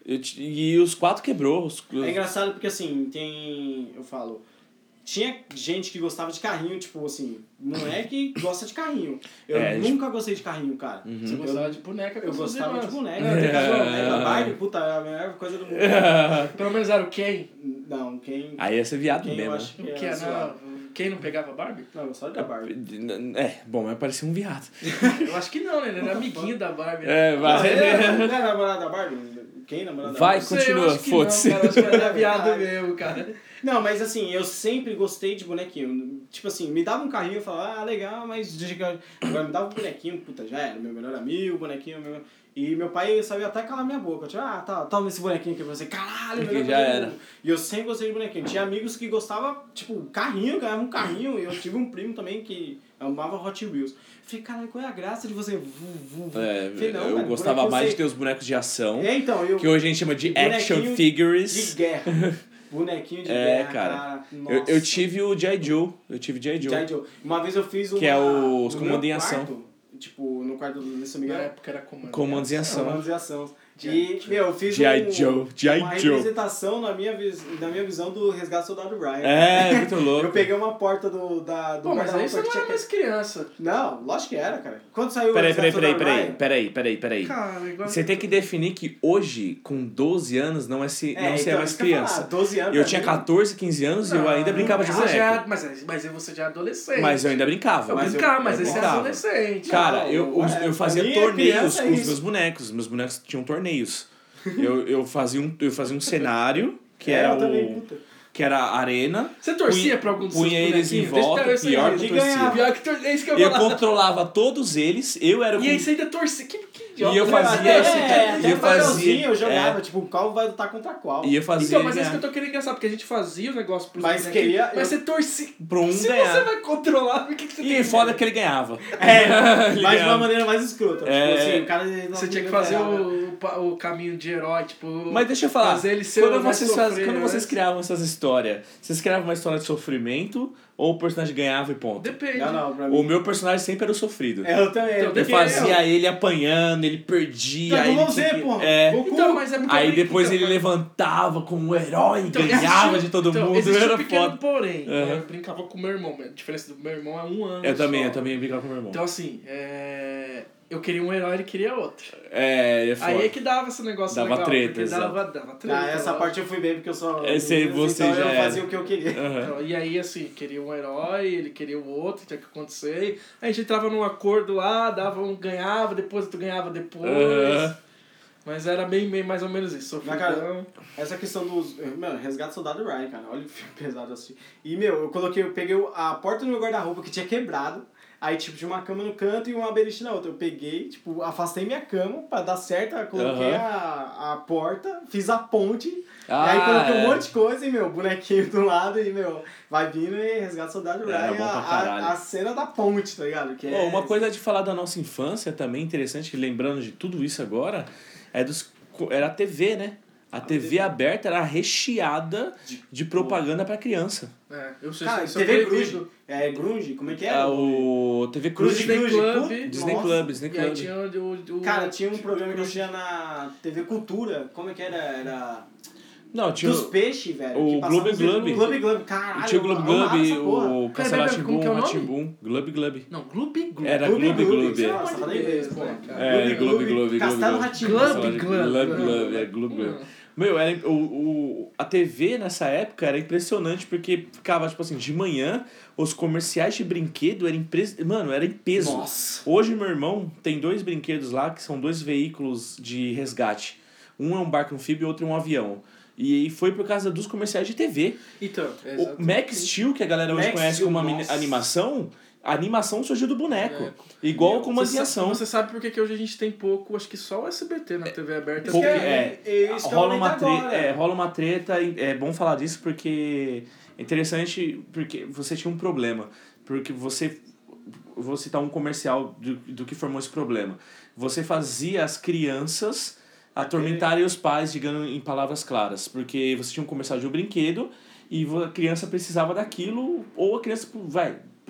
Eu t- e os quatro quebrou. Os... É engraçado porque, assim, tem... Eu falo... Tinha gente que gostava de carrinho, tipo assim, moleque gosta de carrinho. Eu É, nunca gostei de carrinho, cara. Uhum. Você gostava de boneca com Eu seus gostava de irmãos. boneca. É. Eu tenho boneca, Barbie, puta, é a melhor coisa do mundo. Pelo menos era o Ken. Não, quem... Aí ia ser viado quem eu mesmo. acho O que que é é, zoado. não? Quem não pegava Barbie? Não, eu gostava da Barbie. É, bom, mas parecia um viado. Eu acho que não, né? Ele era amiguinho da Barbie. É, Não, vai. ele era- não é namorado da Barbie? Quem é namorado da Vai, Barbie? Não sei, eu continua, acho que foda-se. não, cara, eu acho que ele era viado mesmo, cara. Não, mas assim, eu sempre gostei de bonequinho. Tipo assim, me dava um carrinho e eu falava, ah, legal, mas agora me dava um bonequinho, puta, já era, meu melhor amigo, bonequinho, meu... E meu pai sabia até calar minha boca. Tipo, ah, tá, toma esse bonequinho aqui pra você. Caralho, Porque melhor já bonequinho do era. mundo. E eu sempre gostei de bonequinho. Tinha amigos que gostavam, tipo, carrinho, ganhava um carrinho. E eu tive um primo também que amava Hot Wheels. Falei, caralho, qual é a graça de você... Vu, vu? É, Falei, não, eu cara, gostava bonequinho mais você- de ter os bonecos de ação, É, então, eu... que hoje a gente chama de bonequinho action figures. De guerra. Bonequinho de É, guerra, cara. cara. Eu, Nossa. eu tive o G I. Joe. Eu tive G I. Joe. G I. Joe. Uma vez eu fiz uma... Que é os no Comando meu em Ação. quarto, tipo, no quarto do São Na Miguel. época era comando. Comandos em ação. Comandos em ação. E, meu, eu fiz G I. um, Joe, G I. uma Joe. representação na minha, vis, na minha visão do Resgate do Soldado Ryan. É, muito louco. Eu peguei uma porta do, da, do Pô, mas aí guarda-roupa você não que era tinha mais criança. que- Não, lógico que era, cara. Quando saiu Peraí, o peraí, Resgate peraí, do peraí, Soldado Ryan... peraí, peraí, peraí, peraí. Cara, igual... Você tem que definir que hoje, com doze anos, não é se, não se é então, mais isso que eu ia falar, criança. doze anos Eu pra tinha mim- catorze, quinze anos e eu ainda brincava de você boneco. já, mas, mas aí você já é adolescente. Mas eu ainda brincava. Eu Mas brincar, eu- mas eu esse é brincava. adolescente. Cara, Não, eu, é, eu pra fazia mim, torneios criança é com os isso. meus bonecos. Meus bonecos tinham torneios. Eu, eu, fazia um, eu fazia um cenário que É, era eu também, o puta. que era a arena. Você torcia punha- pra algum dos punha seus eles em bonequinhos? volta, Deixa eu- pior eu- que eu eu ganhava. torcia. Pior que tor... é isso que eu Eu vou falar. controlava todos eles, eu era E com- aí você ainda torcia. Que, que idiota. E eu né? fazia Até- esse- É, e até eu o fazia- papelzinho eu jogava, é. tipo, qual vai lutar contra qual. E eu fazia Então, mas é ele isso que eu ganhar. tô querendo engraçar, porque a gente fazia o negócio pros Mas bonequinhos, queria- Mas eu- você torcia. Pra um Se ganhar. você vai controlar, por que, que você E tem foda que ele ganhava. É, Ele mas de ganhava. uma maneira mais escrota. É. Tipo assim, o cara... Você tinha que fazer o, o caminho de herói, tipo... Mas deixa eu falar, Fazer ele ser quando, o mais vocês, faz- sofrer, quando né? vocês criavam essas histórias, vocês criavam uma história de sofrimento ou o personagem ganhava e ponto? Depende. Não, não, pra mim... O meu personagem sempre era o sofrido. É, eu também. Então, Eu depende. fazia ele apanhando, ele perdia, Dragon aí Ball ele Z, tinha que- porra. é. Goku. Então, mas é muito Aí bem- depois então, ele mas- levantava como um herói e Então, ganhava existe- de todo então, mundo, existe era um pequeno foda. porém. Uhum. Eu brincava com o meu irmão, a diferença do meu irmão é um ano Eu também, só. eu também brincava com meu irmão. Então assim, é... eu queria um herói, ele queria outro. É, é foda. Aí é que dava esse negócio Dava legal, treta, porque exato. dava, dava treta. Ah, essa ó. parte eu fui bem porque eu só... Esse aí você então já eu era. fazia o que eu queria. Aham. Então, e aí, assim, queria um herói, ele queria o outro, tinha que acontecer. A gente entrava num acordo lá, dava um, ganhava, depois tu ganhava depois. Aham. Mas era bem, bem mais ou menos isso. Mas, cara, Sofridão. Essa questão dos... Mano, Resgate Soldado Ryan, cara. Olha que filme pesado assim. E, meu, eu coloquei... Eu peguei a porta do meu guarda-roupa que tinha quebrado. Aí, tipo, tinha uma cama no canto e uma beliche na outra. Eu peguei, tipo, afastei minha cama pra dar certo. Eu coloquei Aham. a, a porta, fiz a ponte. Ah, e aí coloquei é. um monte de coisa e, meu, bonequinho do lado e, meu, vai vindo e Resgate Soldado Ryan. Era bom pra a, caralho. a, a cena da ponte, tá ligado? Que Pô, é... uma coisa de falar da nossa infância também interessante, que lembrando de tudo isso agora, é dos, era a T V, né? A T V aberta era recheada de propaganda pra criança. É, eu sei Cara, isso T V é Grunge. proibido. É, Grunge? Como é que é? Ah, o T V Cruz, Disney Cruz, Club. Cruz, Disney Nossa. Club, Disney E aí Club. tinha o... o, o Cara, tinha um programa que eu tinha na T V Cultura. Como é que era? Era... Não, tinha Dos o, peixes, velho. o que passava Gloob os- Gloob. O Gloob Gloob, caralho. tinha o Gloob eu amava essa Gloob, porra. o Peraí, Castelo peraí, como que é o Rá-Tim-Bum, nome? Rá-Tim-Bum, Gloob Gloob. Não, Gloob Gloob. Era Gloob Gloob. Nossa, Pelo falei amor de mesmo, Deus, pô. né, cara? É, Gloob Gloob, Castelo Gloob Rá-Tim-Bum. Gloob, Gloob. Gloob Gloob, é Gloob Gloob. Meu, era, o, o, a T V nessa época era impressionante porque ficava, tipo assim, de manhã, os comerciais de brinquedo eram impres... Mano, era em peso. Nossa. Hoje, meu irmão tem dois brinquedos lá que são dois veículos de resgate. Um é um barco anfíbio e outro é um avião. E foi por causa dos comerciais de T V. Então, O Max Steel, que a galera hoje Max conhece Steel, como uma nossa. animação, a animação surgiu do boneco. Boneco. Igual Meu, com uma Você sabe, ação. você sabe por que, que hoje a gente tem pouco, acho que só o S B T na T V aberta. Isso Pouco- que é, é, isso que eu rola uma, aumento tre agora. é, rola uma treta, e é bom falar disso porque é interessante, porque você tinha um problema, porque você, vou citar um comercial do, do que formou esse problema, você fazia as crianças atormentarem os pais, digamos em palavras claras, porque você tinha um comercial de um brinquedo e vo- a criança precisava daquilo, ou a criança, vai,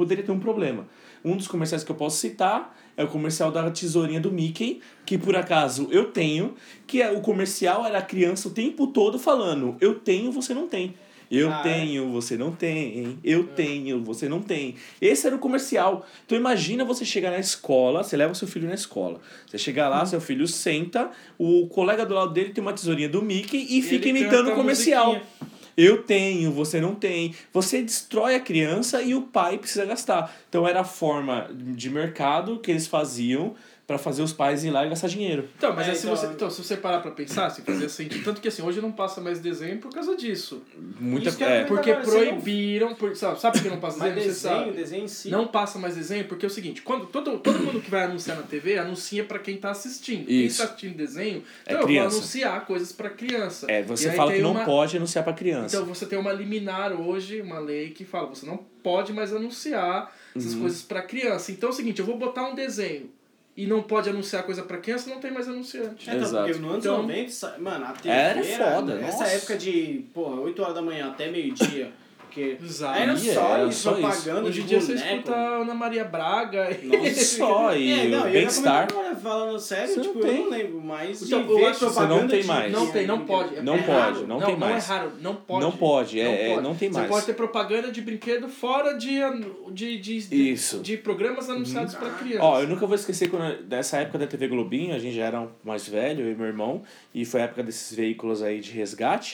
poderia ter um problema. Um dos comerciais que eu posso citar é o comercial da tesourinha do Mickey, que por acaso eu tenho, que é, o comercial era a criança o tempo todo falando, eu tenho, você não tem. Eu ah, tenho, é? Você não tem. Eu é. tenho, você não tem. Esse era o comercial. Então imagina você chegar na escola, você leva seu filho na escola. Você chega lá, hum. seu filho senta, o colega do lado dele tem uma tesourinha do Mickey e, e fica imitando o comercial. Eu tenho, você não tem. Você destrói a criança e o pai precisa gastar. Então era a forma de mercado que eles faziam para fazer os pais ir lá e gastar dinheiro. Então, mas é, então, se você, então, se você parar pra pensar, se fazer sentido, tanto que assim, hoje não passa mais desenho por causa disso. Muita Isso é, porque proibiram, por, sabe, sabe por que não passa desenho? Mas você desenho, sabe? desenho em si. Não passa mais desenho porque é o seguinte, quando todo, todo mundo que vai anunciar na T V, anuncia pra quem tá assistindo. Quem Isso. tá assistindo desenho, é então criança. Eu vou anunciar coisas pra criança. É, você fala que não uma... pode anunciar pra criança. Então você tem uma liminar hoje, uma lei que fala, você não pode mais anunciar essas uhum. coisas pra criança. Então é o seguinte, eu vou botar um desenho e não pode anunciar coisa pra criança, não tem mais anunciante. É, então, Exato. porque nos anos então, noventa, mano, a T V era foda, essa nossa. época de, porra, oito horas da manhã até meio-dia. Porque Exato. era só era isso, só propaganda Hoje de em dia boneco. você escuta a Ana Maria Braga. Nossa, só, e é, não, o Bem-Estar. Falando sério, você tipo, não eu tem. não lembro mais Então, de eu ver acho que você não tem de, mais. Não tem, não pode. Não é pode, raro. não não tem mais. Não é raro, não pode. Não pode, é, não, é, pode. não tem mais. Você pode ter propaganda de brinquedo fora de, de, de, de, Isso. de programas anunciados uhum. pra criança. Ó, eu nunca vou esquecer quando, dessa época da T V Globinho, a gente já era mais velho, eu e meu irmão, e foi a época desses veículos aí de resgate.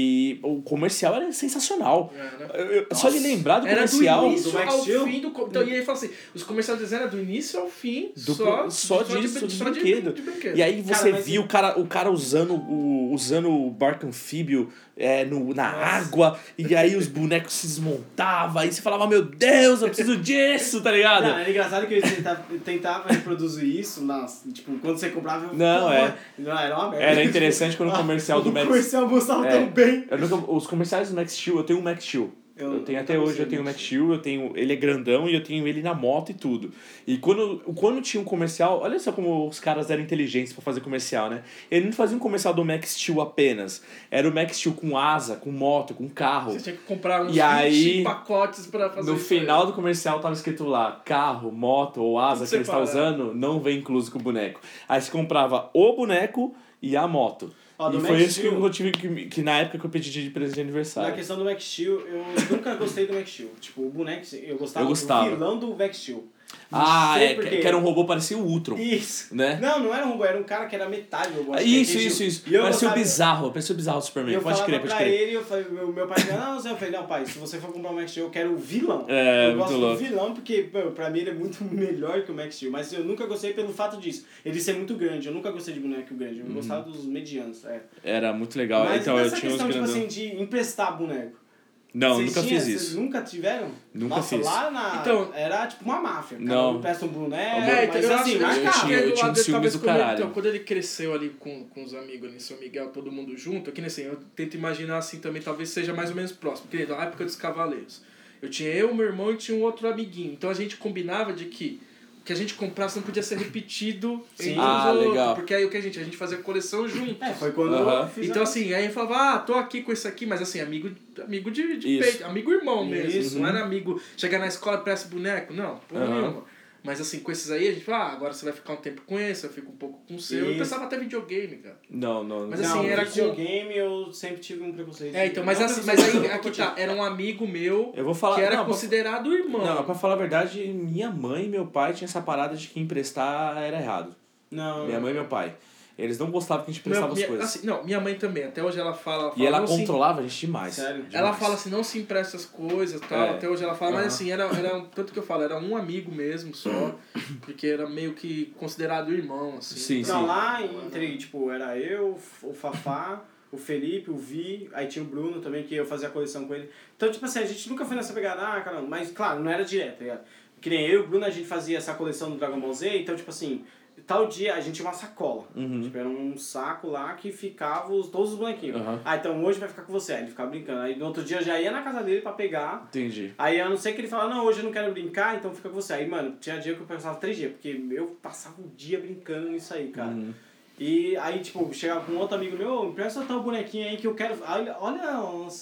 E o comercial era sensacional. É, né? eu, eu, só de lembrar do era comercial. Do início do ao fim do. Então, e aí fala assim: os comerciais de desenho era do início ao fim, do, só, só, de, disso, só de, de, de, brinquedo. de, de brinquedo. E aí você cara, viu o cara, o cara usando o, usando o barco anfíbio é, no, na Nossa. água, e aí os bonecos se desmontavam, aí você falava, meu Deus, eu preciso disso, tá ligado? Não, era engraçado que eles tentavam, tentavam reproduzir isso, nas, tipo, quando você comprava... Não, pô, é. Não, era uma merda. Era interessante quando o comercial do Max... O comercial mostrava é, tão bem. Eu nunca, os comerciais do Max Steel, eu tenho um Max Steel. Eu, eu tenho até hoje, eu tenho o Max Steel, eu tenho, ele é grandão e eu tenho ele na moto e tudo. E quando, quando tinha um comercial, olha só como os caras eram inteligentes pra fazer comercial, né? Ele não fazia um comercial do Max Steel apenas. Era o Max Steel com asa, com moto, com carro. Você tinha que comprar uns e aí, pacotes pra fazer no isso. No final aí. do comercial tava escrito lá, carro, moto ou asa que ele está usando, não vem incluso com o boneco. Aí você comprava o boneco e a moto. Ó, e foi isso que eu tive que, que na época que eu pedi de presente de aniversário. Na questão do Max Steel, eu nunca gostei do Max Steel. Tipo, o boneco, eu gostava, eu gostava. do vilão do Max Steel. Ah, é, que era um robô, parecia o Ultron. Isso. Né? Não, não era um robô, era um cara que era metade robô. Isso, isso, isso. Parecia o bizarro, parecia o bizarro do Superman. Pode crer, pode crer. Eu falava pra ele, eu falei, meu, meu pai falou, não, não sei. Eu falei, não, pai, se você for comprar o Max Steel, eu quero o vilão. É, eu muito gosto louco. do vilão porque, pô, pra mim, ele é muito melhor que o Max Steel. Mas eu nunca gostei pelo fato disso. Ele ser muito grande. Eu nunca gostei de boneco grande. Eu uhum. gostava dos medianos. É. Era muito legal. Mas então eu tinha questão, uns tipo grandão. assim, de emprestar boneco. Não, Vocês nunca tinha, fiz isso. Vocês nunca tiveram? Nunca Nossa, fiz. lá na... Então, era tipo uma máfia. Cada não. um empresta um boneco, é, mas eu assim, acho, marcado. eu tinha, eu tinha um ciúmes do caralho. Ele, então, quando ele cresceu ali com, com os amigos ali, São Miguel, todo mundo junto, aqui assim, eu tento imaginar assim também, talvez seja mais ou menos próximo, porque na época dos Cavaleiros. Eu tinha eu, meu irmão e tinha um outro amiguinho. Então a gente combinava de que o que a gente comprasse não podia ser repetido Sim. entre ah, os outros. legal. Porque aí o que a gente, a gente fazia coleção junto. É, foi quando uh-huh. eu fiz Então a... assim, aí eu falava, ah, tô aqui com esse aqui, mas assim, amigo, amigo de, de peito, amigo irmão mesmo. Isso. Não era amigo, chegar na escola e presta boneco, não, porra uh-huh. nenhuma. Mas assim, com esses aí, a gente fala, ah, agora você vai ficar um tempo com esse, eu fico um pouco com o seu. Isso. Eu pensava até videogame, cara. Não, não. Mas não, assim, era videogame com... eu sempre tive um preconceito. É, então, mas, assim, mas aí, aqui tá, era um amigo meu eu vou falar, que era não, considerado irmão. Não, pra falar a verdade, minha mãe e meu pai tinham essa parada de que emprestar era errado. Não. Minha mãe e meu pai. Eles não gostavam que a gente emprestava minha, as coisas. Assim, não, minha mãe também. Até hoje ela fala... ela e fala, ela não controlava se... a gente demais. Sério? Demais. Ela fala assim, não se empresta as coisas e tal. É. Até hoje ela fala, Uhum. mas assim, era, era um, tanto que eu falo, era um amigo mesmo só. Porque era meio que considerado irmão, assim. Sim, então, sim. Lá entre, tipo, era eu, o Fafá, o Felipe, o Vi, aí tinha o Bruno também, que eu fazia a coleção com ele. Então, tipo assim, a gente nunca foi nessa pegada, ah, caramba, mas claro, não era direto, tá ligado? Que nem eu e o Bruno, a gente fazia essa coleção do Dragon Ball Z, então, tipo assim, tal dia a gente tinha uma sacola. Uhum. Tipo, era um saco lá que ficava os, todos os bonequinhos. Uhum. Ah, então hoje vai ficar com você. Aí ele ficava brincando. Aí no outro dia eu já ia na casa dele pra pegar. Entendi. Aí a não ser que ele fala, não, hoje eu não quero brincar, então fica com você. Aí, mano, tinha dia que eu passava três dias, porque eu passava o dia brincando nisso aí, cara. Uhum. E aí, tipo, chegava com outro amigo meu, empresta tal bonequinho aí que eu quero... Olha, olha a noção.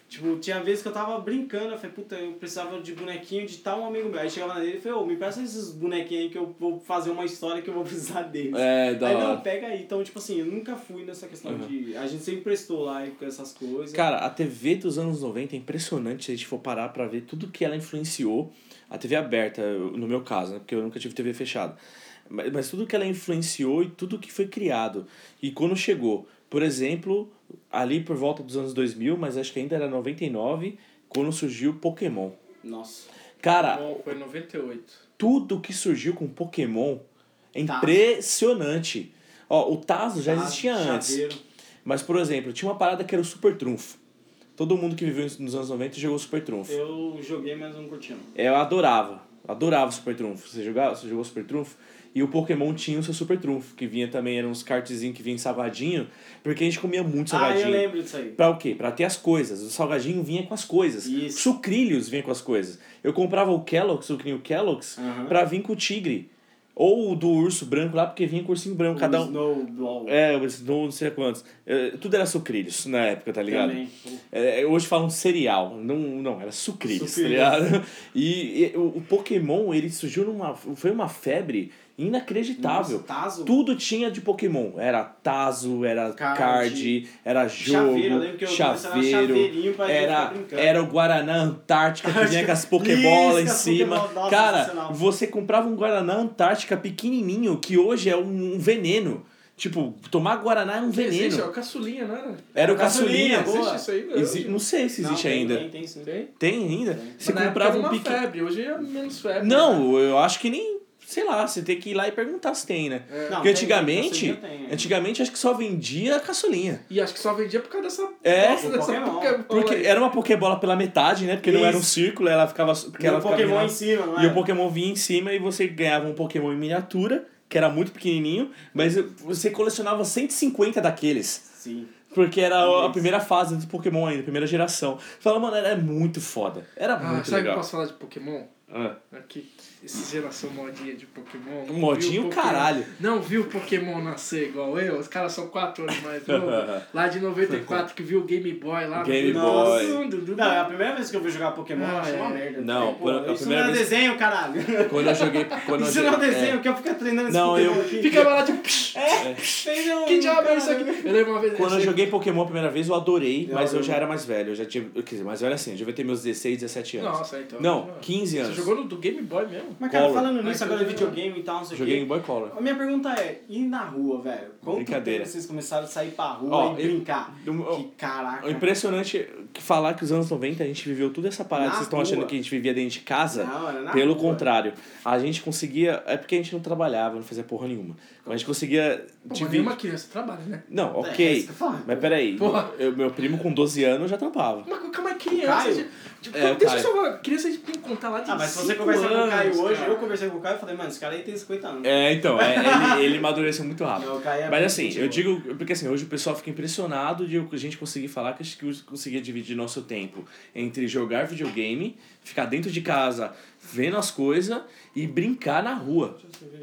Tipo, tinha vezes que eu tava brincando, eu falei, puta, eu precisava de bonequinho de tal um amigo meu. Aí chegava nele e falei, ô, me peça esses bonequinhos aí que eu vou fazer uma história que eu vou precisar deles. É, da Aí hora. não, pega aí. Então, tipo assim, eu nunca fui nessa questão Uhum. de... A gente sempre prestou lá com essas coisas. Cara, a T V dos anos noventa é impressionante se a gente for parar pra ver tudo que ela influenciou. A T V aberta, no meu caso, né? Porque eu nunca tive T V fechada. Mas, mas tudo que ela influenciou e tudo que foi criado. E quando chegou, por exemplo, ali por volta dos anos dois mil, mas acho que ainda era noventa e nove, quando surgiu Pokémon. Nossa. Cara, Bom, foi em noventa e oito. tudo que surgiu com Pokémon é Tazo. impressionante. Ó, o Tazo já Tazo, existia antes. chaveiro. Mas, por exemplo, tinha uma parada que era o Super Trunfo. Todo mundo que viveu nos anos noventa jogou Super Trunfo. Eu joguei, mas não curti não. Eu adorava. Adorava Super Trunfo. Você, jogava, você jogou Super Trunfo? E o Pokémon tinha o seu Super Trunfo, que vinha também, eram uns cartezinhos que vinham em salgadinho, porque a gente comia muito Ah, salgadinho. eu lembro disso aí. Pra o quê? Pra ter as coisas. O salgadinho vinha com as coisas. Isso. Sucrilhos vinha com as coisas. Eu comprava o Kellogg's, o sucrilho Kellogg's, Aham. pra vir com o tigre. Ou o do urso branco lá, porque vinha com o ursinho branco. Cada um... Snowball. É, o Snow, não sei quantos. É, tudo era sucrilhos na época, tá ligado? Também. É, hoje falam cereal, não, não era sucrilhos, Sucrilhos. tá ligado? E, e o, o Pokémon, ele surgiu numa... Foi uma febre inacreditável. Nossa, Tazo. Tudo tinha de Pokémon. Era Tazo, era card, Card. era jogo, Chaveiro, eu lembro que eu chaveiro, colecionava chaveirinho pra gente era, ficar brincando. era o Guaraná Antártica que vinha com as Pokébolas em Isso, as cima. Pokébola, nossa, Cara, sensacional. você comprava um Guaraná Antártica pequenininho, que hoje é um, um veneno. Tipo, tomar Guaraná é um veneno. Existe, é o caçulinha, não era? Era o Caçulinha, caçulinha. boa. Existe isso aí mesmo. Exi- não sei se existe Não, tem, ainda. Tem, tem, sim. Tem? Tem ainda? Tem. Você Mas na época comprava era um uma pequeno. febre, hoje é menos febre. Não, eu acho que nem. Sei lá, você tem que ir lá e perguntar se tem, né? É. Não, Porque tem, antigamente. caçulinha tem, é. Antigamente acho que só vendia a caçulinha. E acho que só vendia por causa dessa É, bosta o dessa Pokémon. Pokébola Porque aí. era uma Pokébola pela metade, né? Porque não era um Isso. círculo, ela ficava. Porque E ela o ficava Pokémon virada- em cima, não é? E o Pokémon vinha em cima e você ganhava um Pokémon em miniatura, que era muito pequenininho, mas você colecionava cento e cinquenta daqueles. Sim. Porque era a Isso. primeira fase do Pokémon ainda, primeira geração. Fala, mano, era muito foda. Era Ah, muito sabe que eu legal. posso falar de Pokémon? Ah. Aqui, essa geração modinha de Pokémon. não Modinho, viu o Pokémon- caralho. Não viu o Pokémon nascer igual eu? Os caras são quatro anos mais novos. Lá de noventa e quatro que viu o Game Boy lá. Game no- Boy. Dum, dum, dum, Não, é a primeira vez que eu fui jogar Pokémon, Ah, eu achei uma é. merda. Não, Pô, quando- a isso primeira não é vez- desenho, caralho. Quando eu joguei. Quando eu Isso joguei, não é desenho, é. eu quero ficar treinando esse Não, Pokémon eu- aqui. Ficava lá de. É, fez um... Que diabo é isso caralho. aqui? Eu lembro uma vez. Quando eu joguei Pokémon a primeira vez, eu adorei, Eu mas eu adorei. já era mais velho. Eu já tinha. Quer dizer, mais velho assim, eu devia ter meus dezesseis, dezessete anos. Nossa, então. Não, já- quinze anos. Você jogou no do Game Boy mesmo? Mas, cara, Color. falando Mas nisso, eu agora já- videogame e tal, não sei o Joguei quê. Game Boy Color. A minha pergunta é, e na rua, velho? Quanto Brincadeira. tempo vocês começaram a sair pra rua Ó, e eu- brincar? eu- Que caraca. O impressionante que falar que os anos noventa a gente viveu toda essa parada. Na Vocês estão rua. achando que a gente vivia dentro de casa? Não, era na Pelo rua. contrário. A gente conseguia. É porque a gente não trabalhava, não fazia porra nenhuma. Mas a gente conseguia. Pô, mas dividir- nenhuma criança trabalha, né? Não, É, ok. é isso que eu falo. Mas peraí. Porra. Eu, meu primo com doze anos já trampava. Mas calma aí, criança. Caio? de- de- É, o deixa eu Caio. só falar. Criança de tem que contar lá de Ah, mas se você cinco conversar com o Caio anos, hoje, cara. eu conversei com o Caio e falei, mano, esse cara aí tem cinquenta anos. É, então, é, ele, ele amadureceu muito rápido. Não, o Caio é Mas muito assim, gente eu boa. digo, porque assim, hoje o pessoal fica impressionado de a gente conseguir falar que a gente conseguia dividir nosso tempo entre jogar videogame, ficar dentro de casa vendo as coisas e brincar na rua.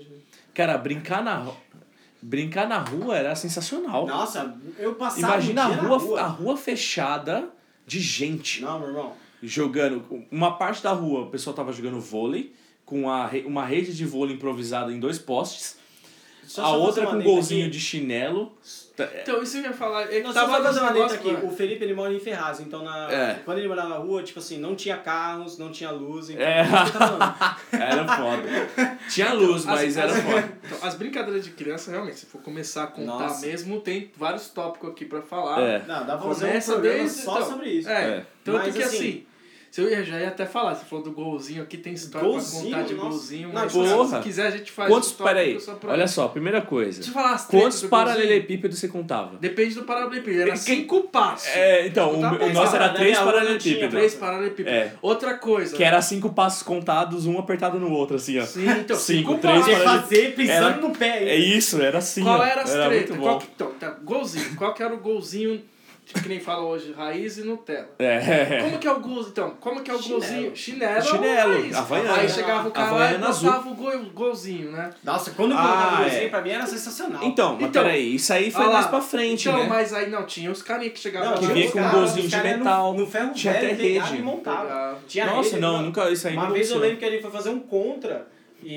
Cara, brincar na rua. Brincar na rua era sensacional. Nossa, eu passava Imagina um a dia rua, na rua. a rua fechada de gente Não, meu irmão. jogando. Uma parte da rua o pessoal tava jogando vôlei, com a, re- uma rede de vôlei improvisada em dois postes. Só- a só fazer outra uma com um adenda golzinho aqui. de chinelo. Então, isso eu ia falar. Ele Não, tava só pra fazer nesse uma adenda negócio, aqui. mano. O Felipe, ele mora em Ferraz, então na... É. quando ele morava na rua, tipo assim, não tinha carros, não tinha luz, então... É. Por isso que eu tava falando. Era foda. Tinha luz, mas As- era as- foda. Então, as brincadeiras de criança, realmente, se for começar a contar Nossa. mesmo, tem vários tópicos aqui pra falar. É. Não, dá pra fazer um Começa programa desde... só então, sobre isso. É, É. tanto Mas, que assim, assim... Se eu ia, já ia até falar, você falou do golzinho aqui, tem história Golzinho? pra contar de Nossa. golzinho, Não, mas porra. se quiser a gente faz Quantos, um tópico peraí, só pra... olha só, primeira coisa. Deixa eu falar as tretas Quantos do golzinho. paralelepípedos você contava? Depende do paralelepípedo, era Quem- cinco passos. É, então, o, Tá o bem, nosso tá, era na três minha rua não paralelepípedos. Três paralelepípedos. É. Outra coisa. Que era cinco passos contados, um apertado no outro, assim, ó. Sim, então, Cinco, cinco três, passos. Você fazer pensando Era- no pé. É isso, era assim, Qual ó. era as era tretas? muito Qual bom. que, então, tá, golzinho. Qual que era o golzinho que nem fala hoje, raiz e Nutella. É. Como que é o golzinho, então? Como que é o Chinelo. golzinho? Chinelo. Chinelo, raiz. Havaiana. Aí chegava o cara lá e Havaiana azul. botava o gol, golzinho, né? Nossa, quando eu Ah, colocava o é. golzinho, pra mim era sensacional. Então, mas Então, peraí, isso aí foi olha lá. mais pra frente, então, né? mas aí não, tinha os carinha que chegavam Não, que lá. vinha os com um caras- golzinho os de caras no- metal. No ferro Tinha velho, até pegava rede. e montava. Pegava. Tinha Nossa, rede, não, uma- nunca isso aí Uma não vez eu aconteceu. lembro que ele foi fazer um contra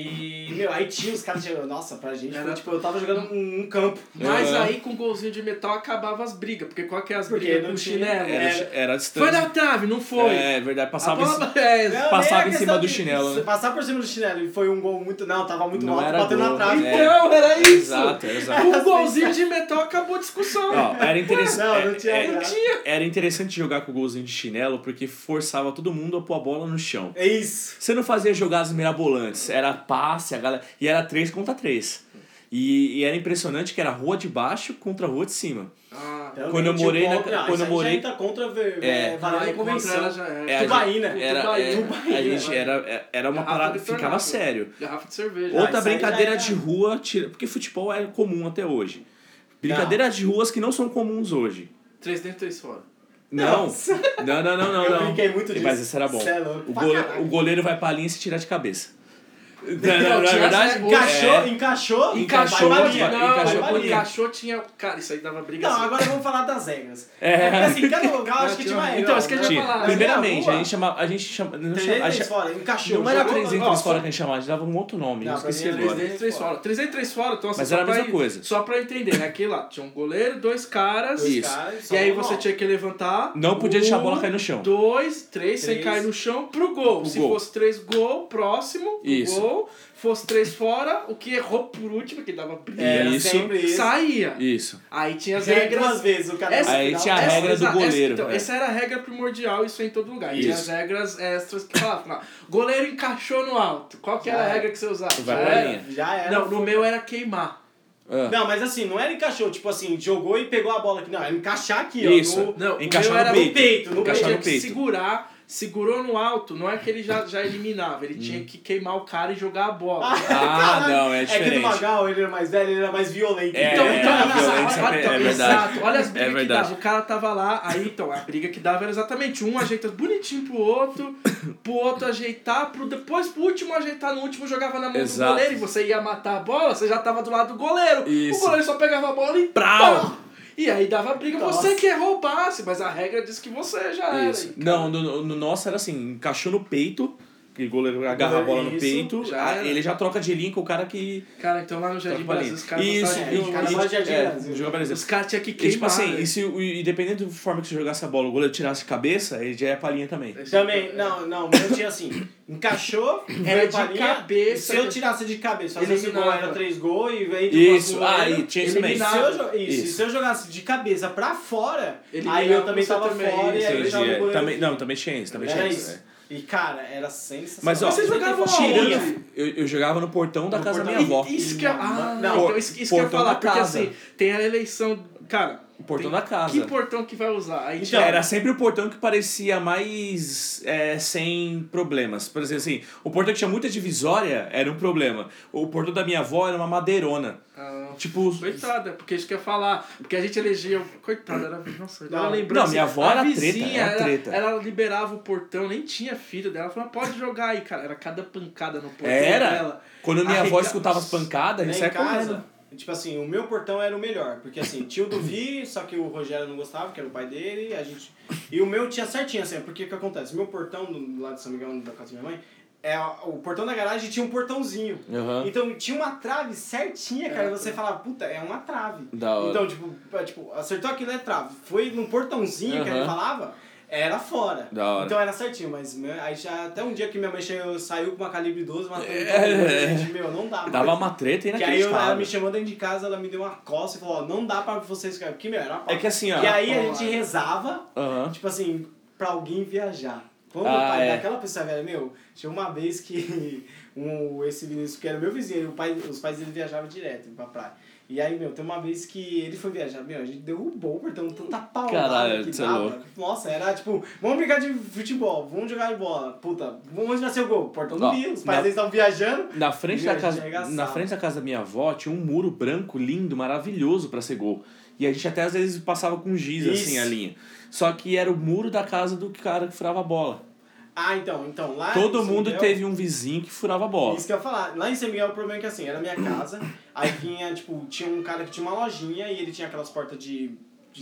e, meu, aí tinha os caras chegando. Nossa, pra gente Era- foi tipo, eu tava jogando um, um campo. Mas Uhum. aí com golzinho de metal acabava as brigas, porque qual que é as Porque brigas não com tinha- chinelo? Era, É. era distante. Foi na trave, não foi. É verdade, passava A em bola- cima. é, Não, Passava nem a em cima questão do de- chinelo, né? Passar por cima do chinelo e foi um gol muito. Não, tava muito Não alto, era bateu na gol. trave. É. Então, era isso. Exato, exato. Com golzinho de metal acabou a discussão. Ó, era interessante. Não, não tinha é- graça. é- era interessante jogar com o golzinho de chinelo porque forçava todo mundo a pôr a bola no chão. É isso. Você não fazia jogadas mirabolantes, era passe, a galera. E era três contra três. E, e era impressionante que era rua de baixo contra rua de cima. Ah, Também Quando eu tinha morei na- contra- não, quando isso eu aí morei- Já entra contra ver, É. é, valendo aí a contra convenção. ela já é. É, a Tubaína. gente- Era, Tubaína. é, a Tubaína. gente era, era uma Garrafa parada de que ficava tornado. sério. Garrafa de cerveja. Ah, Outra isso aí brincadeira já de era- rua, tira- porque futebol é comum até hoje. Brincadeiras de ruas que não são comuns hoje. Três dentro, três fora. Não, Nossa. não, não, não, não. Eu não. brinquei muito disso. Mas esse era bom. Cê é louco. O, Pra gole- caralho. o goleiro vai pra linha e se tira de cabeça. Não, não, Não, não é tinha verdade? essa- Encaixou, É. encaixou, Encaixou, vai pra vai- linha. Não, encaixou vai pra pra o linha. cachorro tinha... Cara, isso aí dava briga Não, assim. agora vamos falar das regras. É. Porque assim, cada lugar eu acho que tinha uma regra. Então, isso que eu ia Tinha. falar. Mas Primeiramente, na a rua, gente chamava. A gente chama, não, três chama, a dentro, gente- três fora, encaixou. não era jogou- três dentro, ó, três fora que a gente chamava, a gente dava um outro nome, Não, eu esqueci pra mim é Três agora. dentro, três fora. Três dentro, três fora. Então, assim, Mas só era a pra mesma ir- coisa. Só pra eu entender, né? Aqui lá, tinha um goleiro, dois caras. Dois Isso. caras, só E aí uma você bola. tinha que levantar. Não podia deixar a bola um, cair no chão. Dois, três, sem Três. cair no chão, pro gol. Pro Se gol. fosse três, gol, próximo, pro Isso. gol. Fosse três fora, o que errou por último, que dava briga, Era Isso. sempre isso. saía. Isso. Aí tinha as Errei regras. duas vezes o cara. Essa- Aí tinha a essa- regra do essa- goleiro, Então, é. essa era a regra primordial, isso é em todo lugar. E Isso. as regras extras que falavam. Não, goleiro encaixou no alto. Qual que era Já a era. regra que você usava? Vai Já pra era? linha. Já era. Não, no meu era queimar. Ah. Não, mas assim, não era encaixou, tipo assim, jogou e pegou a bola aqui. Não, era encaixar aqui, Isso. ó. No, Não, Encaixar o meu no era peito. no peito, no Encaixar tinha no que peito. segurar, segurou no alto, não é que ele já, já eliminava, ele tinha que queimar o cara e jogar a bola. Ah, Caralho. não, é É que diferente. no Magal ele era mais velho, ele era mais violento. É, Então, é, então, a olha só, violência olha- é então, verdade. exato, olha as É brigas que verdade. dava. O cara tava lá, aí então, a briga que dava era exatamente um ajeita bonitinho pro outro, pro outro ajeitar, pro depois pro último ajeitar, no último jogava na mão Exato. do goleiro e você ia matar a bola, você já tava do lado do goleiro. Isso. O goleiro só pegava a bola e Prau! pá! E aí dava briga, Nossa. você que errou o passe, mas a regra diz que você já era. Isso. E, Não, no, no nosso era assim, encaixou no peito, que o goleiro agarra a bola no Isso, peito, já a- era. ele já troca de linha com o cara que Cara, então lá no Jardim troca a Brasil, linha. os caras Isso, gostavam de e, os caras e- gostam de Jardim é, Brasil. jogar Brasil. Os caras tinham que E, queimar. tipo assim, né? e, se, o- e dependendo da forma que você jogasse a bola, o goleiro tirasse de cabeça, ele já ia pra linha também. Também, não, não, mas eu tinha assim, encaixou, Era foi de pra linha, cabeça. se eu tirasse de cabeça, fazia esse gol, Eliminava. era três gols e veio do Isso, próximo ah, goleiro. e tinha isso também. Se Eliminava. eu, jo- isso, Isso. se eu jogasse de cabeça pra fora, Eliminava aí eu também você tava também, fora e aí eu Entendi, já o é. goleiro. Também, não, também tinha isso, também Era tinha isso. isso. é. E cara, era sensacional. Mas ó, Mas vocês jogavam tirando, aonde? eu, eu jogava no portão da No casa da portão. minha avó. Isso que é. Ah, Não, então isso, isso que eu ia portão falar, da porque casa. assim, tem a eleição. Cara, O portão tem- da casa. Que portão que vai usar? Aí Então, tinha- Era sempre o portão que parecia mais é, sem problemas. Por exemplo, assim, o portão que tinha muita divisória era um problema. O portão da minha avó era uma madeirona. Ah, Tipo, coitada, porque isso que eu ia falar. Porque a gente elegia. Coitada, era. Nossa, Não, ela lembrou. não, minha avó a era treta, vizinha, era ela, treta. ela liberava o portão, nem tinha filho dela. Ela falou, pode jogar aí, cara. Era cada pancada no portão Era? dela. quando minha Ai, avó cara, escutava as pancadas, a Lá gente em saia casa, correndo. tipo assim, o meu portão era o melhor, porque assim, tinha o do Vi, só que o Rogério não gostava, que era o pai dele, a gente... E o meu tinha certinho, assim, porque o que acontece? O meu portão, do lado de São Miguel, da casa da minha mãe, é, o portão da garagem tinha um portãozinho. Aham. Então tinha uma trave certinha, cara, e você falava, puta, é uma trave. Da hora. Então, tipo, é, tipo, acertou aquilo é trave. Foi num portãozinho que ele Aham. falava, era fora. Da hora. Então era certinho, mas meu, aí já até um dia que minha mãe chegou, saiu com uma calibre doze, matou É. um gente, meu, não dá. Dava uma treta Que aí eu, inacreditável. ela me chamou dentro de casa, ela me deu uma coça e falou, ó, não dá pra vocês ficarem, porque, meu, era uma É que assim, ó. E aí a ó, gente rezava, Aham. tipo assim, pra alguém viajar. Quando Ah, o pai é. daquela pessoa velha, meu, tinha uma vez que um, esse Vinícius, que era meu vizinho, o pai, os pais dele viajavam direto pra praia. E aí, meu, tem uma vez que ele foi viajar, meu, a gente derrubou o portão, tanta paulada Caralho, que você é dava. louco. Nossa, era tipo, vamos brincar de futebol, vamos jogar de bola. Puta, onde vai ser o gol? O portão não Ó, via, os pais na- deles estavam viajando. Na frente, Meu, da a casa, gente arregaçava. na frente da casa da minha avó tinha um muro branco lindo, maravilhoso pra ser gol. E a gente até às vezes passava com giz, Isso. assim, a linha. Só que era o muro da casa do cara que furava a bola. Ah, então, então lá Todo em São mundo Miguel, teve um vizinho que furava a bola. Isso que eu ia falar. Lá em São Miguel o problema é que assim, era minha casa, aí vinha, tipo, tinha um cara que tinha uma lojinha e ele tinha aquelas portas de,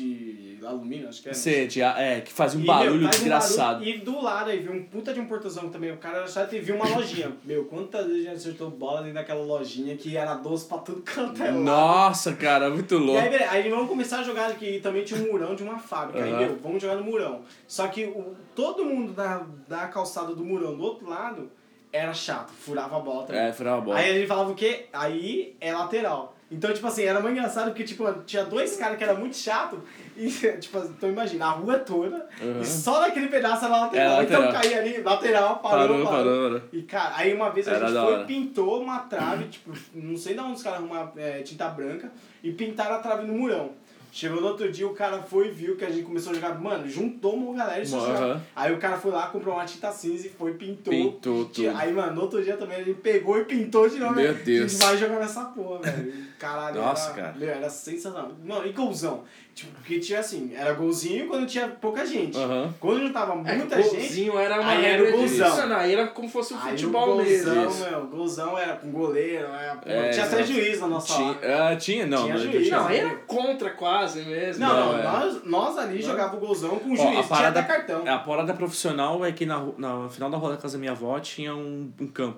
de alumínio, acho que era. Você, é, que fazia um E, barulho meu, faz um desgraçado. barulho, e do lado aí viu um puta de um portãozão também. O cara era chato e viu uma lojinha. Meu, quantas vezes a gente acertou bola dentro daquela lojinha que era doce pra tudo canto é lado. Nossa, cara, muito E louco. aí, beleza, aí vamos começar a jogar aqui. Também tinha um murão de uma fábrica. Aí, Uhum. meu, vamos jogar no murão. Só que o, todo mundo da, da calçada do murão do outro lado era chato, furava a bola também. É, furava a bola. Aí a gente falava o quê? Aí é lateral. Então, tipo assim, era muito engraçado porque, tipo, tinha dois caras que eram muito chato e, tipo, então imagina, a rua toda Uhum. e só naquele pedaço era lateral. É, lateral. Então caía ali, lateral, parou, Parou, parou. parou, parou. E, cara, aí uma vez a Era gente da foi hora. e pintou uma trave, tipo, não sei de onde os caras arrumaram é, tinta branca e pintaram a trave no murão. Chegou no outro dia, o cara foi e viu que a gente começou a jogar, mano, juntou uma galera e só Uhum. jogava. Aí o cara foi lá, comprou uma tinta cinza e foi, pintou. Pintou tudo. Aí, mano, no outro dia também a gente pegou e pintou de novo. Meu A Deus. gente vai jogar nessa porra, velho. Caralho, Nossa, era, cara. Meu, era sensacional. Mano, e golzão? Tipo, porque tinha assim, era golzinho quando tinha pouca gente. Aham. Quando não tava É, muita o gente... golzinho era uma aí era o regra de- golzão. Não, aí era como se fosse um Aí futebol o golzão, mesmo. Isso. meu, golzão era com goleiro, era, pô, É, tinha até exato. juiz na nossa Tinha, hora. ah, tinha, não. Tinha não, juiz. Não, aí era contra quase mesmo. Não, Não, não, é. nós, nós ali jogava o golzão com o Ó, juiz, a tinha parada, até cartão. a parada profissional é que na, ru- na no final da rua da casa da minha avó tinha um, um campo.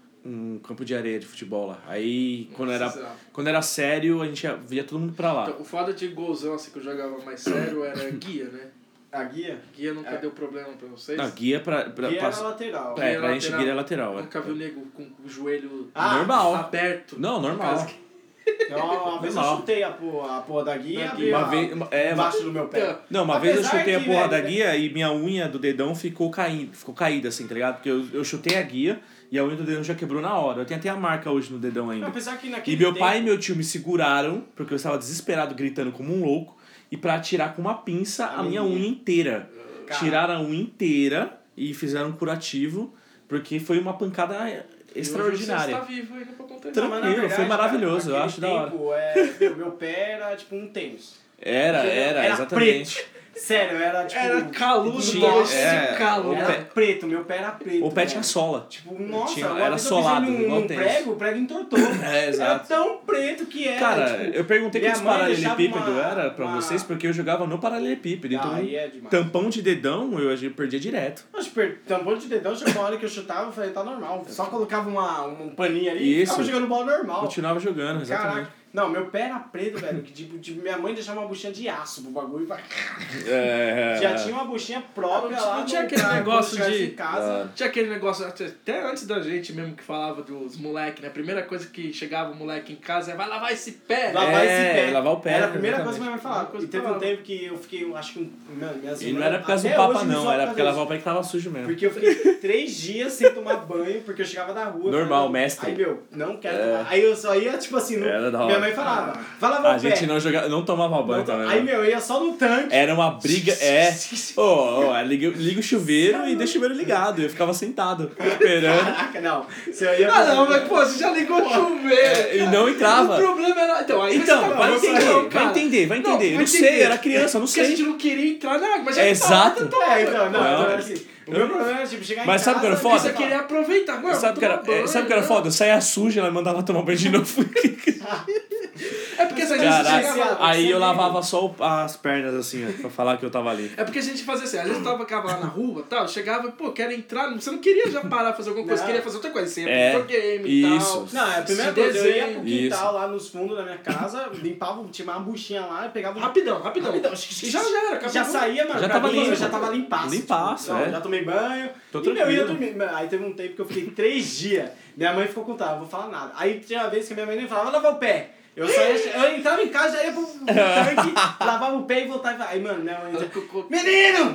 Um campo de areia de futebol lá. Aí, quando era, Nossa, quando era sério, a gente ia- via todo mundo pra lá. Então, o foda de golzão assim que eu jogava mais sério era guia, né? A guia? Guia nunca É. deu problema pra vocês? Não, guia pra... pra Guia pra- era lateral. é, Guia pra gente lateral. guia é lateral. Eu É. nunca vi o nego com o joelho Ah, normal. aberto. Não, normal. Por causa que- Não, uma vez eu Normal. chutei a porra, a porra da guia e Da abri guia. a- Uma vez- é, uma- embaixo do meu pé. Não, uma vez eu Apesar chutei a que, porra velho, da guia e minha unha do dedão ficou caindo, ficou caída assim, tá ligado? Porque eu, eu chutei a guia e a unha do dedão já quebrou na hora. Eu tenho até a marca hoje no dedão ainda. Apesar que naquele E meu tempo- pai e meu tio me seguraram, porque eu estava desesperado, gritando como um louco, e pra tirar com uma pinça a, A minha minha. unha inteira. Cara. Tiraram a unha inteira e fizeram um curativo, porque foi uma pancada extraordinária. Você está vivo ainda pra contar. Tranquilo. Não, mas na verdade, foi maravilhoso, eu naquele acho da hora. tempo, é, meu, meu pé era tipo um tênis. Era, era, Era exatamente. preto. Sério, era tipo... Era caludo, Tinha- doce é, de calo. o Era pé- preto, meu pé era preto. O pé velho. tinha sola. Tipo, nossa, Tinha- uma era vez eu solado, pisei num, igual num tênis. prego, o prego entortou. É, exato. Era tão preto que era. Cara, tipo, eu perguntei minha quantos mãe paralelepípedo deixava uma- era pra uma- vocês, porque eu jogava no paralelepípedo. Então, Aí é demais. tampão de dedão eu, eu perdia direto. Mas, per- tampão de dedão, chegou uma hora que eu chutava, eu falei, tá normal. Só colocava uma, um paninho ali e Isso. ficava jogando bola normal. Continuava jogando, exatamente. Caraca. Não, meu pé era preto, velho. Que tipo, tipo, minha mãe deixava uma buchinha de aço pro bagulho. Pra... É, Já tinha uma buchinha própria Não, lá. não tinha no- aquele pra- negócio quando chegasse de- em casa. Tinha aquele negócio, até antes da gente mesmo que falava dos moleques, né? A primeira coisa que chegava o moleque em casa é vai lavar esse pé. Lavar É, esse pé. lavar o pé, Era a primeira exatamente. coisa que minha mãe falava. Coisa E teve que um falava. tempo que eu fiquei, eu acho que um. Mano, minhas E não irmãs- era por causa do até papa, hoje me não, zoam era por porque causa lavar o disso. pé que tava sujo mesmo. Porque eu fiquei três dias sem tomar banho, porque eu chegava da rua. Normal, falando, mestre. Aí, meu, não quero É. tomar. Aí eu só ia, tipo assim, no, Era da minha hora. mãe falava, vai lavar A o pé. gente não, jogava, não tomava banho Não to- também. Aí, né? meu, eu ia só no tanque. Era uma briga, é. Ô, ô, liga, liga o chuveiro e deixa o chuveiro ligado. Eu ficava sentado, esperando. Caraca, não. Se eu ia Ah não, mas pô, você já ligou o chuveiro. E não entrava. O problema era. Então, aí Então, você tá vai falando, entender, não, vai cara. entender, vai Não, entender. vai Não sei, entender. era criança, não Porque a sei. gente não queria entrar na água, mas já É que tava, exato. então, É, então, não, Não. então, assim, o meu problema era, tipo, chegar Mas em sabe casa... o que era Porque foda? você queria aproveitar. Agora, Sabe o que era, vou tomar é, sabe o que era banho, foda? Eu saía suja, ela mandava tomar banho de novo. É porque se a gente Caraca, chegava... aí eu lavava só o- as pernas assim, ó, pra falar que eu tava ali. É porque a gente fazia assim, a gente tava ficava lá na rua e tal, chegava, pô, quero entrar, você não queria já parar pra fazer alguma coisa, Não. queria fazer outra coisa, você ia É, pro videogame e isso. tal. Não, é a primeira Se coisa, eu ia desenho. pro quintal Isso. lá nos fundos da minha casa, limpava, tinha uma buchinha lá, eu pegava... Rapidão, rapidão. Rapidão. E já, já era, acabou. Já saía, mano, Já pra tava mim, limpo. eu já tava limpaço. Limpaço, tipo, não, é. Já tomei banho. Tô e meu, eu ia tranquilo. dormir. Aí teve um tempo que eu fiquei três dias. Minha mãe ficou contando, não vou falar nada. Aí tinha uma vez que minha mãe nem falava, vai lavar o pé. Eu só ia, eu entrava em casa, já ia pro, pro tanque, lavava o pé e voltava. Aí, mano, minha mãe dizia, menino!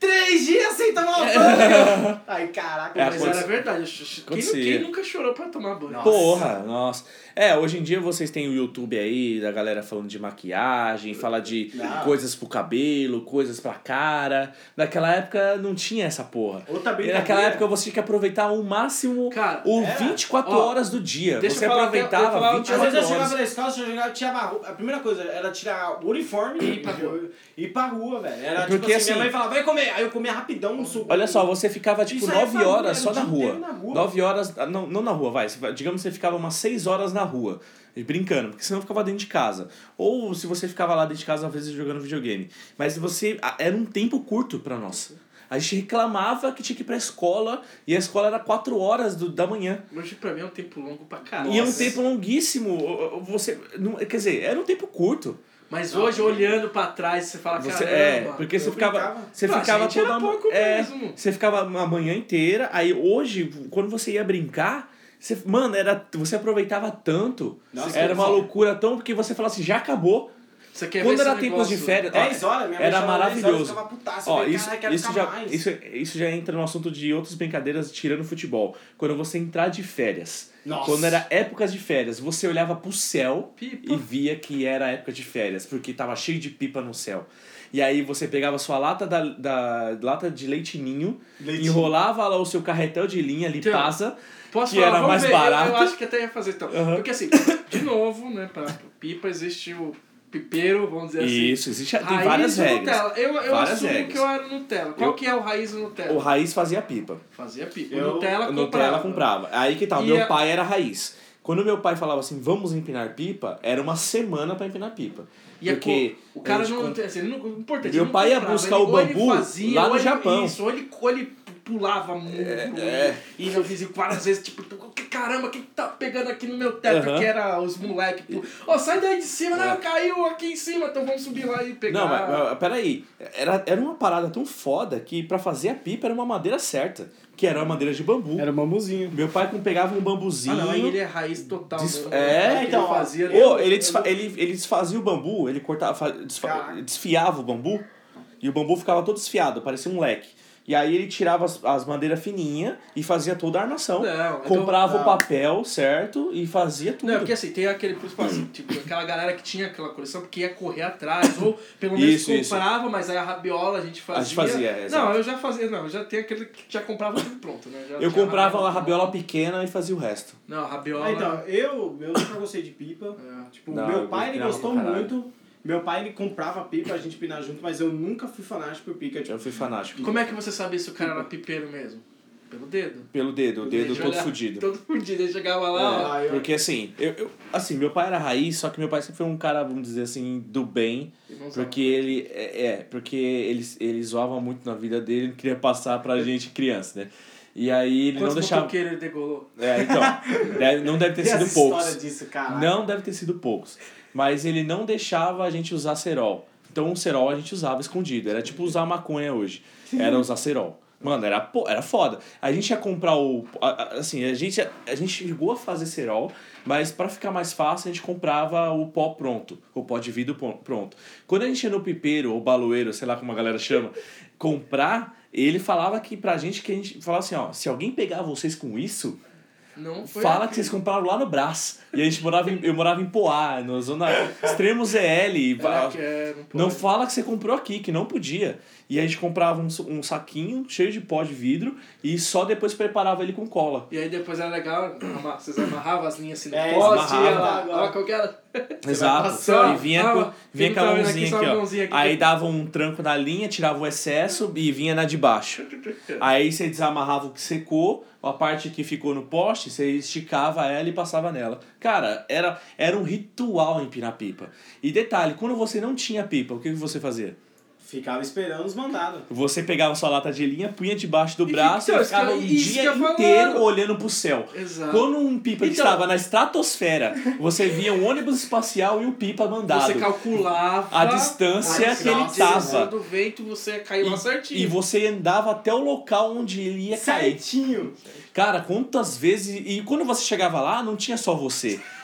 três dias sem tomar banho. Ai, caraca. É, Mas aconte- era verdade. Quem, acontecia. quem nunca chorou pra tomar banho? Nossa. Porra, nossa. É, hoje em dia vocês têm o YouTube aí, da galera falando de maquiagem, fala de Não. coisas pro cabelo, coisas pra cara. Naquela época não tinha essa porra. Outra E brincadeira. naquela época você tinha que aproveitar ao máximo Cara, o era. vinte e quatro Ó, horas do dia. deixa Você eu falar até- eu aproveitava falava- vinte e Às quatro vezes eu horas. chegava na escola, eu chegava, tirava a roupa. A primeira coisa era tirar o uniforme E ir pra rua. e ir pra rua, velho. Era Porque, tipo assim, assim, minha mãe falava, vai comer. Aí eu comia rapidão um suco. Olha só, você ficava tipo Isso aí é nove família, horas era só o na dia rua. inteiro na rua. nove horas, ah, não, não na rua, vai. Digamos que você ficava umas seis horas na rua, brincando, porque senão ficava dentro de casa. Ou se você ficava lá dentro de casa, às vezes jogando videogame. Mas você. ah, Era um tempo curto pra nós. A gente reclamava que tinha que ir pra escola e a escola era quatro horas do, da manhã. Hoje pra mim é um tempo longo pra caralho. E é um tempo longuíssimo. Você, não, quer dizer, era um tempo curto. Mas hoje, olhando pra trás, você fala, Você, caramba. é, porque você eu ficava, brincava. você Pô, a ficava gente era toda pouco é, mesmo. você ficava a manhã inteira. Aí hoje, quando você ia brincar, você, mano, era, você aproveitava tanto. Nossa, era que uma foda. loucura tão porque você falava assim, já acabou. Você quer Quando ver era esse tempos de negócio? férias, dez horas, minha mãe era chamava dez horas, eu maravilhoso. ficava putaço. Ó, Eu falei, isso, "Caralho, quero isso, ficar já, mais." isso, isso já entra no assunto de outras brincadeiras tirando futebol. Quando você entrar de férias. Nossa. Quando era épocas de férias, você olhava pro céu Pipa. e via que era época de férias, porque tava cheio de pipa no céu. E aí você pegava sua lata, da, da, lata de leite ninho, Leitinho. enrolava lá o seu carretel de linha, lipasa, Posso que falar? era Vamos mais ver. barato. Eu, eu acho que até ia fazer então. Aham. Porque assim, de novo, né, pra pipa existe o pipeiro, vamos dizer assim. Isso, existe, tem Raiz várias e regras. Nutella. Eu, eu Várias assumo regras. que eu era Nutella. Qual Eu- que é o raiz do Nutella? O raiz fazia pipa. Fazia pipa. Eu- o Nutella O comprava. Nutella comprava. Aí que tal, E meu a- pai era raiz. Quando meu pai falava assim, vamos empinar pipa, era uma semana pra empinar pipa. E a porque co- o cara a gente não, comp- assim, ele não, importante, Meu ele não pai ia comprava, buscar ele- o ou ele bambu fazia, lá ou no ele- Japão. Isso, ou ele, ou ele pulava muito. é. E eu fiz várias vezes, tipo, que caramba, quem tá pegando aqui no meu teto? Aham. Que era os moleques. Ó, sai daí de cima, É. não, caiu aqui em cima, então vamos subir lá e pegar. Não, mas, mas peraí. Era, era uma parada tão foda que pra fazer a pipa era uma madeira certa. Que era uma madeira de bambu. Era um bambuzinho. Meu pai pegava um bambuzinho. Ah, não, aí ele é raiz total. Des- né? é, Ele então, fazia ali. Ô, ele, desfa ele, ele desfazia o bambu, ele cortava, fa- desfa Caraca. desfiava o bambu e o bambu ficava todo desfiado, parecia um leque. E aí ele tirava as, as madeiras fininhas e fazia toda a armação. Não, é que Comprava eu- o papel certo e fazia tudo. Não, é porque assim, tem aquele, tipo, assim, tipo, aquela galera que tinha aquela coleção porque ia correr atrás, ou pelo menos Isso, isso. comprava, mas aí a rabiola a gente fazia. A gente fazia, é, exato. Não, eu já fazia, não, eu já tenho aquele que já comprava tudo pronto, né? Já Eu tinha comprava a rabiola. rabiola pequena e fazia o resto. Não, a rabiola. Ah, então, eu, eu nunca gostei de pipa. É. Tipo, Não, meu eu pai ele empinava gostou pra caralho. muito. Meu pai ele comprava pipa, a gente pinar junto, mas eu nunca fui fanático por pica. Tipo, Eu fui fanático. Como é que você sabia se o cara era pipeiro mesmo? Pelo dedo. Pelo dedo, o dedo Ele todo olhava- fudido. Todo fudido, ele chegava lá, ó. Ah, eu- Porque assim, eu, eu, assim, meu pai era raiz, só que meu pai sempre foi um cara, vamos dizer assim, do bem. E não usava. Porque ele. É, é, porque ele, ele zoava muito na vida dele, não queria passar pra gente criança, né? E aí ele Quantos não deixava. motoqueiros ele degolou? É, então. deve- não deve ter E sido essa poucos. história disso, caralho? Não deve ter sido poucos. Mas ele não deixava a gente usar cerol. Então o cerol a gente usava escondido. Era tipo usar maconha hoje. Era usar cerol. Mano, era, pô, era foda. A gente ia comprar o... a- a- Assim, a gente, a gente chegou a fazer cerol, mas pra ficar mais fácil a gente comprava o pó pronto. O pó de vidro pon- pronto. Quando a gente ia no pipeiro ou baloeiro, sei lá como a galera chama, comprar, ele falava que pra gente, que a gente falava assim, ó, se alguém pegar vocês com isso... Não foi. Fala que vocês compraram lá no Brás. E a gente morava em, eu morava em Poá, na zona extremo Z L. E Era va- que é, não, não pode. fala que você comprou aqui, que não podia. E a gente comprava um, sa- um saquinho cheio de pó de vidro e só depois preparava ele com cola. E aí depois era legal, ama- vocês amarravam as linhas assim no É, poste, amarrava. ia lá, ó, qual que era? Exato. passando. E vinha, Ah, com, ó, vinha quem com a tá vendo mãozinha aqui, só aqui, a ó. mãozinha aqui. Aí dava um tranco na linha, tirava o excesso e vinha na de baixo. Aí você desamarrava o que secou, a parte que ficou no poste, você esticava ela e passava nela. Cara, era, era um ritual empinar pipa. E detalhe, quando você não tinha pipa, o que que você fazia? Ficava esperando os mandados. Você pegava sua lata de linha, punha debaixo do E braço então, e isso que ficava eu- um isso que dia eu ia inteiro falando. olhando pro céu. Exato. Quando um pipa que Então- estava na estratosfera, você via um ônibus espacial e o pipa mandado. Você calculava A distância a que ele direção tava. do vento, você caiu lá certinho. E você andava até o local onde ele ia cair. Certinho. Cara, quantas vezes... E quando você chegava lá, não tinha só você.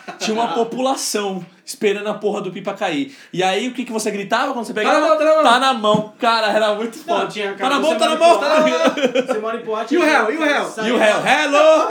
tinha uma população esperando a porra do pipa cair. E aí, o que, que você gritava quando você pegava? Tá na mão, tá na mão. Tá na mão. Cara, era muito foda. Não, tinha, Tá cara, na mão, você tá na mora em mão. Poá, Você mora em Poá, E o réu, e o réu? E o réu, hello,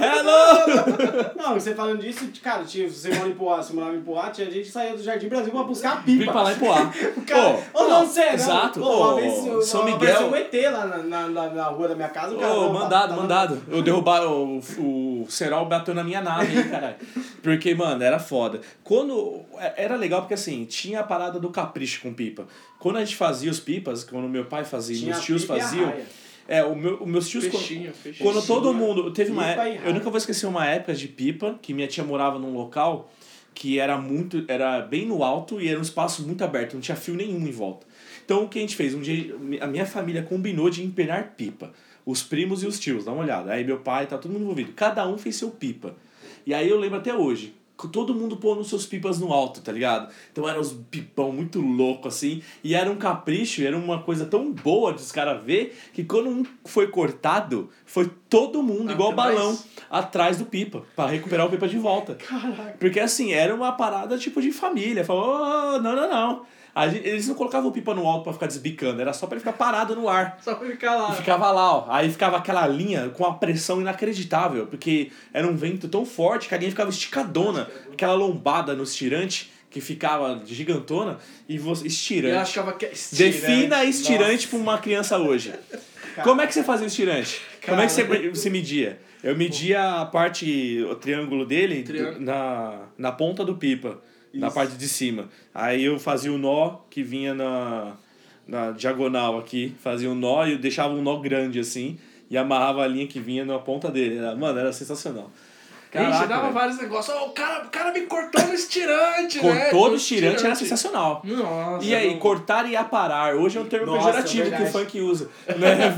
hello. Não, você falando disso, cara, tinha, você mora em Poá, você morava em Poá, tinha gente que saía do Jardim Brasil pra buscar a pipa. Pipa lá em Poá. Cara, Pô, ô, não, sério, exato. Pô, uma Ô, vez eu- São apareceu Miguel. um E T lá na, na, na, na rua da minha casa. O cara, Ô, não, mandado, tá- tá- mandado. Eu derrubar o, o Serol bateu na minha nave aí, caralho. Porque, mano, era foda. Quando. Era legal porque assim, tinha a parada do capricho com pipa. Quando a gente fazia os pipas, quando meu pai fazia, Tinha meus tios pipa e a faziam. raia. É, o meu, os meus tios. Peixinho, quando, peixinho. quando todo mundo. Teve uma Pipa e época. raia. Eu nunca vou esquecer uma época de pipa, que minha tia morava num local que era muito. Era bem no alto e era um espaço muito aberto, não tinha fio nenhum em volta. Então o que a gente fez? Um dia a minha família combinou de empenar pipa. Os primos e os tios, dá uma olhada. Aí meu pai, tá todo mundo envolvido. Cada um fez seu pipa. E aí eu lembro até hoje. Todo mundo pondo os seus pipas no alto, tá ligado? Então eram uns pipão muito louco assim. E era um capricho, era uma coisa tão boa de os caras ver que quando um foi cortado, foi todo mundo, igual Atrás? balão, atrás do pipa, pra recuperar o pipa de volta. Caraca. Porque assim, era uma parada tipo de família. Falou, oh, não, não, não. A gente, eles não colocavam o pipa no alto pra ficar desbicando, era só pra ele ficar parado no ar. Só pra ficar lá. E ficava lá, ó. Aí ficava aquela linha com uma pressão inacreditável, porque era um vento tão forte que a linha ficava esticadona, aquela lombada no estirante que ficava gigantona e você E estirante. ela achava que é estirante. Defina estirante pra uma criança hoje. Como é que você fazia o estirante? Como é que você, você media? Eu media a parte, o triângulo dele Triângulo. do- na, na ponta do pipa, na Isso. parte de cima. Aí eu fazia o nó que vinha na, na diagonal aqui, fazia um nó e eu deixava um nó grande assim e amarrava a linha que vinha na ponta dele. Era- Mano, era sensacional. Ixi, Caraca, dava velho. vários negócios. Oh, o, cara, o cara me cortou no estirante, né? Cortou No no estirante era sensacional. Nossa. E aí, não- cortar e aparar. Hoje é um termo Nossa, pejorativo que o verdade. funk usa. Né?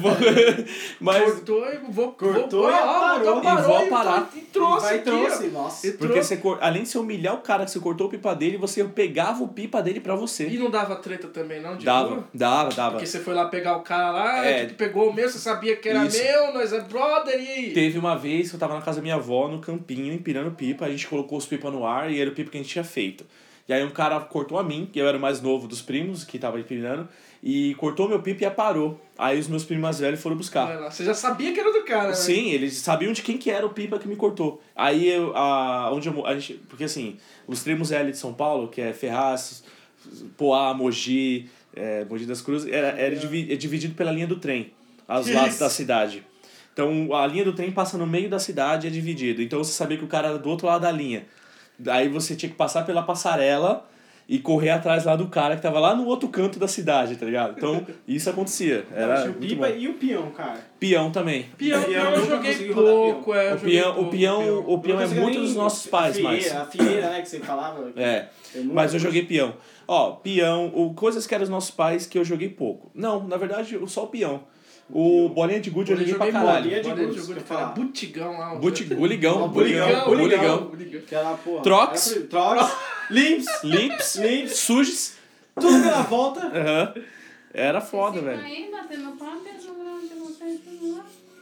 Mas. Cortou e vou... Cortou vou, e ó, aparou. aparou E vou e aparar. E trouxe Vai, aqui, trouxe, ó. nossa. E Porque trouxe. você, cor- além de você humilhar o cara que você cortou o pipa dele, você pegava o pipa dele pra você. E não dava treta também, não? De Dava, rua? dava, dava. Porque você foi lá pegar o cara lá, É. tu pegou o meu, você sabia que era Isso. meu, nós é brother, e aí? Teve uma vez que eu tava na casa da minha avó, no campinho, empinando pipa, a gente colocou os pipa no ar e era o pipa que a gente tinha feito. E aí um cara cortou a mim, que eu era o mais novo dos primos, que tava empinando, e cortou meu pipa e aparou. Aí os meus primos mais velhos foram buscar. Vai lá. Você já sabia que era do cara, né? Sim, eles sabiam de quem que era o pipa que me cortou. Aí eu, a, onde eu, mo- a gente, porque assim, os extremos L de São Paulo, que é Ferraz, Poá, Mogi, é, Mogi das Cruzes, era, era divi, é dividido pela linha do trem, aos lados Isso. da cidade. Então a linha do trem passa no meio da cidade e é dividido. Então você sabia que o cara era do outro lado da linha. Aí você tinha que passar pela passarela e correr atrás lá do cara que tava lá no outro canto da cidade, tá ligado? Então isso acontecia. Era Tinha o muito pipa bom. e o peão, cara. Peão também. Peão, Peão, peão eu nunca joguei consegui rodar pouco, é. eu O joguei peão, pouco, o peão, o peão Eu é não conseguia muito nem- dos nossos pais, fieira, mas... A fieira, né, que você falava. É, Eu nunca mas eu fui- joguei peão. Ó, peão, o, coisas que eram dos nossos pais que eu joguei pouco. Não, na verdade, só o peão. O bolinha de gude eu joguei pra caralho. bolinha de Bolinha gude, de gude, que eu cara, falava. butigão lá. Buti- Buligão, Não, buligão, buligão, buligão. buligão. Que era, porra. Trox. era- Trox. Limps. Limps, Limps. sujos. Tudo pela volta. Aham. Era foda, Ficam velho. aí batendo palma, pensando onde vocês estão lá.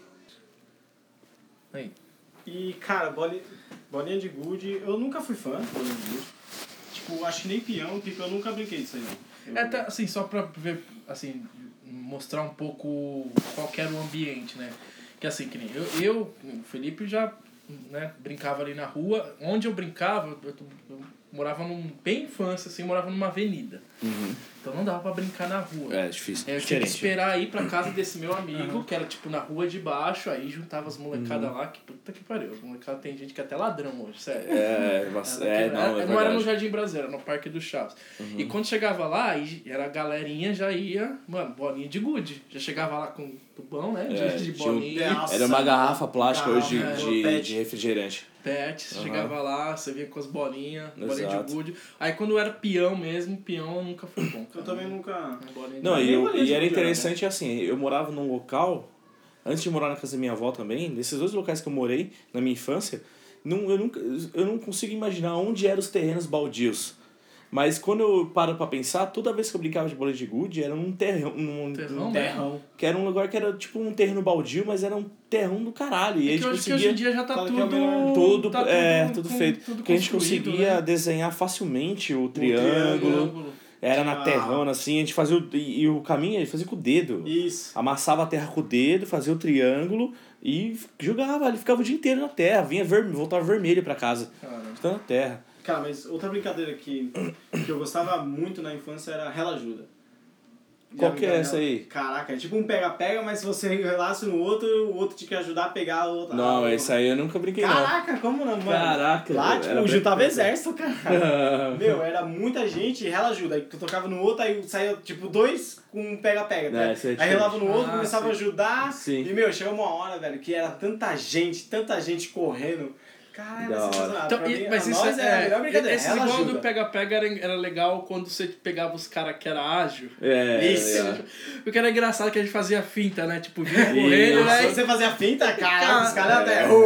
Aí. E, cara, bolinha, bolinha de gude, eu nunca fui fã de bolinha de gude. Tipo, acho que nem peão, pipa, eu nunca brinquei disso aí, não. Eu- É até, assim, só pra ver, assim, mostrar um pouco qual que era o ambiente, né? Que assim, que nem eu, eu o Felipe já, né, brincava ali na rua. Onde eu brincava, eu, eu morava num, bem infância, assim, morava numa avenida. Então não dava pra brincar na rua. É, difícil. É, eu tinha que Diferente. esperar ir pra casa desse meu amigo, que era tipo na rua de baixo, aí juntava as molecadas lá, que puta que pariu. As molecadas tem gente que é até ladrão hoje, sério. É, mas- é, não, é Era- não era no verdade. Jardim Brasileiro, era no Parque do Chaves. E quando chegava lá, aí era a galerinha, já ia, mano, bolinha de gude. Já chegava lá com tubão, né? De, É, de tinha um- bolinha. Nossa. Era uma garrafa plástica hoje Garrafa, de, é. de, Pet. de refrigerante. Pet, você Aham. chegava lá, você vinha com as bolinhas, bolinha Exato. de gude. Aí quando era peão mesmo, peão nunca foi bom. Eu cara. também nunca... Bolinha de Não, Nem e, eu, bolinha de e era gude era interessante assim, eu morava num local, antes de morar na casa da minha avó também, nesses dois locais que eu morei na minha infância, não, eu, nunca, eu não consigo imaginar onde eram os terrenos baldios. Mas quando eu paro pra pensar, toda vez que eu brincava de bola de gude, era num terrão. Num, Terrão, um né? Terrão. Que era um lugar que era tipo um terreno baldio, mas era um terrão do caralho. E a É gente que eu acho que hoje conseguia. em dia já tá Fala que é o tudo... melhor. Tudo, tá é, tudo com- feito. tudo Porque a gente construído, conseguia né? desenhar facilmente o triângulo. Triângulo. Era na Ah. terrona, assim, a gente fazia o. E, e o caminho a gente fazia com o dedo. Isso. Amassava a terra com o dedo, fazia o triângulo e jogava. Ele ficava o dia inteiro na terra, vinha ver, voltava vermelho pra casa. Caramba. De tanta terra. Cara, mas outra brincadeira que, que eu gostava muito na infância era Rela Ajuda. Qual Já que é brincaram? essa aí? Caraca, é tipo um pega-pega, mas se você relasse no outro, o outro tinha que ajudar a pegar o outro. Não, ah, esse aí eu nunca brinquei, não. Caraca, como não, mano? Caraca, Lá, era tipo, bem- juntava exército, cara. Meu, era muita gente e Rela Ajuda. Aí tu tocava no outro, aí saía, tipo, dois com um pega-pega. Não, né? esse é Aí diferente. relava no outro, Ah, começava sim. a ajudar. Sim. E, meu, chegou uma hora, velho, que era tanta gente, tanta gente correndo. Cara, Da era hora. sensacional. Então, Pra e- mim, mas a isso nós é, era a melhor brincadeira. Esse Rela igual Ajuda. do pega-pega era, era legal quando você pegava os caras que era ágil. É, Isso. é. Porque era engraçado que a gente fazia finta, né? Tipo, vinha correndo, Isso. né? Se você fazia finta, cara, Cara, os caras até. é.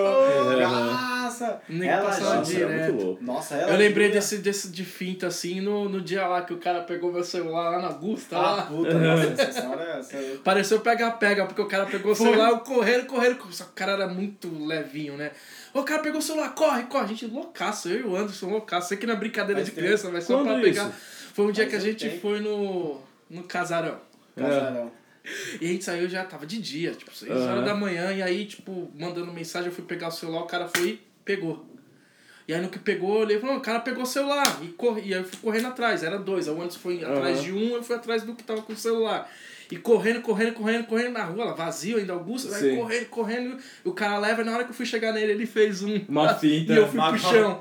Oh, nossa! Nem Ela passava ajuda. Nossa, era direto. muito louco. Nossa, ela Eu lembrei ajuda. desse, desse de finta, assim, no, no dia lá que o cara pegou meu celular lá na Augusta, Ah, lá. puta, nossa, essa história. Essa... Pareceu pega-pega, porque o cara pegou o Foi. celular, eu correndo, correndo. Só que o cara era muito levinho, né? O cara pegou o celular, corre, corre. A gente loucaço, eu e o Anderson loucaço. Sei que não é brincadeira Faz de tempo. criança, mas só Quando pra isso? pegar. Foi um dia Faz que a um gente tempo. foi no, no casarão. Casarão. E a gente saiu já tava de dia, tipo, seis Aham. horas da manhã, e aí, tipo, mandando mensagem, eu fui pegar o celular, o cara foi e pegou. E aí no que pegou, eu olhei e falei, o cara pegou o celular. E, corri, e aí eu fui correndo atrás, era dois. Aí o Anderson foi atrás Aham. de um, eu fui atrás do que tava com o celular. E correndo, correndo, correndo, correndo na rua, lá vazio ainda, Augusta, aí Sim. correndo, correndo, e o cara leva, e na hora que eu fui chegar nele, ele fez um. Uma finta. E eu fui Uma- pro chão.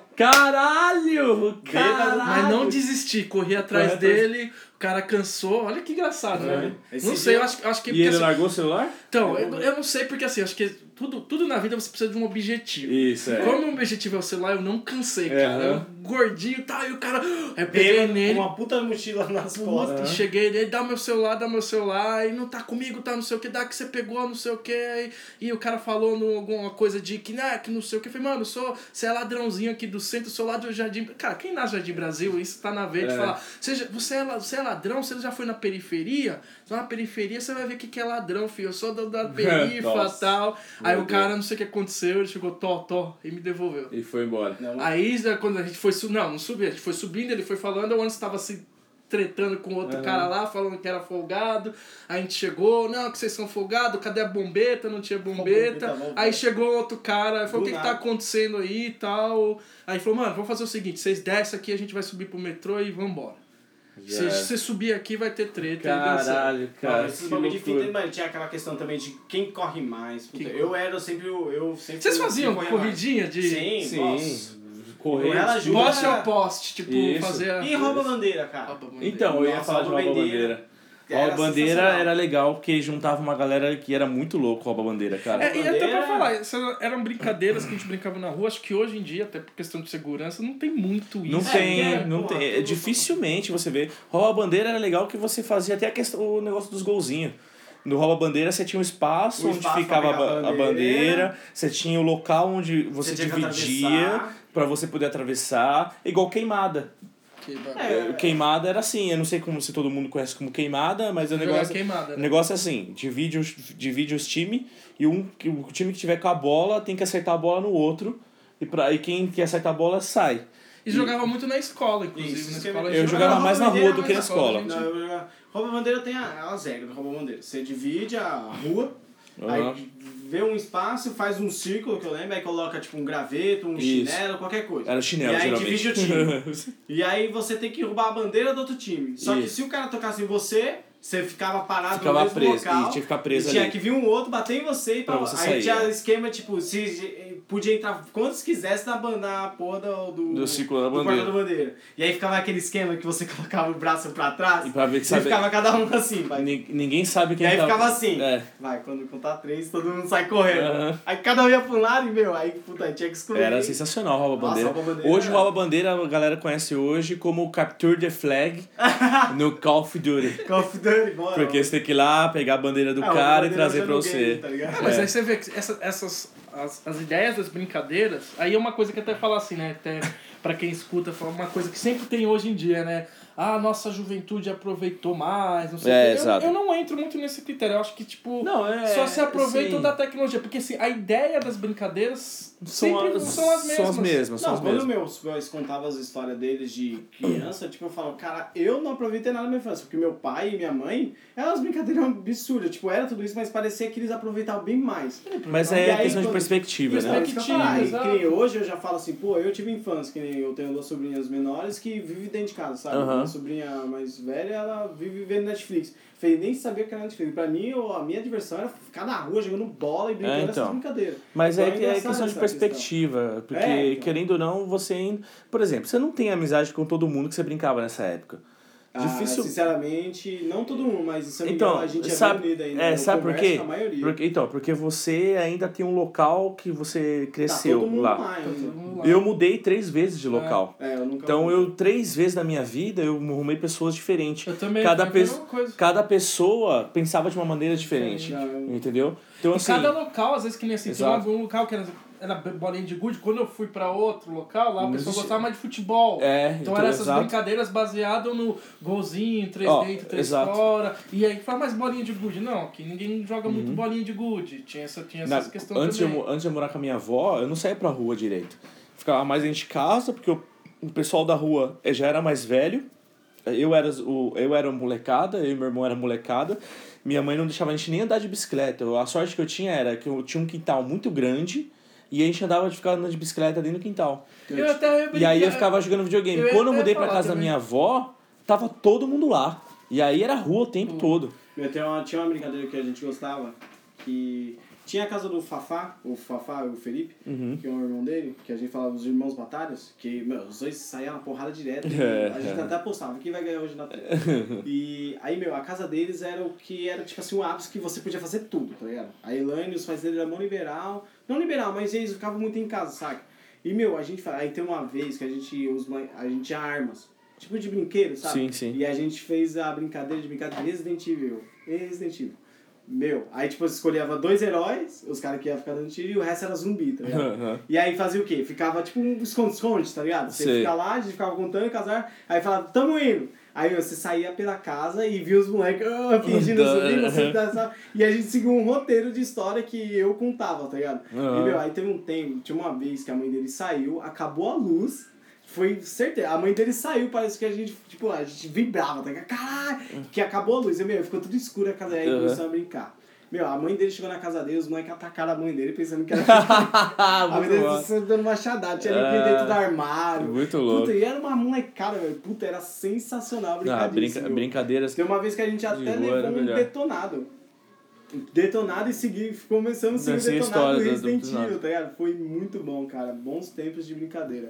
Caralho! Caralho! Mas não desisti, corri atrás Corre atrás. dele, o cara cansou. Olha que engraçado, né? Esse Não sei, dia- eu acho, eu acho que... E porque, ele assim, largou o celular? então, eu, eu não sei porque assim, acho que tudo, tudo na vida você precisa de um objetivo. Isso, é. Como o objetivo é o celular, eu não cansei, É, cara. aham. Eu gordinho e tal, e o cara. Aí eu peguei Bêbado, nele. com uma puta mochila nas costas. E cheguei nele, dá meu celular, dá meu celular, e não tá comigo, tá não sei o que, dá que você pegou, não sei o que, e, e o cara falou no, alguma coisa de que, né, que não sei o que, eu falei, mano, eu sou, você é ladrãozinho aqui do centro, sou lá do Jardim, cara, quem nasce no Jardim Brasil, isso tá na veia de É. falar, você, já- você, é, la- você é ladrão, você já foi na periferia, você vai na periferia, você vai ver o que que é ladrão, filho, eu sou da, da perifa e Nossa. tal, aí Meu o cara, Deus. não sei o que aconteceu, ele chegou, tó, tó, e me devolveu. E foi embora. Não, Aí, já quando a gente foi subindo, não, não subiu, a gente foi subindo, ele foi falando, o Anderson tava se tretando com outro Aham. cara lá, falando que era folgado, aí a gente chegou, não, que vocês são folgados, cadê a bombeta? Não tinha bombeta. bombeta, bombeta. Aí chegou outro cara, falou, o Do que que tá nada. acontecendo aí e tal. Aí falou, mano, vamos fazer o seguinte, vocês descem aqui, a gente vai subir pro metrô e vambora. Já Se era. você subir aqui, vai ter treta. Aí deu certo. Caralho, cara. Não, esses que bagulho de loucura. fita, mas tinha aquela questão também de quem corre mais. Puta, Quem eu era sempre o. Eu sempre Vocês fui o que faziam corria mais. corridinha de Sim, Sim. nossa. Correr. Ela ajuda. poste ao poste, tipo, Isso. fazer a... E rouba bandeira, cara. Rouba bandeira. Então, eu ia Nossa, falar de rouba rouba bandeira. bandeira. Era Rouba bandeira sensacional. era legal porque juntava uma galera que era muito louco rouba bandeira, cara. É, e até pra Bandeira. falar, essas eram brincadeiras que a gente brincava na rua, acho que hoje em dia, até por questão de segurança, não tem muito isso. Não É, tem, é, não porra, tem. É, tudo- dificilmente você vê. Rouba bandeira era legal que você fazia até a questão, o negócio dos golzinhos. No rouba bandeira você tinha um espaço Um onde espaço ficava pra pegar a a ba- a bandeira. bandeira, você tinha o local onde você, Você tinha que dividia atravessar. pra você poder atravessar, igual queimada. Que ba- É, É, Queimada era assim, eu não sei como se todo mundo conhece como queimada, mas o Jogar negócio, queimada, o né? negócio é assim, divide os, divide os times e um, o time que tiver com a bola tem que acertar a bola no outro e, pra, e quem quer acertar a bola sai. E jogava muito na escola, inclusive. Isso, na isso escola que a Eu gente jogava Rouba mais na bandeira, rua do que na mas escola. Não, eu jogava... Rouba bandeira tem a- as regras do rouba bandeira. Você divide a rua, Aham. aí vê um espaço, faz um círculo, que eu lembro, aí coloca tipo um graveto, um Isso. chinelo, qualquer coisa. Era chinelo, E aí geralmente. divide o time. E aí você tem que roubar a bandeira do outro time. Só que Isso. se o cara tocasse em você, você ficava parado Ficava no mesmo preso, local. e tinha que ficar preso e tinha ali. que vir um outro, bater em você e Pra tal. você Aí sair, tinha é. esquema, tipo, se podia entrar quantos quisesse na, ban- na porra do, do, Do círculo da do bandeira. porta da bandeira. E aí ficava aquele esquema que você colocava o braço pra trás E pra ver que e sabe- ficava cada um assim, vai. Ni- Ninguém sabe E quem aí tá... ficava assim. É. Vai, quando contar três, todo mundo sai correndo. Aham. Aí cada um ia pra um lado e, meu, aí, puta, tinha que escolher. Era sensacional o rouba Nossa, bandeira. rouba bandeira Hoje o era- rouba bandeira a galera conhece hoje como Capture the Flag no Call of Duty. Call of Duty, bora. Porque você tem que ir lá, pegar a bandeira do Ah, cara a e bandeira trazer já pra no você. game, tá ligado? Ah, mas É. aí você vê que essa, essas as, as ideias das brincadeiras, aí é uma coisa que até fala assim, né? Até pra quem escuta, fala uma coisa que sempre tem hoje em dia, né? Ah, nossa juventude aproveitou mais, não sei É, o quê. exato. Eu, eu não entro muito nesse critério. Eu acho que, tipo, Não, é, só se aproveitam sim. da tecnologia. Porque, assim, a ideia das brincadeiras São sempre as, são as mesmas. São as mesmas, são Não, as quando mesmas. meus pais contavam as histórias deles de criança, tipo, eu falo, cara, eu não aproveitei nada da minha infância, porque meu pai e minha mãe, eram umas brincadeiras absurdas, tipo, era tudo isso, mas parecia que eles aproveitavam bem mais. Mas E é aí, questão de quando- perspectiva, Isso, né? é isso que eu ia falar. E exato. que nem hoje eu já falo assim, pô, eu tive infância, que nem eu tenho duas sobrinhas menores que vivem dentro de casa, sabe? Aham. Minha sobrinha mais velha, ela vive vendo Netflix. Falei, nem sabia que era Netflix. Pra mim, eu- a minha diversão era ficar na rua jogando bola e brincando É, então. nessas brincadeiras. Mas Então, é, que- é engraçado questão de essa perspectiva, porque É, então. querendo ou não, você ainda... Por exemplo, você não tem amizade com todo mundo que você brincava nessa época. Difícil... Ah, sinceramente, não todo mundo, mas se eu não me Então, engano, a gente é sabe, bem unido ainda. é, eu sabe por converso quê? com a maioria. Porque, então, porque você ainda tem um local que você Tá cresceu todo mundo lá. lá Tá todo ainda. mundo lá. Eu mudei três vezes de local. É, eu nunca Então, fui. eu, três vezes na minha vida, eu arrumei pessoas diferentes. Eu também, Cada, foi a pe- mesma coisa. cada pessoa pensava de uma maneira diferente. Diferente. Entendeu? Então, E assim... cada local, às vezes, que nem assim, tinha Exato. um local que era, era bolinha de gude, quando eu fui pra outro local, lá a Não pessoa existe. gostava mais de futebol. É, então então, eram essas exato. brincadeiras baseadas no golzinho, três Ó, dentro, três exato. fora. E aí fala mais bolinha de gude. Não, aqui ninguém joga muito bolinha de gude. Tinha, essa, tinha Na- essas questões antes, de eu, também. mo- antes de eu morar com a minha avó, eu não saía pra rua direito. Ficava mais dentro de casa, porque o, o pessoal da rua eh, já era mais velho. Eu era, o, eu era molecada, eu e meu irmão era molecada. Minha mãe não deixava a gente nem andar de bicicleta. A sorte que eu tinha era que eu tinha um quintal muito grande e a gente andava de ficar andando de bicicleta dentro do quintal. Eu até E aí eu ficava jogando videogame. eu ia Quando eu até mudei pra falar casa da também. minha avó, tava todo mundo lá. E aí era rua o tempo todo. Meu, tem uma, tinha uma brincadeira que a gente gostava, que tinha a casa do Fafá, o Fafá e o Felipe, Uhum. que é o irmão dele, que a gente falava os irmãos batalhas, que, meu, os dois saíam na porrada direto, e É, a gente é. até postava, quem vai ganhar hoje na treta? E aí, meu, a casa deles era o que era, tipo assim, um ápice que você podia fazer tudo, tá ligado? A Elaine, os pais dele eram mão liberal, não liberal, mas eles ficavam muito em casa, saca? E, meu, a gente fala, aí tem uma vez que a gente, os, mãe- a gente tinha armas, tipo de brinquedo, sabe? Sim, sim. E a gente fez a brincadeira de brincar de Resident Evil. Resident Evil. Meu, aí tipo, você escolhia dois heróis, os caras que iam ficar dando tiro, e o resto era zumbi, tá ligado? Uhum. E aí fazia o quê? Ficava tipo um esconde-esconde, tá ligado? Você Sei. fica lá, a gente ficava contando, casar, aí falava, tamo indo. Aí você saía pela casa e via os moleques ah, fingindo zumbi, você dançava. E a gente seguiu um roteiro de história que eu contava, tá ligado? Uhum. E meu, aí teve um tempo, tinha uma vez que a mãe dele saiu, acabou a luz. Foi certeza. A mãe dele saiu, parece que a gente, tipo, a gente vibrava, tá ligado? Caralho! Que acabou a luz. E, meu, ficou tudo escuro a casa aí, Uhum. começou a brincar. Meu, a mãe dele chegou na casa dele, os moleques atacaram a mãe dele pensando que era... a mãe Muito dele bom. só dando machadada, tinha limpinho Ah, dentro do armário. muito louco. Puta, e era uma molecada, velho. Puta, era sensacional a Ah, brincadeira. brinca, brincadeiras. Tem uma vez que a gente até rua era levou um melhor. detonado. Detonado e segui, começamos a seguir o Deve ser a detonado do história do- do Resident detonado. Evil, tá ligado? Foi muito bom, cara. Bons tempos de brincadeira.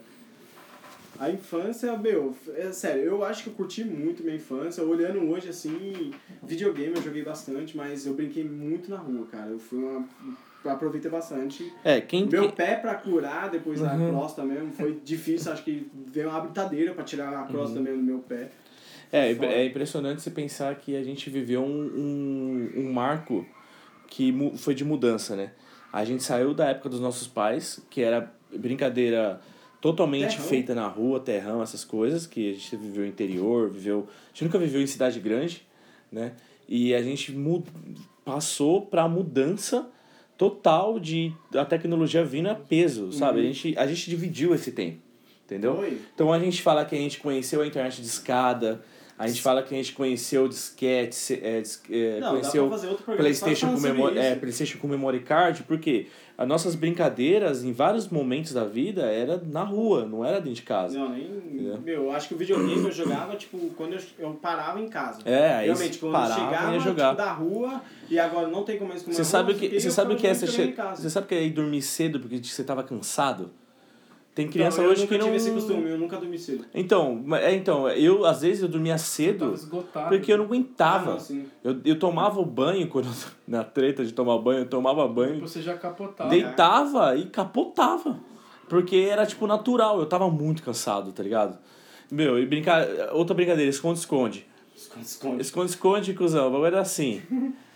A infância, meu, é sério, eu acho que eu curti muito minha infância. Olhando hoje, assim, videogame eu joguei bastante, mas eu brinquei muito na rua, cara. Eu fui uma... eu aproveitei bastante. É, quem... Meu quem- pé pra curar depois da Uhum. crosta mesmo foi difícil. Acho que veio uma britadeira pra tirar a crosta Uhum. mesmo do meu pé. É, Foda. é impressionante você pensar que a gente viveu um, um, um marco que mu- foi de mudança, né? A gente saiu da época dos nossos pais, que era brincadeira totalmente Terrão. feita na rua, terrão, essas coisas, que a gente viveu no interior, viveu... A gente nunca viveu em cidade grande, né? E a gente mu- passou pra mudança total de a tecnologia vindo a peso, sabe? A gente, a gente dividiu esse tempo, entendeu? Foi. Então a gente fala que a gente conheceu a internet de escada, a gente fala que a gente conheceu o disquete, se- é, dis- é, Não, conheceu dá pra fazer outro programa só PlayStation com, falando sobre memória, é, isso. PlayStation com memory card, porque as nossas brincadeiras em vários momentos da vida era na rua, não era dentro de casa. Não, nem. É. Meu, eu acho que o videogame eu jogava, tipo, quando eu, eu parava em casa. É, aí Realmente, quando eu parava e chegava ia jogar. tipo, da rua e agora não tem como mais comer Você rua, sabe o não sei que, você eu sabe o que é ficava você, jogando che... em casa. você sabe o que é ir dormir cedo porque você tava cansado? Tem Então, criança eu hoje nunca que não tive esse costume, eu nunca dormi cedo. Então, ma- é, então, eu às vezes eu dormia Tava cedo esgotado. porque eu não Ah, aguentava. não, sim. Eu, eu tomava o banho, quando na treta de tomar banho, eu tomava banho, Você já capotava. deitava e capotava. Porque era, tipo, natural. Eu tava muito cansado, tá ligado? Meu, e brincar... Outra brincadeira, esconde-esconde. Esconde, esconde. Esconde-esconde, cuzão. O bagulho era assim.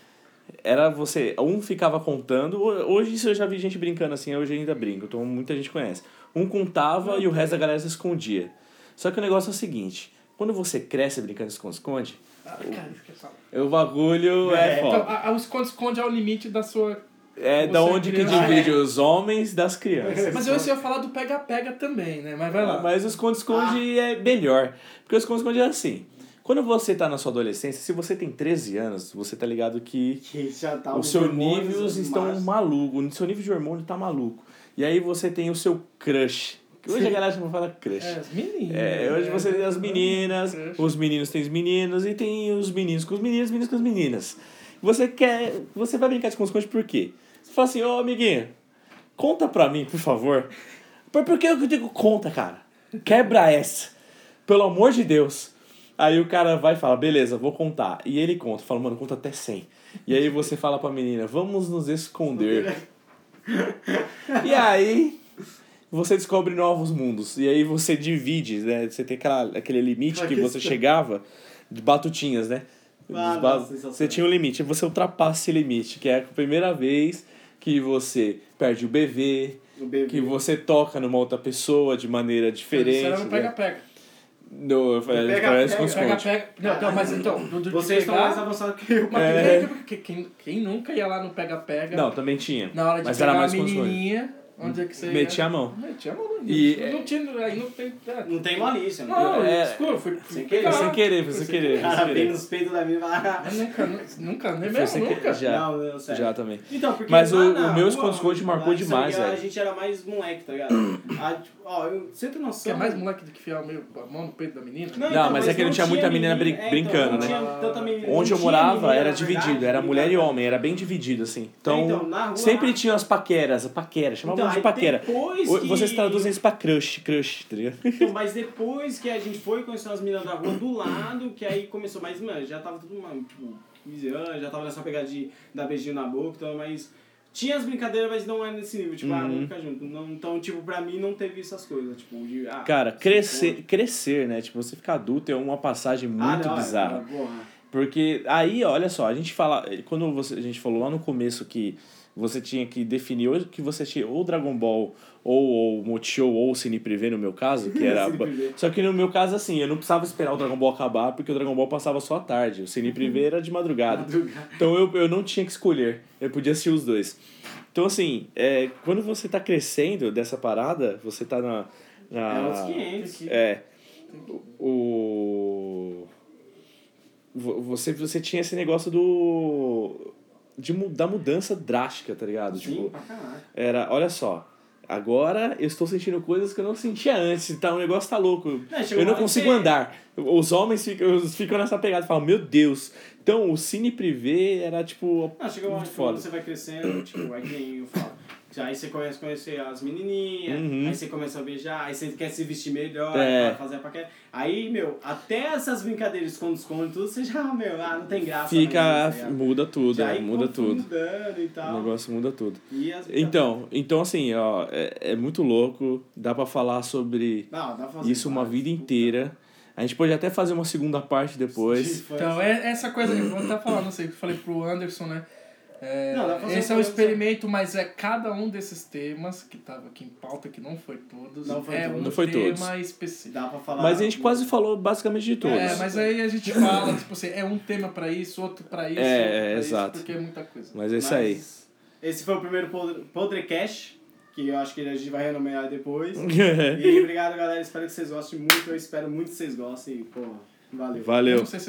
era você... Um ficava contando... Hoje isso eu já vi gente brincando assim, hoje eu ainda brinco. Então muita gente conhece. Um contava e o resto da galera se escondia. Só que o negócio é o seguinte... Quando você cresce brincando de esconde-esconde... Ah, cara, fica só. O bagulho é, é foda. Então, a, a, o esconde-esconde é o limite da sua... É da onde que divide os homens das crianças. Mas eu ia falar do pega-pega também, né? Mas vai lá. Mas o esconde-esconde ah. é melhor. Porque o esconde-esconde é assim. Quando você tá na sua adolescência, se você tem treze anos, você tá ligado que, que já tá os seus níveis estão malucos. O seu nível de hormônio tá maluco. E aí você tem o seu crush. Hoje a galera chama fala crush. É, as meninas. É, hoje você tem as meninas, crush. Os meninos têm os meninos e tem os meninos com os meninos, os meninos com as meninas. Você quer... Você vai brincar de esconde-esconde por quê? Você fala assim, ô amiguinho, conta pra mim, por favor. Por, por que eu digo conta, cara? Quebra essa. Pelo amor de Deus. Aí o cara vai e fala, beleza, vou contar. E ele conta, fala, mano, conta até cem. E aí você fala pra menina, vamos nos esconder. E aí você descobre novos mundos. E aí você divide, né? Você tem aquela, aquele limite que você chegava de batutinhas, né? Ah, nossa, você tinha um limite, você ultrapassa esse limite, que é a primeira vez que você perde o B V, o B V. Que você toca numa outra pessoa de maneira diferente. Isso era no pega-pega. No, eu falei, pega-pega. Pega-pega. Não, então, mas então... Do, do Vocês estão mais avançados que eu. Mas é. quem, quem, quem nunca ia lá no pega-pega... Não, também tinha. Na hora de mas pegar era mais a menininha... Onde é que você metia ia? a mão. Metia a mão. E, não, não tinha... Aí não tem... É. Não tem malícia. Não, não é, desculpa. Foi sem querer. Sem querer, foi sem querer. O cara vem nos peitos da mina lá. Nunca, nunca, nem mesmo, nunca. Já, não, não, sério. já também. Então, porque mas o, o meu esconde-esconde marcou demais, velho. A gente era mais moleque, tá ligado? a, tipo, ó, eu, você tem noção... Que é mais moleque do que fiar meio a mão no peito da menina? Não, então, mas, mas é que não tinha muita menina brin é, brincando, então, né? Tinha tanta menina, onde eu tinha morava menina, era verdade, dividido, era mulher e homem, era bem dividido, assim. Então, então na rua, sempre lá... tinha as paqueras, a paquera, chamavam então, de paquera. Que... Vocês traduzem isso pra crush, crush, tá ligado? Então, mas depois que a gente foi conhecer as meninas da rua do lado, que aí começou, mas, mano, já tava tudo, mano, tipo, quinze anos, já tava nessa pegada de dar beijinho na boca, então, mas... Tinha as brincadeiras, mas não era nesse nível, tipo, uhum. ah, vamos ficar junto. Não, então, tipo, pra mim não teve essas coisas, tipo, de... Ah, cara, crescer, crescer, né? Tipo, você ficar adulto é uma passagem muito ah, não, bizarra. É, porque aí, olha só, a gente fala... Quando você, a gente falou lá no começo que você tinha que definir ou que você tinha ou Dragon Ball ou o Multishow ou o Cine Privé, no meu caso, que era... Só que no meu caso, assim, eu não precisava esperar o Dragon Ball acabar, porque o Dragon Ball passava só à tarde. O Cine Privé era de madrugada. madrugada. Então eu, eu não tinha que escolher. Eu podia assistir os dois. Então, assim, é, quando você tá crescendo dessa parada, você tá na... na é uns quinhentos. É. O... Você, você tinha esse negócio do... De, da mudança drástica, tá ligado? Sim, tipo, pra caralho. Era, olha só, agora eu estou sentindo coisas que eu não sentia antes, tá, o negócio tá louco. Não, eu não consigo que... andar. Os homens ficam, ficam nessa pegada e falam, meu Deus. Então, o Cine Privé era, tipo, não, chega uma hora que você vai crescendo, tipo, aí que eu falo. Aí você começa a conhecer as menininhas, uhum. aí você começa a beijar, aí você quer se vestir melhor, é. fazer a paquera. Aí, meu, até essas brincadeiras esconde-esconde, tudo, você já, meu, ah, não tem graça. Fica, mesmo, muda tudo, já é, muda tudo. mudando e tal. O negócio muda tudo. E as então, então, assim, ó, é, é muito louco, dá pra falar sobre não, dá pra fazer isso uma vida inteira. A gente pode até fazer uma segunda parte depois. Então, é essa coisa, eu vou até falar, não sei, eu falei pro Anderson, né? É, não, esse é um experimento, mas é cada um desses temas que tava aqui em pauta, que não foi todos, não foi é todos. um não foi tema todos. específico. Dá pra falar. Mas a gente quase falou basicamente de todos. É, mas aí a gente fala, tipo assim, é um tema pra isso, outro pra isso, é, outro pra é, isso, exato. porque é muita coisa. Mas é isso mas aí. Esse foi o primeiro Podcast, que eu acho que a gente vai renomear depois. E obrigado, galera, espero que vocês gostem muito, eu espero muito que vocês gostem. Pô, valeu. Valeu. Eu não sei se